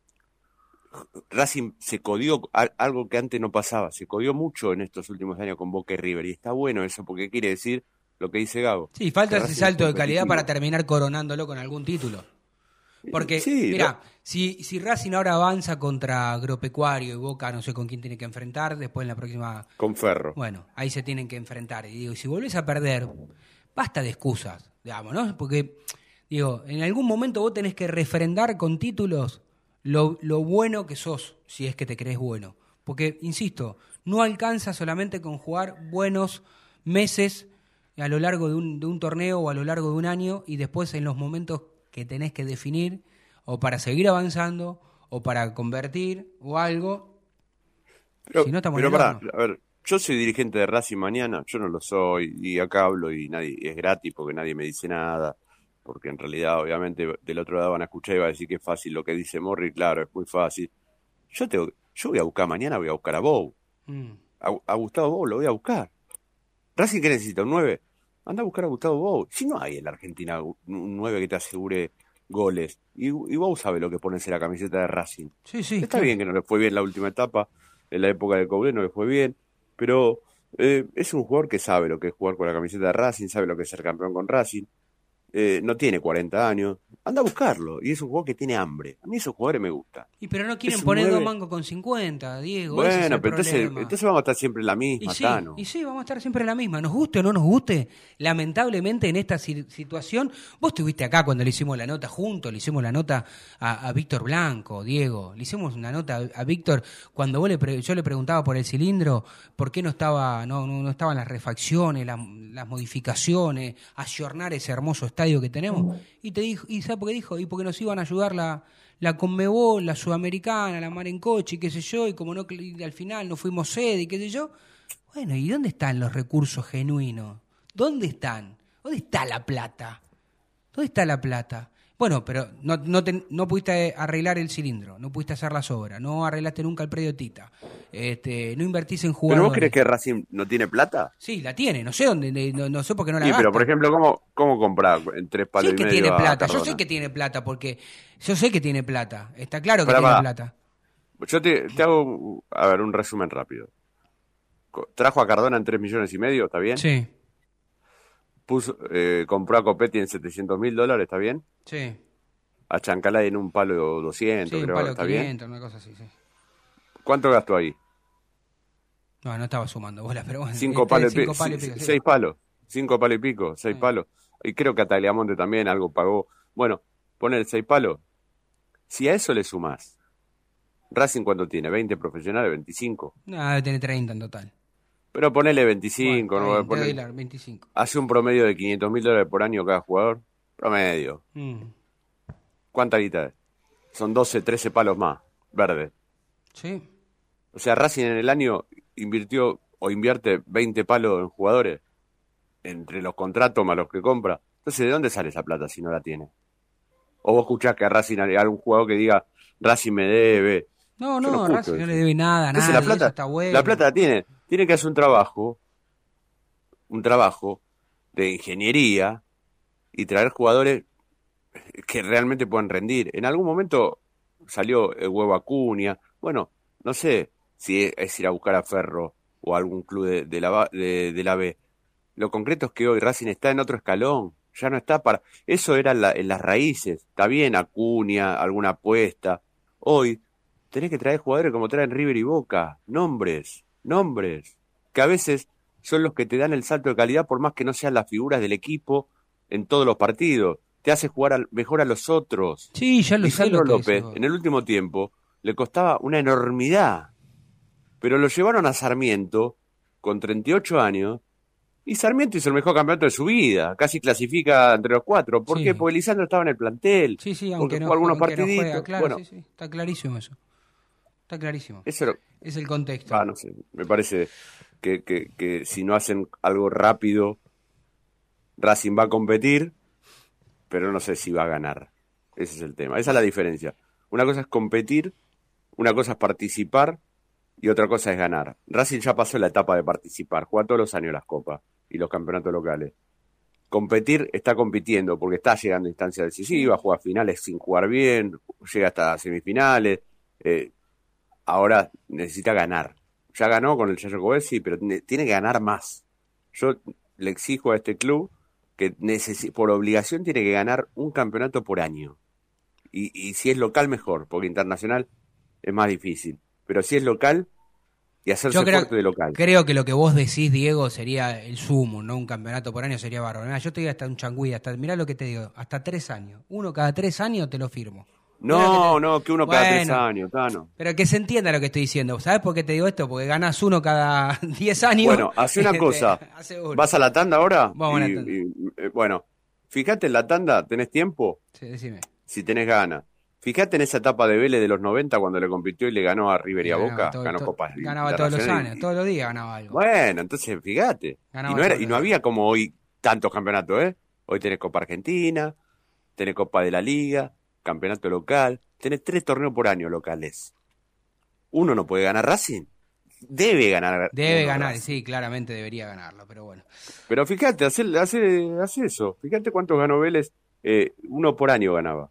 Racing se codió a, algo que antes no pasaba. Se codió mucho en estos últimos años con Boca y River. Y está bueno eso, porque quiere decir lo que dice Gabo. Sí, falta Que ese Racing salto es de calidad competitivo. para terminar coronándolo con algún título. Porque, Sí, mira, no. si, si Racing ahora avanza contra Agropecuario y Boca, no sé con quién tiene que enfrentar, después en la próxima... Con Ferro. Bueno, ahí se tienen que enfrentar. Y digo, y si volvés a perder, basta de excusas, digamos, ¿no? Porque, digo, en algún momento vos tenés que refrendar con títulos lo, lo bueno que sos, si es que te crees bueno. Porque, insisto, no alcanza solamente con jugar buenos meses a lo largo de un, de un torneo o a lo largo de un año, y después en los momentos que tenés que definir, o para seguir avanzando, o para convertir, o algo. Pero, si no estamos pero en el pará, horno. a ver, yo soy dirigente de Racing mañana, yo no lo soy, y acá hablo y nadie es gratis porque nadie me dice nada, porque en realidad, obviamente, del otro lado van a escuchar y va a decir que es fácil lo que dice Morri, claro, es muy fácil. Yo tengo, yo voy a buscar mañana, voy a buscar a Bou. Mm. A, a Gustavo Bou lo voy a buscar. Racing, ¿qué necesita? ¿Un nueve? Anda a buscar a Gustavo Bou. Si no hay en la Argentina un nueve que te asegure goles, y, y Bou sabe lo que ponerse la camiseta de Racing. Sí, sí. Está claro. bien que no le fue bien la última etapa, en la época de Coudet no le fue bien, pero eh, es un jugador que sabe lo que es jugar con la camiseta de Racing, sabe lo que es ser campeón con Racing. eh, no tiene cuarenta años. Anda a buscarlo. Y es un jugador que tiene hambre. A mí esos jugadores me gustan. Y pero no quieren Es un poner nueve. dos mangos con cincuenta, Diego. ese es Bueno, el pero entonces, problema. entonces vamos a estar siempre en la misma, Y sí, Tano. y sí, vamos a estar siempre en la misma. Nos guste o no nos guste, lamentablemente en esta si- situación, vos estuviste acá cuando le hicimos la nota juntos, le hicimos la nota a, a Víctor Blanco, Diego, le hicimos una nota a, a Víctor cuando vos le pre- yo le preguntaba por el cilindro, por qué no estaba no, no, no estaban las refacciones, las, las modificaciones, ayornar ese hermoso estadio que tenemos, y te dijo, y ¿sabes por qué dijo? Y porque nos iban a ayudar la la Conmebol, la Sudamericana, la Mar en Coche, qué sé yo, y como no y al final no fuimos sede y qué sé yo. Bueno, ¿y dónde están los recursos genuinos? ¿Dónde están? ¿Dónde está la plata? ¿Dónde está la plata? Bueno, pero no, no, te- no pudiste arreglar el cilindro, no pudiste hacer las obras, no arreglaste nunca el predio Tita, este, no invertís en ¿Pero jugadores. vos crees que Racing no tiene plata? Sí, la tiene, no sé dónde, no, no sé por qué no la Sí, gasta. pero por ejemplo, ¿cómo, cómo comprar en tres palos Sí y que medio tiene a plata, yo Cardona? sé que tiene plata, porque yo sé que tiene plata, está claro que Pará, tiene pará. plata. Yo te, te hago, a ver, un resumen rápido. Co- Trajo a Cardona en tres millones y medio, ¿está bien? Sí, Puso, eh, compró a Copetti en setecientos mil dólares, ¿está bien? sí, A Chancalay en un palo doscientos, sí, un creo, palo ¿está quinientos, bien? una cosa así, sí. ¿Cuánto gastó ahí? No, no estaba sumando bolas, pero bueno. Cinco este, palos y cinco pico. palos y pico, sí. Seis palos. Cinco palos y pico, seis palos. Y creo que a Tagliamonte también algo pagó. Bueno, poner seis palos. Si a eso le sumás, Racing ¿cuánto tiene? ¿veinte profesionales? ¿veinticinco? No, debe tener treinta en total. Pero ponele veinticinco, Bueno, ¿no? está bien, te Ponele- doy la veinticinco. Hace un promedio de quinientos mil dólares por año cada jugador. Promedio. Mm, ¿Cuánta guita es? Son doce, trece palos más. Verde. sí. O sea, Racing en el año invirtió o invierte veinte palos en jugadores. Entre los contratos más los que compra. Entonces, ¿de dónde sale esa plata si no la tiene? O vos escuchás que a Racing hay algún jugador que diga, Racing me debe. No, Yo no, escucho Racing no eso. le debe nada a Entonces, nadie, la plata, eso está bueno. la plata la tiene. Tiene que hacer un trabajo, un trabajo de ingeniería y traer jugadores que realmente puedan rendir. En algún momento salió el huevo Acuña. Bueno, no sé si es, es ir a buscar a Ferro o a algún club de, de la, ba- de, de la B. Lo concreto es que hoy Racing está en otro escalón. Ya no está para... Eso era en, la- en las raíces. Está bien Acuña, alguna apuesta. Hoy tenés que traer jugadores como traen River y Boca. Nombres, nombres. Que a veces son los que te dan el salto de calidad por más que no sean las figuras del equipo en todos los partidos. Te hace jugar al- mejor a los otros. Sí, ya lo sé Lisandro lo que López, decís vos. en el último tiempo, le costaba una enormidad. Pero lo llevaron a Sarmiento con treinta y ocho años y Sarmiento hizo el mejor campeonato de su vida. Casi clasifica entre los cuatro. ¿Por Sí. qué? Porque Lisandro estaba en el plantel. Sí, sí, porque aunque no, jugó algunos aunque no partiditos. juega, claro, bueno, sí, sí, está clarísimo eso. Está clarísimo. eso era- Es el contexto. Ah, no sé, me parece que, que, que si no hacen algo rápido, Racing va a competir, pero no sé si va a ganar. Ese es el tema. Esa es la diferencia. Una cosa es competir, una cosa es participar y otra cosa es ganar. Racing ya pasó la etapa de participar, juega todos los años las copas y los campeonatos locales. Competir está compitiendo porque está llegando a instancias decisivas, juega finales sin jugar bien, llega hasta semifinales. eh, ahora necesita ganar. Ya ganó con el Chacho Cover, sí, pero tiene tiene que ganar más. Yo le exijo a este club que necesi- por obligación tiene que ganar un campeonato por año. Y, y si es local, mejor, porque internacional es más difícil. Pero si es local, y hacerse Yo creo, fuerte de local. creo que lo que vos decís, Diego, sería el sumo, ¿no? Un campeonato por año sería bárbaro. Mirá, yo te digo hasta un changüí, hasta, mirá lo que te digo, hasta tres años. Uno cada tres años te lo firmo. Mirá lo que No, te- no, que uno cada tres Bueno, años, Tano. Pero que se entienda lo que estoy diciendo. ¿Sabes por qué te digo esto? Porque ganás uno cada diez años. Bueno, hace una Te- cosa. hace uno. ¿Vas a la tanda ahora? Vamos a la Y- tanda. y, eh, bueno, fíjate en la tanda, ¿tenés tiempo? Sí, decime. Si tenés ganas. Fíjate en esa etapa de Vélez de los noventa cuando le compitió y le ganó a River y a Ganaba Boca, todo- ganó todo- copas ganaba todos los internacionales. años, todos los días ganaba algo. Bueno, entonces fíjate. Ganaba Y no, era, todos y no los había como hoy tantos campeonatos, ¿eh? Hoy tenés Copa Argentina, tenés Copa de la Liga, campeonato local, tenés tres torneos por año locales. Uno no puede ganar Racing. Debe ganar. Debe uno ganar, Racing. sí, claramente debería ganarlo, pero bueno. Pero fíjate, hace, hace, hace eso. Fíjate cuántos ganó Vélez. Eh, uno por año ganaba.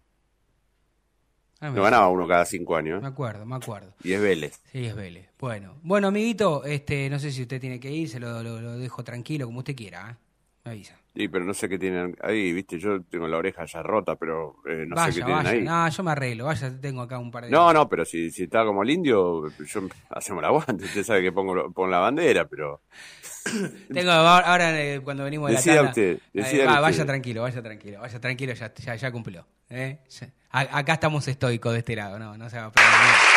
Ah, me- No ganaba uno cada cinco años. Me ¿eh? acuerdo, me acuerdo. Y es Vélez. Sí, es Vélez. Bueno, bueno, amiguito, este, no sé si usted tiene que ir, se lo, lo- lo dejo tranquilo, como usted quiera, ¿eh? Me avisa. Sí, pero no sé qué tienen ahí, viste, yo tengo la oreja ya rota, pero eh, no vaya, sé qué tienen vaya. ahí. No, yo me arreglo, vaya, tengo acá un par de... No, no, pero si, si está como el indio, yo hacemos el aguante, usted sabe que pongo, pongo la bandera, pero... Tengo, ahora eh, cuando venimos de Decida la tanda... usted, decida eh, va, usted. Vaya tranquilo, vaya tranquilo, vaya tranquilo, ya, ya, ya cumplió. ¿eh? Ya. A, acá estamos estoicos de este lado, no, no se va a perder.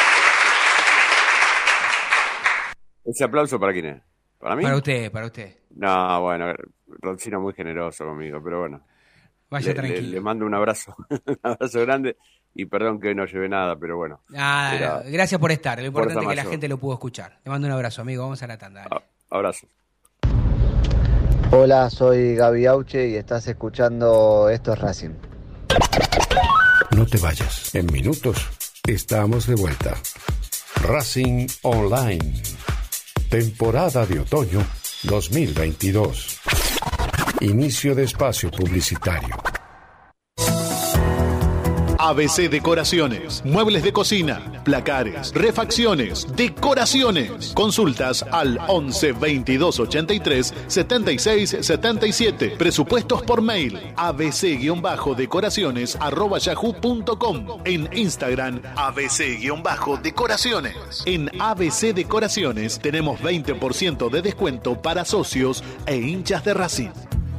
¿Ese aplauso para quién es? ¿Para mí? Para usted, para usted. No, bueno, Roncino muy generoso conmigo, pero bueno. Vaya le, tranquilo. Le, le mando un abrazo, un abrazo grande y perdón que hoy no lleve nada, pero bueno. Ah, Era, no, gracias por estar, lo importante es que mayor. la gente lo pudo escuchar. Le mando un abrazo, amigo, vamos a la tanda. Dale. Abrazo. Hola, soy Gaby Auche y estás escuchando Esto es Racing. No te vayas. En minutos estamos de vuelta. Racing Online. Temporada de otoño dos mil veintidós. Inicio de espacio publicitario. A B C Decoraciones, muebles de cocina, placares, refacciones, decoraciones. Consultas al once veintidós ochenta y tres setenta y seis setenta y siete. Presupuestos por mail abc-decoraciones arroba yahoo punto com. En Instagram abc-decoraciones. En A B C Decoraciones tenemos veinte por ciento de descuento para socios e hinchas de Racing.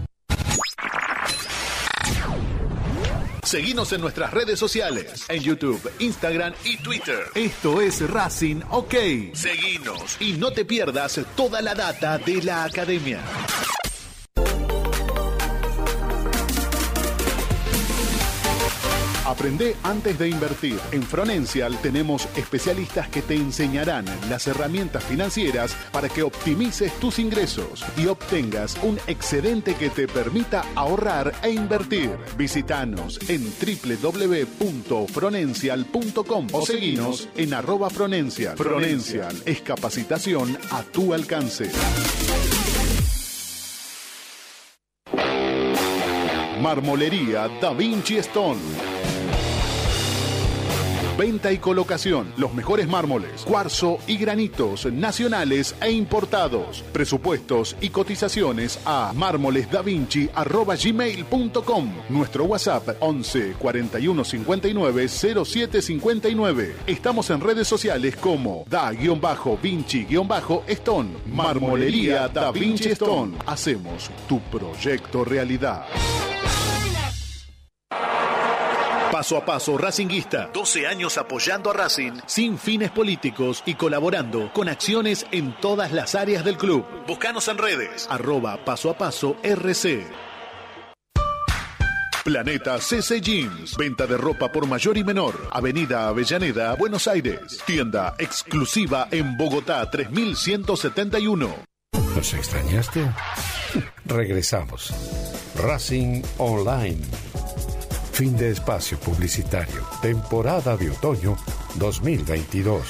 Seguinos en nuestras redes sociales, en YouTube, Instagram y Twitter. Esto es Racing OK. Seguinos y no te pierdas toda la data de la academia. Aprende antes de invertir. En Fronencial tenemos especialistas que te enseñarán las herramientas financieras para que optimices tus ingresos y obtengas un excedente que te permita ahorrar e invertir. Visítanos en doble u doble u doble u punto fronencial punto com o seguinos en arroba Fronencial. Fronencial es capacitación a tu alcance. Marmolería Da Vinci Stone. Venta y colocación, los mejores mármoles, cuarzo y granitos nacionales e importados. Presupuestos y cotizaciones a mármolesdavinci arroba gmail punto com. Nuestro WhatsApp once cuarenta y uno cincuenta y nueve cero siete cincuenta y nueve. Estamos en redes sociales como Da-Vinci-Stone. Marmolería Da Vinci Stone. Hacemos tu proyecto realidad. Paso a paso Racinguista, doce años apoyando a Racing sin fines políticos y colaborando con acciones en todas las áreas del club. Búscanos en redes, arroba paso a paso R C. Planeta C C Jeans, venta de ropa por mayor y menor, Avenida Avellaneda, Buenos Aires. Tienda exclusiva en Bogotá tres mil ciento setenta y uno. ¿Nos extrañaste? Regresamos. Racing Online. Fin de espacio publicitario. Temporada de otoño dos mil veintidós.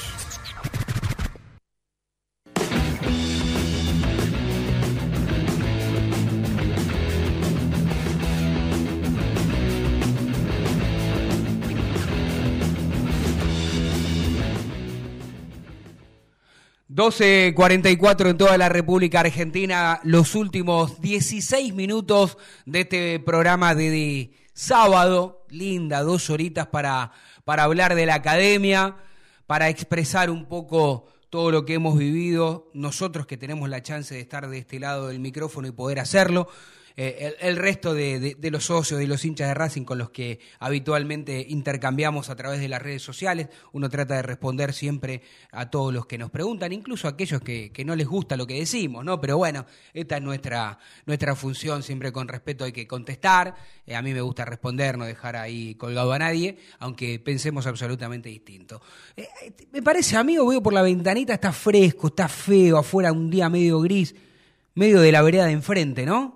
doce cuarenta y cuatro en toda la República Argentina, los últimos dieciséis minutos de este programa de, de sábado, linda, dos horitas para, para hablar de la academia, para expresar un poco todo lo que hemos vivido, nosotros que tenemos la chance de estar de este lado del micrófono y poder hacerlo. Eh, el, el resto de, de, de los socios y los hinchas de Racing con los que habitualmente intercambiamos a través de las redes sociales, uno trata de responder siempre a todos los que nos preguntan, incluso a aquellos que, que no les gusta lo que decimos, ¿no? Pero bueno, esta es nuestra, nuestra función, siempre con respeto hay que contestar, eh, a mí me gusta responder, no dejar ahí colgado a nadie, aunque pensemos absolutamente distinto. Eh, me parece, amigo, veo por la ventanita, está fresco, está feo, afuera un día medio gris, medio de la vereda de enfrente, ¿no?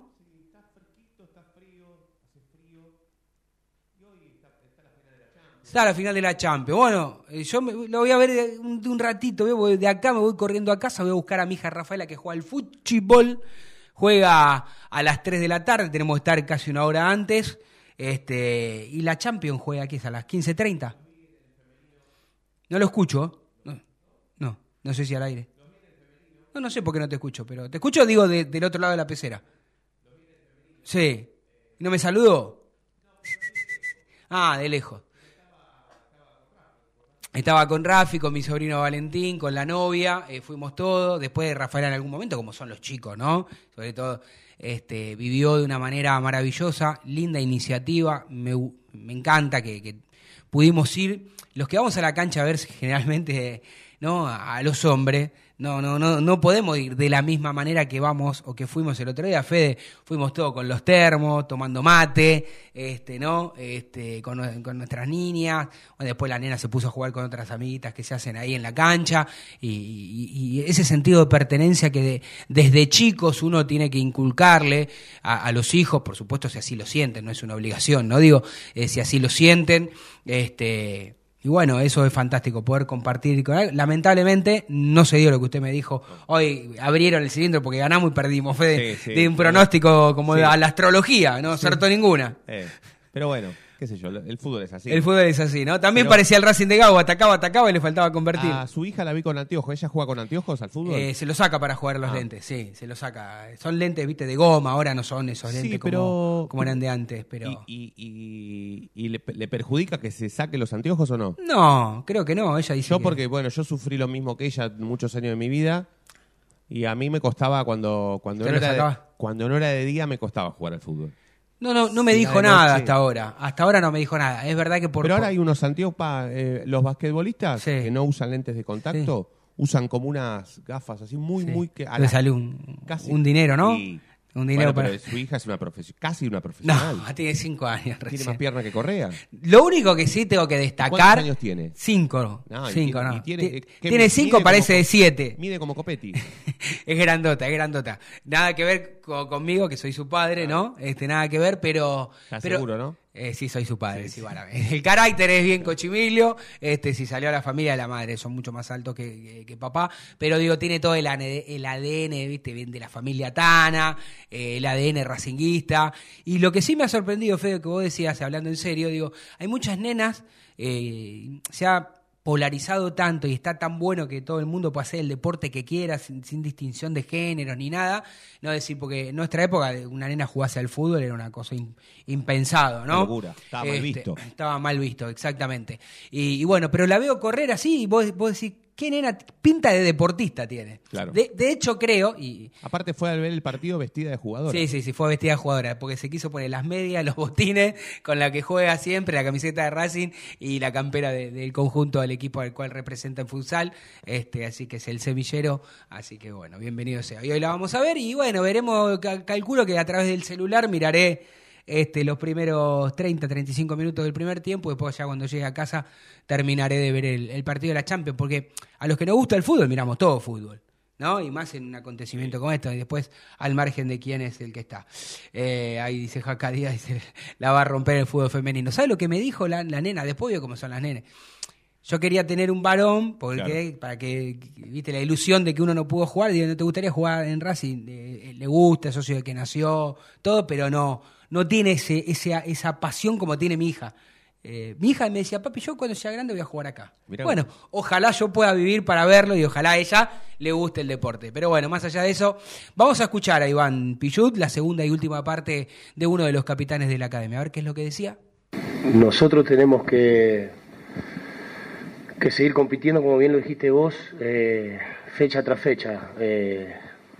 Está la final de la Champions. Bueno, yo me, lo voy a ver de un, de un ratito. ¿Ve? De acá me voy corriendo a casa. Voy a buscar a mi hija Rafaela que juega al fútbol. Juega a las tres de la tarde. Tenemos que estar casi una hora antes. Este, y la Champions juega aquí a las quince treinta. No lo escucho. No, no, no sé si al aire. No, no sé por qué no te escucho. Pero te escucho, digo, de, del otro lado de la pecera. Sí. ¿No me saludó? Ah, de lejos. Estaba con Rafi, con mi sobrino Valentín, con la novia, eh, fuimos todos. Después de Rafael en algún momento, como son los chicos, ¿no? Sobre todo, este, vivió de una manera maravillosa, linda iniciativa. Me, me encanta que, que pudimos ir. Los que vamos a la cancha a ver generalmente, ¿no? A, a los hombres. No, no, no, no podemos ir de la misma manera que vamos o que fuimos el otro día, Fede. Fuimos todos con los termos, tomando mate, este, ¿no? Este, con, con nuestras niñas. Bueno, después la nena se puso a jugar con otras amiguitas que se hacen ahí en la cancha. Y, y, y ese sentido de pertenencia que de, desde chicos uno tiene que inculcarle a, a los hijos, por supuesto, si así lo sienten, no es una obligación, ¿no? Digo, eh, si así lo sienten, este... Y bueno, eso es fantástico, poder compartir con él. Lamentablemente no se dio lo que usted me dijo. Hoy abrieron el cilindro porque ganamos y perdimos. Fue de, sí, sí, de un pronóstico como sí. de, a la astrología, no sí. acertó ninguna. Eh, pero bueno, qué sé yo, el fútbol es así. El fútbol es así, ¿no? También pero, parecía el Racing de Gago, atacaba, atacaba y le faltaba convertir. A su hija la vi con anteojos. ¿Ella juega con anteojos al fútbol? Eh, se lo saca para jugar los ah. lentes, sí, se lo saca. Son lentes, viste, de goma, ahora no son esos lentes sí, pero, como, como eran de antes. Pero ¿Y, y, y, y le, le perjudica que se saque los anteojos o no? No, creo que no. Ella dice Yo que... porque, bueno, yo sufrí lo mismo que ella muchos años de mi vida y a mí me costaba cuando, cuando, no, era de, cuando no era de día me costaba jugar al fútbol. No, no, no me sí, dijo nada noche. hasta ahora. Hasta ahora no me dijo nada. Es verdad que por... Pero ahora hay unos anteojos para eh, los basquetbolistas sí. que no usan lentes de contacto, sí. usan como unas gafas así muy, sí. muy... que a Le la... sale un, casi... un dinero, ¿no? Y... Un dinero bueno, para... pero su hija es una profesional, casi una profesional. No, tiene cinco años recién. Tiene más pierna que Correa. Lo único que sí tengo que destacar... ¿Cuántos años tiene? Cinco. No, cinco, y, no. Y tiene, tiene cinco, parece como, de siete. Mide como Copetti. Es grandota, es grandota. Nada que ver con, conmigo, que soy su padre, ¿no? Este, nada que ver, pero... ¿Estás pero, seguro, no? Eh, sí, soy su padre, sí, sí. Bueno, el carácter es bien cochimilio, este, si salió a la familia de la madre, son mucho más altos que, que, que papá, pero digo, tiene todo el, el A D N, viste, bien de la familia Tana, eh, el A D N racinguista, y lo que sí me ha sorprendido, Fede, que vos decías, hablando en serio, digo, hay muchas nenas, eh, se ha polarizado tanto y está tan bueno que todo el mundo puede hacer el deporte que quiera sin, sin distinción de géneros ni nada, no decir, porque en nuestra época una nena jugase al fútbol era una cosa in, impensado, ¿no? Locura, estaba este, mal visto. Estaba mal visto, exactamente. Y, y bueno, pero la veo correr así y vos, vos decís, ¿qué nena pinta de deportista tiene? Claro. De, de hecho, creo... y Aparte fue al ver el partido vestida de jugadora. Sí, sí, sí, fue vestida de jugadora, porque se quiso poner las medias, los botines, con la que juega siempre, la camiseta de Racing y la campera de, del conjunto del equipo al cual representa en futsal, este, así que es el semillero, así que bueno, bienvenido sea. Y hoy la vamos a ver y bueno, veremos, calculo que a través del celular miraré... Este, los primeros treinta, treinta y cinco minutos del primer tiempo, después ya cuando llegue a casa terminaré de ver el, el partido de la Champions, porque a los que nos gusta el fútbol miramos todo fútbol, ¿no? Y más en un acontecimiento como esto, y después al margen de quién es el que está. Eh, ahí dice Jaca Díaz, dice, la va a romper el fútbol femenino. ¿Sabes lo que me dijo la, la nena? Después vio cómo son las nenas. Yo quería tener un varón, porque claro. para que, viste, la ilusión de que uno no pudo jugar, digo, ¿no te gustaría jugar en Racing? Eh, le gusta, es socio de que nació, todo, pero no, no tiene ese, ese, esa pasión como tiene mi hija. Eh, mi hija me decía, papi, yo cuando sea grande voy a jugar acá. Mirá bueno, vos. Ojalá yo pueda vivir para verlo y ojalá a ella le guste el deporte. Pero bueno, más allá de eso, vamos a escuchar a Iván Pichut, la segunda y última parte de uno de los capitanes de la academia. A ver qué es lo que decía. Nosotros tenemos que... que seguir compitiendo, como bien lo dijiste vos, eh, fecha tras fecha. Eh,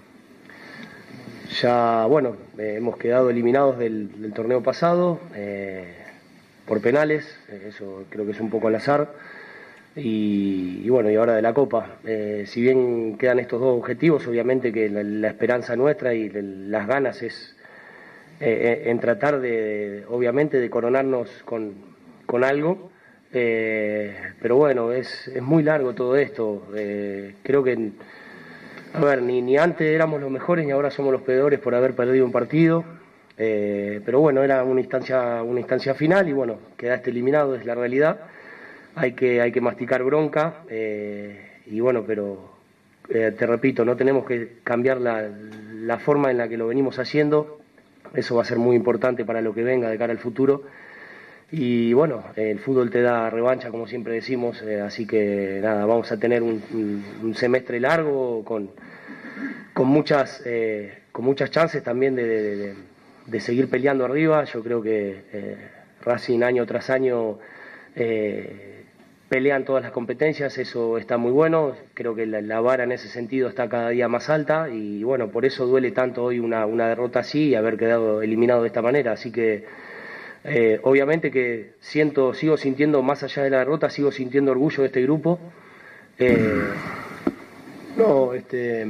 ya, bueno, eh, hemos quedado eliminados del, del torneo pasado eh, por penales, eh, eso creo que es un poco al azar, y, y bueno, y ahora de la Copa. Eh, si bien quedan estos dos objetivos, obviamente que la, la esperanza nuestra y de, las ganas es eh, en tratar de, obviamente, de coronarnos con, con algo. Eh, pero bueno, es, es muy largo todo esto. Eh, creo que, a ver, ni, ni antes éramos los mejores ni ahora somos los peores por haber perdido un partido. Eh, pero bueno, era una instancia, una instancia final y bueno, quedaste eliminado, es la realidad. Hay que, hay que masticar bronca eh, y bueno, pero eh, te repito, no tenemos que cambiar la, la forma en la que lo venimos haciendo. Eso va a ser muy importante para lo que venga de cara al futuro. Y bueno, el fútbol te da revancha, como siempre decimos, eh, así que nada, vamos a tener un, un, un semestre largo con, con, muchas, eh, con muchas chances también de, de, de, de seguir peleando arriba. Yo creo que eh, Racing año tras año eh, pelea en todas las competencias, eso está muy bueno. Creo que la, la vara en ese sentido está cada día más alta y bueno, por eso duele tanto hoy una, una derrota así y haber quedado eliminado de esta manera. Así que eh, obviamente que siento, sigo sintiendo, más allá de la derrota, sigo sintiendo orgullo de este grupo. Eh, no, este,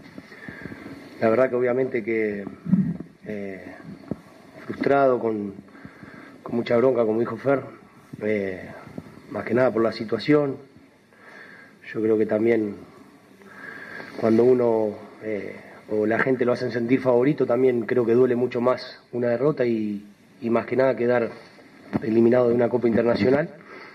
la verdad que obviamente que eh, frustrado, con, con mucha bronca, como dijo Fer, eh, más que nada por la situación. Yo creo que también cuando uno eh, o la gente lo hacen sentir favorito, también creo que duele mucho más una derrota y, y más que nada quedar eliminado de una Copa Internacional.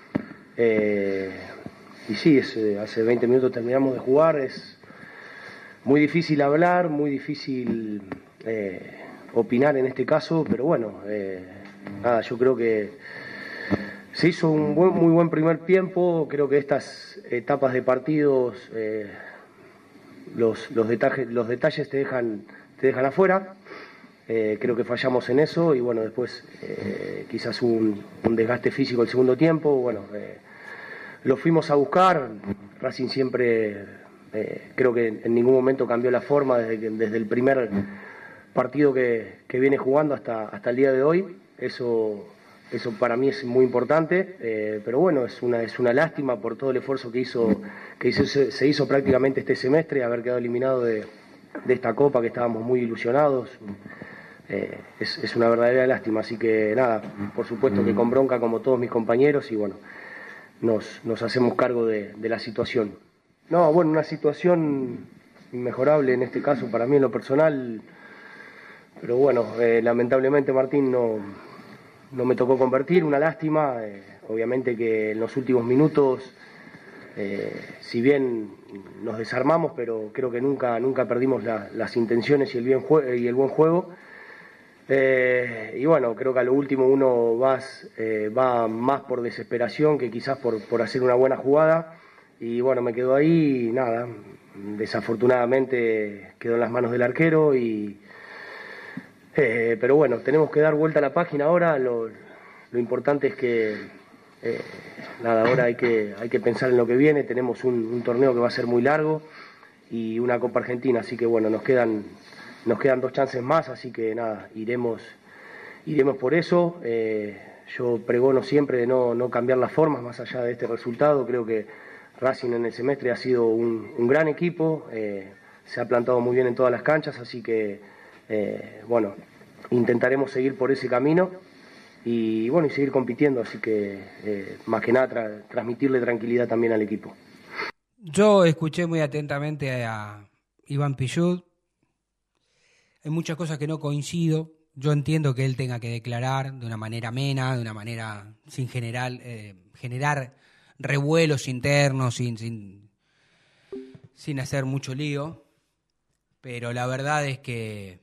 Eh, y sí, es, eh, hace veinte minutos terminamos de jugar, es muy difícil hablar, muy difícil eh, opinar en este caso, pero bueno, eh, nada, yo creo que se hizo un buen, muy buen primer tiempo. Creo que estas etapas de partidos, eh, los, los, detalles, los detalles te dejan, te dejan afuera. Eh, creo que fallamos en eso y bueno, después eh, quizás un, un desgaste físico el segundo tiempo. Bueno, eh, lo fuimos a buscar. Racing siempre, eh, creo que en ningún momento cambió la forma desde, que, desde el primer partido que, que viene jugando hasta, hasta el día de hoy. Eso... Eso para mí es muy importante, eh, pero bueno, es una, es una lástima por todo el esfuerzo que hizo, que hizo, se, se hizo prácticamente este semestre, haber quedado eliminado de, de esta Copa, que estábamos muy ilusionados. Eh, es, es una verdadera lástima, así que nada, por supuesto que con bronca como todos mis compañeros y bueno, nos, nos hacemos cargo de, de la situación. No, bueno, una situación inmejorable en este caso para mí en lo personal, pero bueno, eh, lamentablemente Martín no... No me tocó convertir, una lástima. Eh, obviamente que en los últimos minutos, eh, si bien nos desarmamos, pero creo que nunca, nunca perdimos la, las intenciones y el, bien jue- y el buen juego. Eh, y bueno, creo que a lo último uno va, eh, va más por desesperación que quizás por, por hacer una buena jugada. Y bueno, me quedo ahí y nada, desafortunadamente quedó en las manos del arquero y... Eh, pero bueno, tenemos que dar vuelta a la página ahora. Lo, lo importante es que eh, nada, ahora hay que, hay que pensar en lo que viene. Tenemos un, un torneo que va a ser muy largo y una Copa Argentina, así que bueno, nos quedan, nos quedan dos chances más, así que nada, iremos, iremos por eso. Eh, yo pregono siempre de no, no cambiar las formas más allá de este resultado. Creo que Racing en el semestre ha sido un, un gran equipo, eh, se ha plantado muy bien en todas las canchas, así que Eh, bueno, intentaremos seguir por ese camino y bueno, y seguir compitiendo, así que eh, más que nada tra- transmitirle tranquilidad también al equipo. Yo escuché muy atentamente a Iván Pillud. Hay muchas cosas que no coincido. Yo entiendo que él tenga que declarar de una manera amena, de una manera sin generar, eh, generar revuelos internos, sin, sin, sin hacer mucho lío. Pero la verdad es que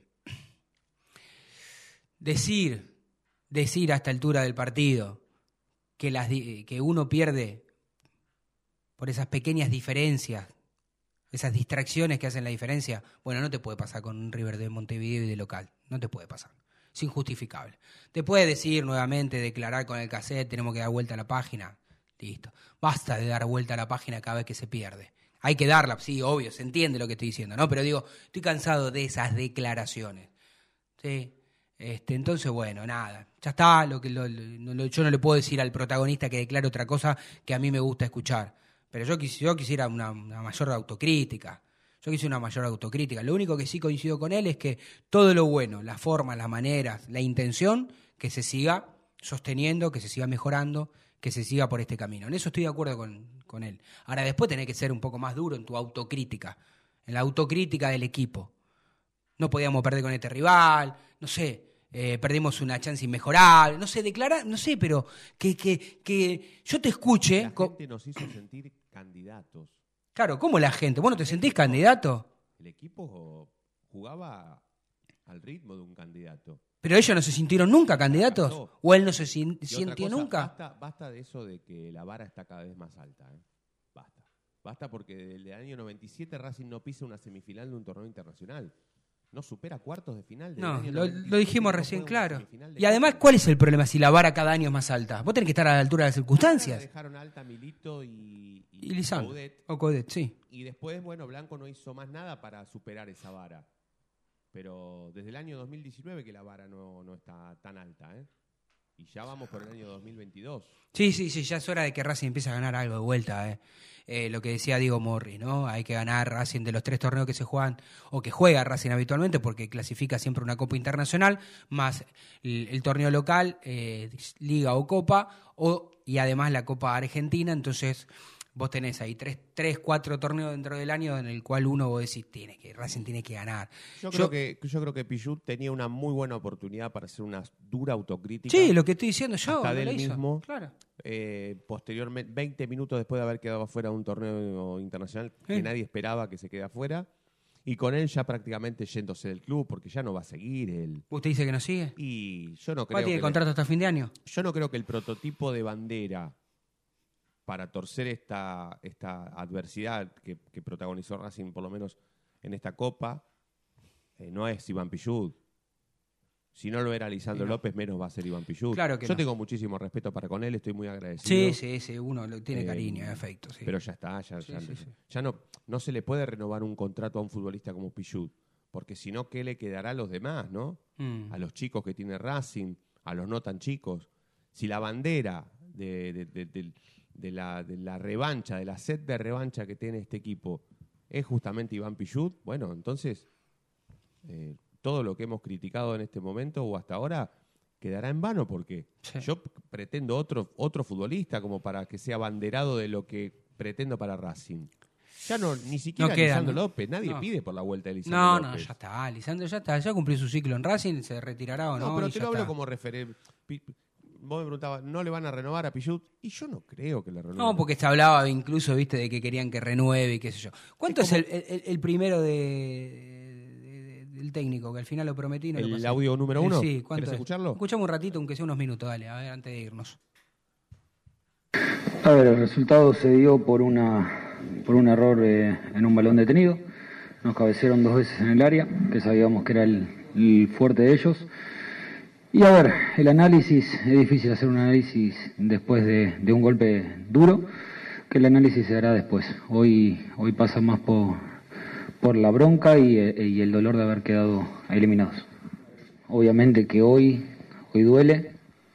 Decir, decir a esta altura del partido que, las, que uno pierde por esas pequeñas diferencias, esas distracciones que hacen la diferencia, bueno, no te puede pasar con un River de Montevideo y de local, no te puede pasar, es injustificable. Te puede decir nuevamente, declarar con el cassette, tenemos que dar vuelta a la página, listo. Basta de dar vuelta a la página cada vez que se pierde. Hay que darla, sí, obvio, se entiende lo que estoy diciendo, ¿no? Pero digo, estoy cansado de esas declaraciones, ¿sí? Este, entonces, bueno, nada, ya está, lo que lo, lo, yo no le puedo decir al protagonista que declare otra cosa que a mí me gusta escuchar, pero yo, quis, yo quisiera una, una mayor autocrítica, yo quisiera una mayor autocrítica. Lo único que sí coincido con él es que todo lo bueno, las formas, las maneras, la intención, que se siga sosteniendo, que se siga mejorando, que se siga por este camino. En eso estoy de acuerdo con, con él. Ahora, después tenés que ser un poco más duro en tu autocrítica, en la autocrítica del equipo. No podíamos perder con este rival, no sé, eh, perdimos una chance inmejorable, no sé, declarar, no sé, pero que, que, que yo te escuche. La gente nos hizo sentir candidatos. Claro, ¿cómo la gente? ¿Vos no te sentís candidato? El equipo jugaba al ritmo de un candidato. ¿Pero ellos no se sintieron nunca candidatos? Pasó. ¿O él no se sin, sintió cosa, nunca? Basta, basta de eso de que la vara está cada vez más alta, ¿eh? Basta. Basta porque desde el año noventa y siete Racing no pisa una semifinal de un torneo internacional. no supera cuartos de final. No, lo, lo dijimos recién, claro. Y además, ¿cuál es el problema si la vara cada año es más alta? Vos tenés que estar a la altura de las circunstancias. Dejaron alta Milito y, y, y Lisandro. Coudet. O Coudet, sí. Y después, bueno, Blanco no hizo más nada para superar esa vara. Pero desde el año dos mil diecinueve que la vara no, no está tan alta, ¿eh? Y ya vamos por el año dos mil veintidós. Sí, sí, sí, ya es hora de que Racing empiece a ganar algo de vuelta. Eh. Eh, lo que decía Diego Morri, ¿no? Hay que ganar Racing de los tres torneos que se juegan, o que juega Racing habitualmente, porque clasifica siempre una Copa Internacional, más el, el torneo local, eh, Liga o Copa, o, y además la Copa Argentina. Entonces vos tenés ahí tres, tres, cuatro torneos dentro del año en el cual uno vos decís, tiene que, Racing tiene que ganar. Yo, yo creo que yo creo que Pichut tenía una muy buena oportunidad para hacer una dura autocrítica. Sí, lo que estoy diciendo yo. Hasta del hizo. mismo. Claro. Eh, posteriormente, veinte minutos después de haber quedado afuera de un torneo internacional que Sí. nadie esperaba que se quede afuera. Y con él ya prácticamente yéndose del club, porque ya no va a seguir él. ¿Usted dice que no sigue? Y yo no creo ¿Cuál tiene que contrato le- hasta fin de año? Yo no creo que el prototipo de bandera para torcer esta, esta adversidad que, que protagonizó Racing, por lo menos en esta Copa, eh, no es Iván Pichut. Si no lo era Lisandro Sí, no. López, menos va a ser Iván Pichut. Claro que Yo no. tengo muchísimo respeto para con él, estoy muy agradecido. Sí, sí, sí, uno lo tiene Eh, cariño, afecto. Sí. Pero ya está, ya, Sí, ya, sí, sí. ya no, no se le puede renovar un contrato a un futbolista como Pichut, porque si no, ¿qué le quedará a los demás, no? Mm. A los chicos que tiene Racing, a los no tan chicos. Si la bandera de, de, de, de- de la, de la revancha, de la sed de revancha que tiene este equipo es justamente Iván Pichut, bueno, entonces eh, todo lo que hemos criticado en este momento o hasta ahora quedará en vano, porque yo p- pretendo otro, otro futbolista como para que sea abanderado de lo que pretendo para Racing. Ya no, ni siquiera No queda, Lisandro ¿no? López, nadie No. pide por la vuelta de Lisandro No, López. no, ya está, Lisandro ya está, ya cumplió su ciclo en Racing, se retirará o no. No, pero y te ya lo hablo está. como referente. Pi- Vos me preguntabas, ¿no le van a renovar a Pichut? Y yo no creo que le renueven. No, porque se hablaba incluso, viste, de que querían que renueve y qué sé yo. ¿Cuánto es, el, el- el primero de, de- de- del técnico? Que al final lo prometí y no lo ¿El pasé. audio número Eh, uno? Sí, ¿cuánto ¿Querés es? escucharlo? Escuchamos un ratito, aunque sea unos minutos, dale, a ver, antes de irnos. A ver, el resultado se dio por una por un error eh, en un balón detenido. Nos cabecearon dos veces en el área, que sabíamos que era el, el fuerte de ellos. Y a ver, el análisis, es difícil hacer un análisis después de, de un golpe duro, que el análisis se hará después. Hoy, hoy pasa más por, por la bronca y, eh, y el dolor de haber quedado eliminados. Obviamente que hoy, hoy duele,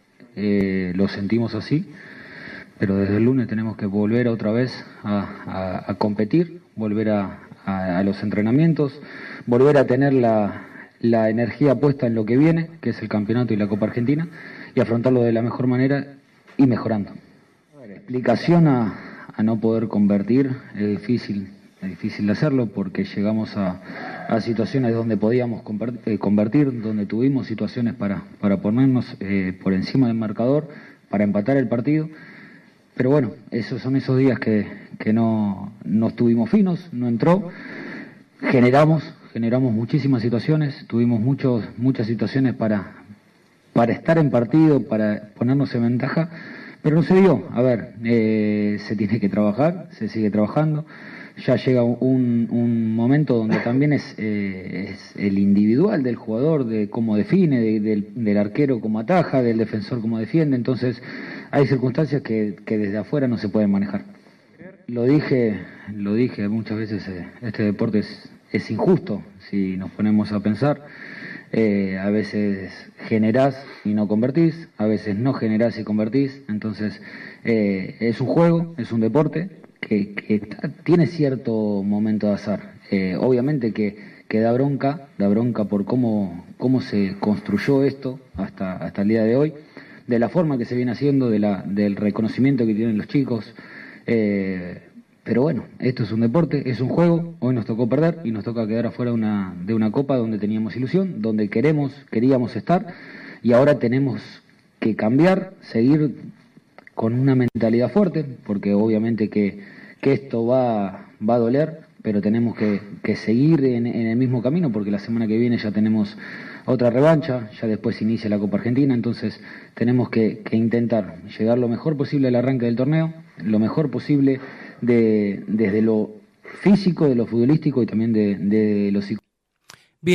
eh, lo sentimos así, pero desde el lunes tenemos que volver otra vez a, a- a competir, volver a, a- a los entrenamientos, volver a tener la, la energía puesta en lo que viene, que es el campeonato y la Copa Argentina, y afrontarlo de la mejor manera y mejorando. Explicación a, a no poder convertir es difícil, es difícil de hacerlo porque llegamos a, a situaciones donde podíamos conver- eh, convertir, donde tuvimos situaciones para, para ponernos eh, por encima del marcador, para empatar el partido. Pero bueno, esos son esos días que, que no, no estuvimos finos, no entró. Generamos, generamos muchísimas situaciones, tuvimos muchos, muchas situaciones para, para estar en partido, para ponernos en ventaja, pero no se dio. A ver, eh, se tiene que trabajar, se sigue trabajando. Ya llega un, un momento donde también es, eh, es el individual del jugador, de cómo define, de- del, del arquero cómo ataja, del defensor cómo defiende. Entonces hay circunstancias que, que desde afuera no se pueden manejar. Lo dije, lo dije muchas veces, eh, este deporte es, es injusto si nos ponemos a pensar. Eh, a veces generás y no convertís, a veces no generás y convertís. Entonces eh, es un juego, es un deporte que, que está- tiene cierto momento de azar. Eh, obviamente que, que da bronca, da bronca por cómo, cómo se construyó esto hasta, hasta el día de hoy, de la forma que se viene haciendo, de la, del reconocimiento que tienen los chicos. Eh, pero bueno, esto es un deporte, es un juego, hoy nos tocó perder y nos toca quedar afuera una, de una copa donde teníamos ilusión, donde queremos, queríamos estar, y ahora tenemos que cambiar, seguir con una mentalidad fuerte, porque obviamente que, que esto va, va a doler, pero tenemos que, que seguir en, en el mismo camino, porque la semana que viene ya tenemos otra revancha, ya después inicia la Copa Argentina, entonces tenemos que, que intentar llegar lo mejor posible al arranque del torneo, lo mejor posible de, desde lo físico, de lo futbolístico y también de, de lo psicológico. Bien,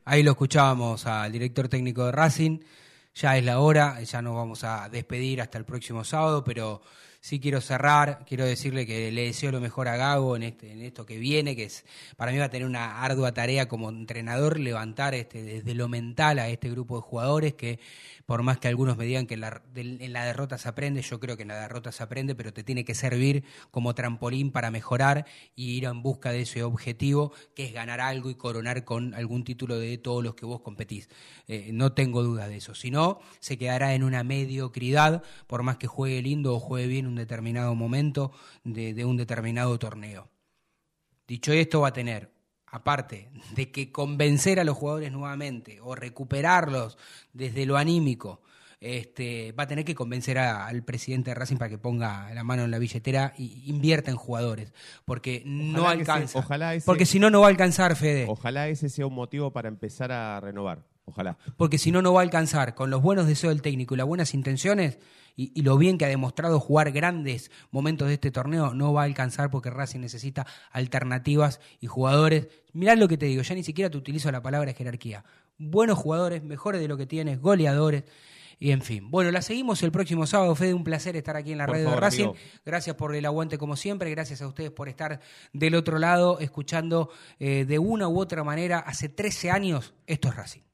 Ahí lo escuchábamos al director técnico de Racing. Ya es la hora, ya nos vamos a despedir hasta el próximo sábado, pero sí quiero cerrar, quiero decirle que le deseo lo mejor a Gago en este en esto que viene, que es para mí va a tener una ardua tarea como entrenador levantar este desde lo mental a este grupo de jugadores que por más que algunos me digan que en la, en la derrota se aprende, yo creo que en la derrota se aprende, pero te tiene que servir como trampolín para mejorar y ir en busca de ese objetivo, que es ganar algo y coronar con algún título de todos los que vos competís. Eh, no tengo duda de eso. Si no, se quedará en una mediocridad, por más que juegue lindo o juegue bien un determinado momento de, de un determinado torneo. Dicho esto, va a tener, aparte de que convencer a los jugadores nuevamente o recuperarlos desde lo anímico, este, va a tener que convencer a, al presidente de Racing para que ponga la mano en la billetera y invierta en jugadores, porque no Ojalá alcanza. ese- ojalá ese- porque si no, no va a alcanzar, Fede. Ojalá ese sea un motivo para empezar a renovar. Ojalá. Porque si no, no va a alcanzar. Con los buenos deseos del técnico y las buenas intenciones y, y lo bien que ha demostrado jugar grandes momentos de este torneo, no va a alcanzar porque Racing necesita alternativas y jugadores. Mirá lo que te digo, ya ni siquiera te utilizo la palabra jerarquía. Buenos jugadores, mejores de lo que tienes, goleadores. Y en fin. Bueno, la seguimos el próximo sábado. Fede, un placer estar aquí en la Por radio favor, de Racing. amigo. Gracias por el aguante como siempre. Gracias a ustedes por estar del otro lado, escuchando eh, de una u otra manera. Hace trece años, esto es Racing.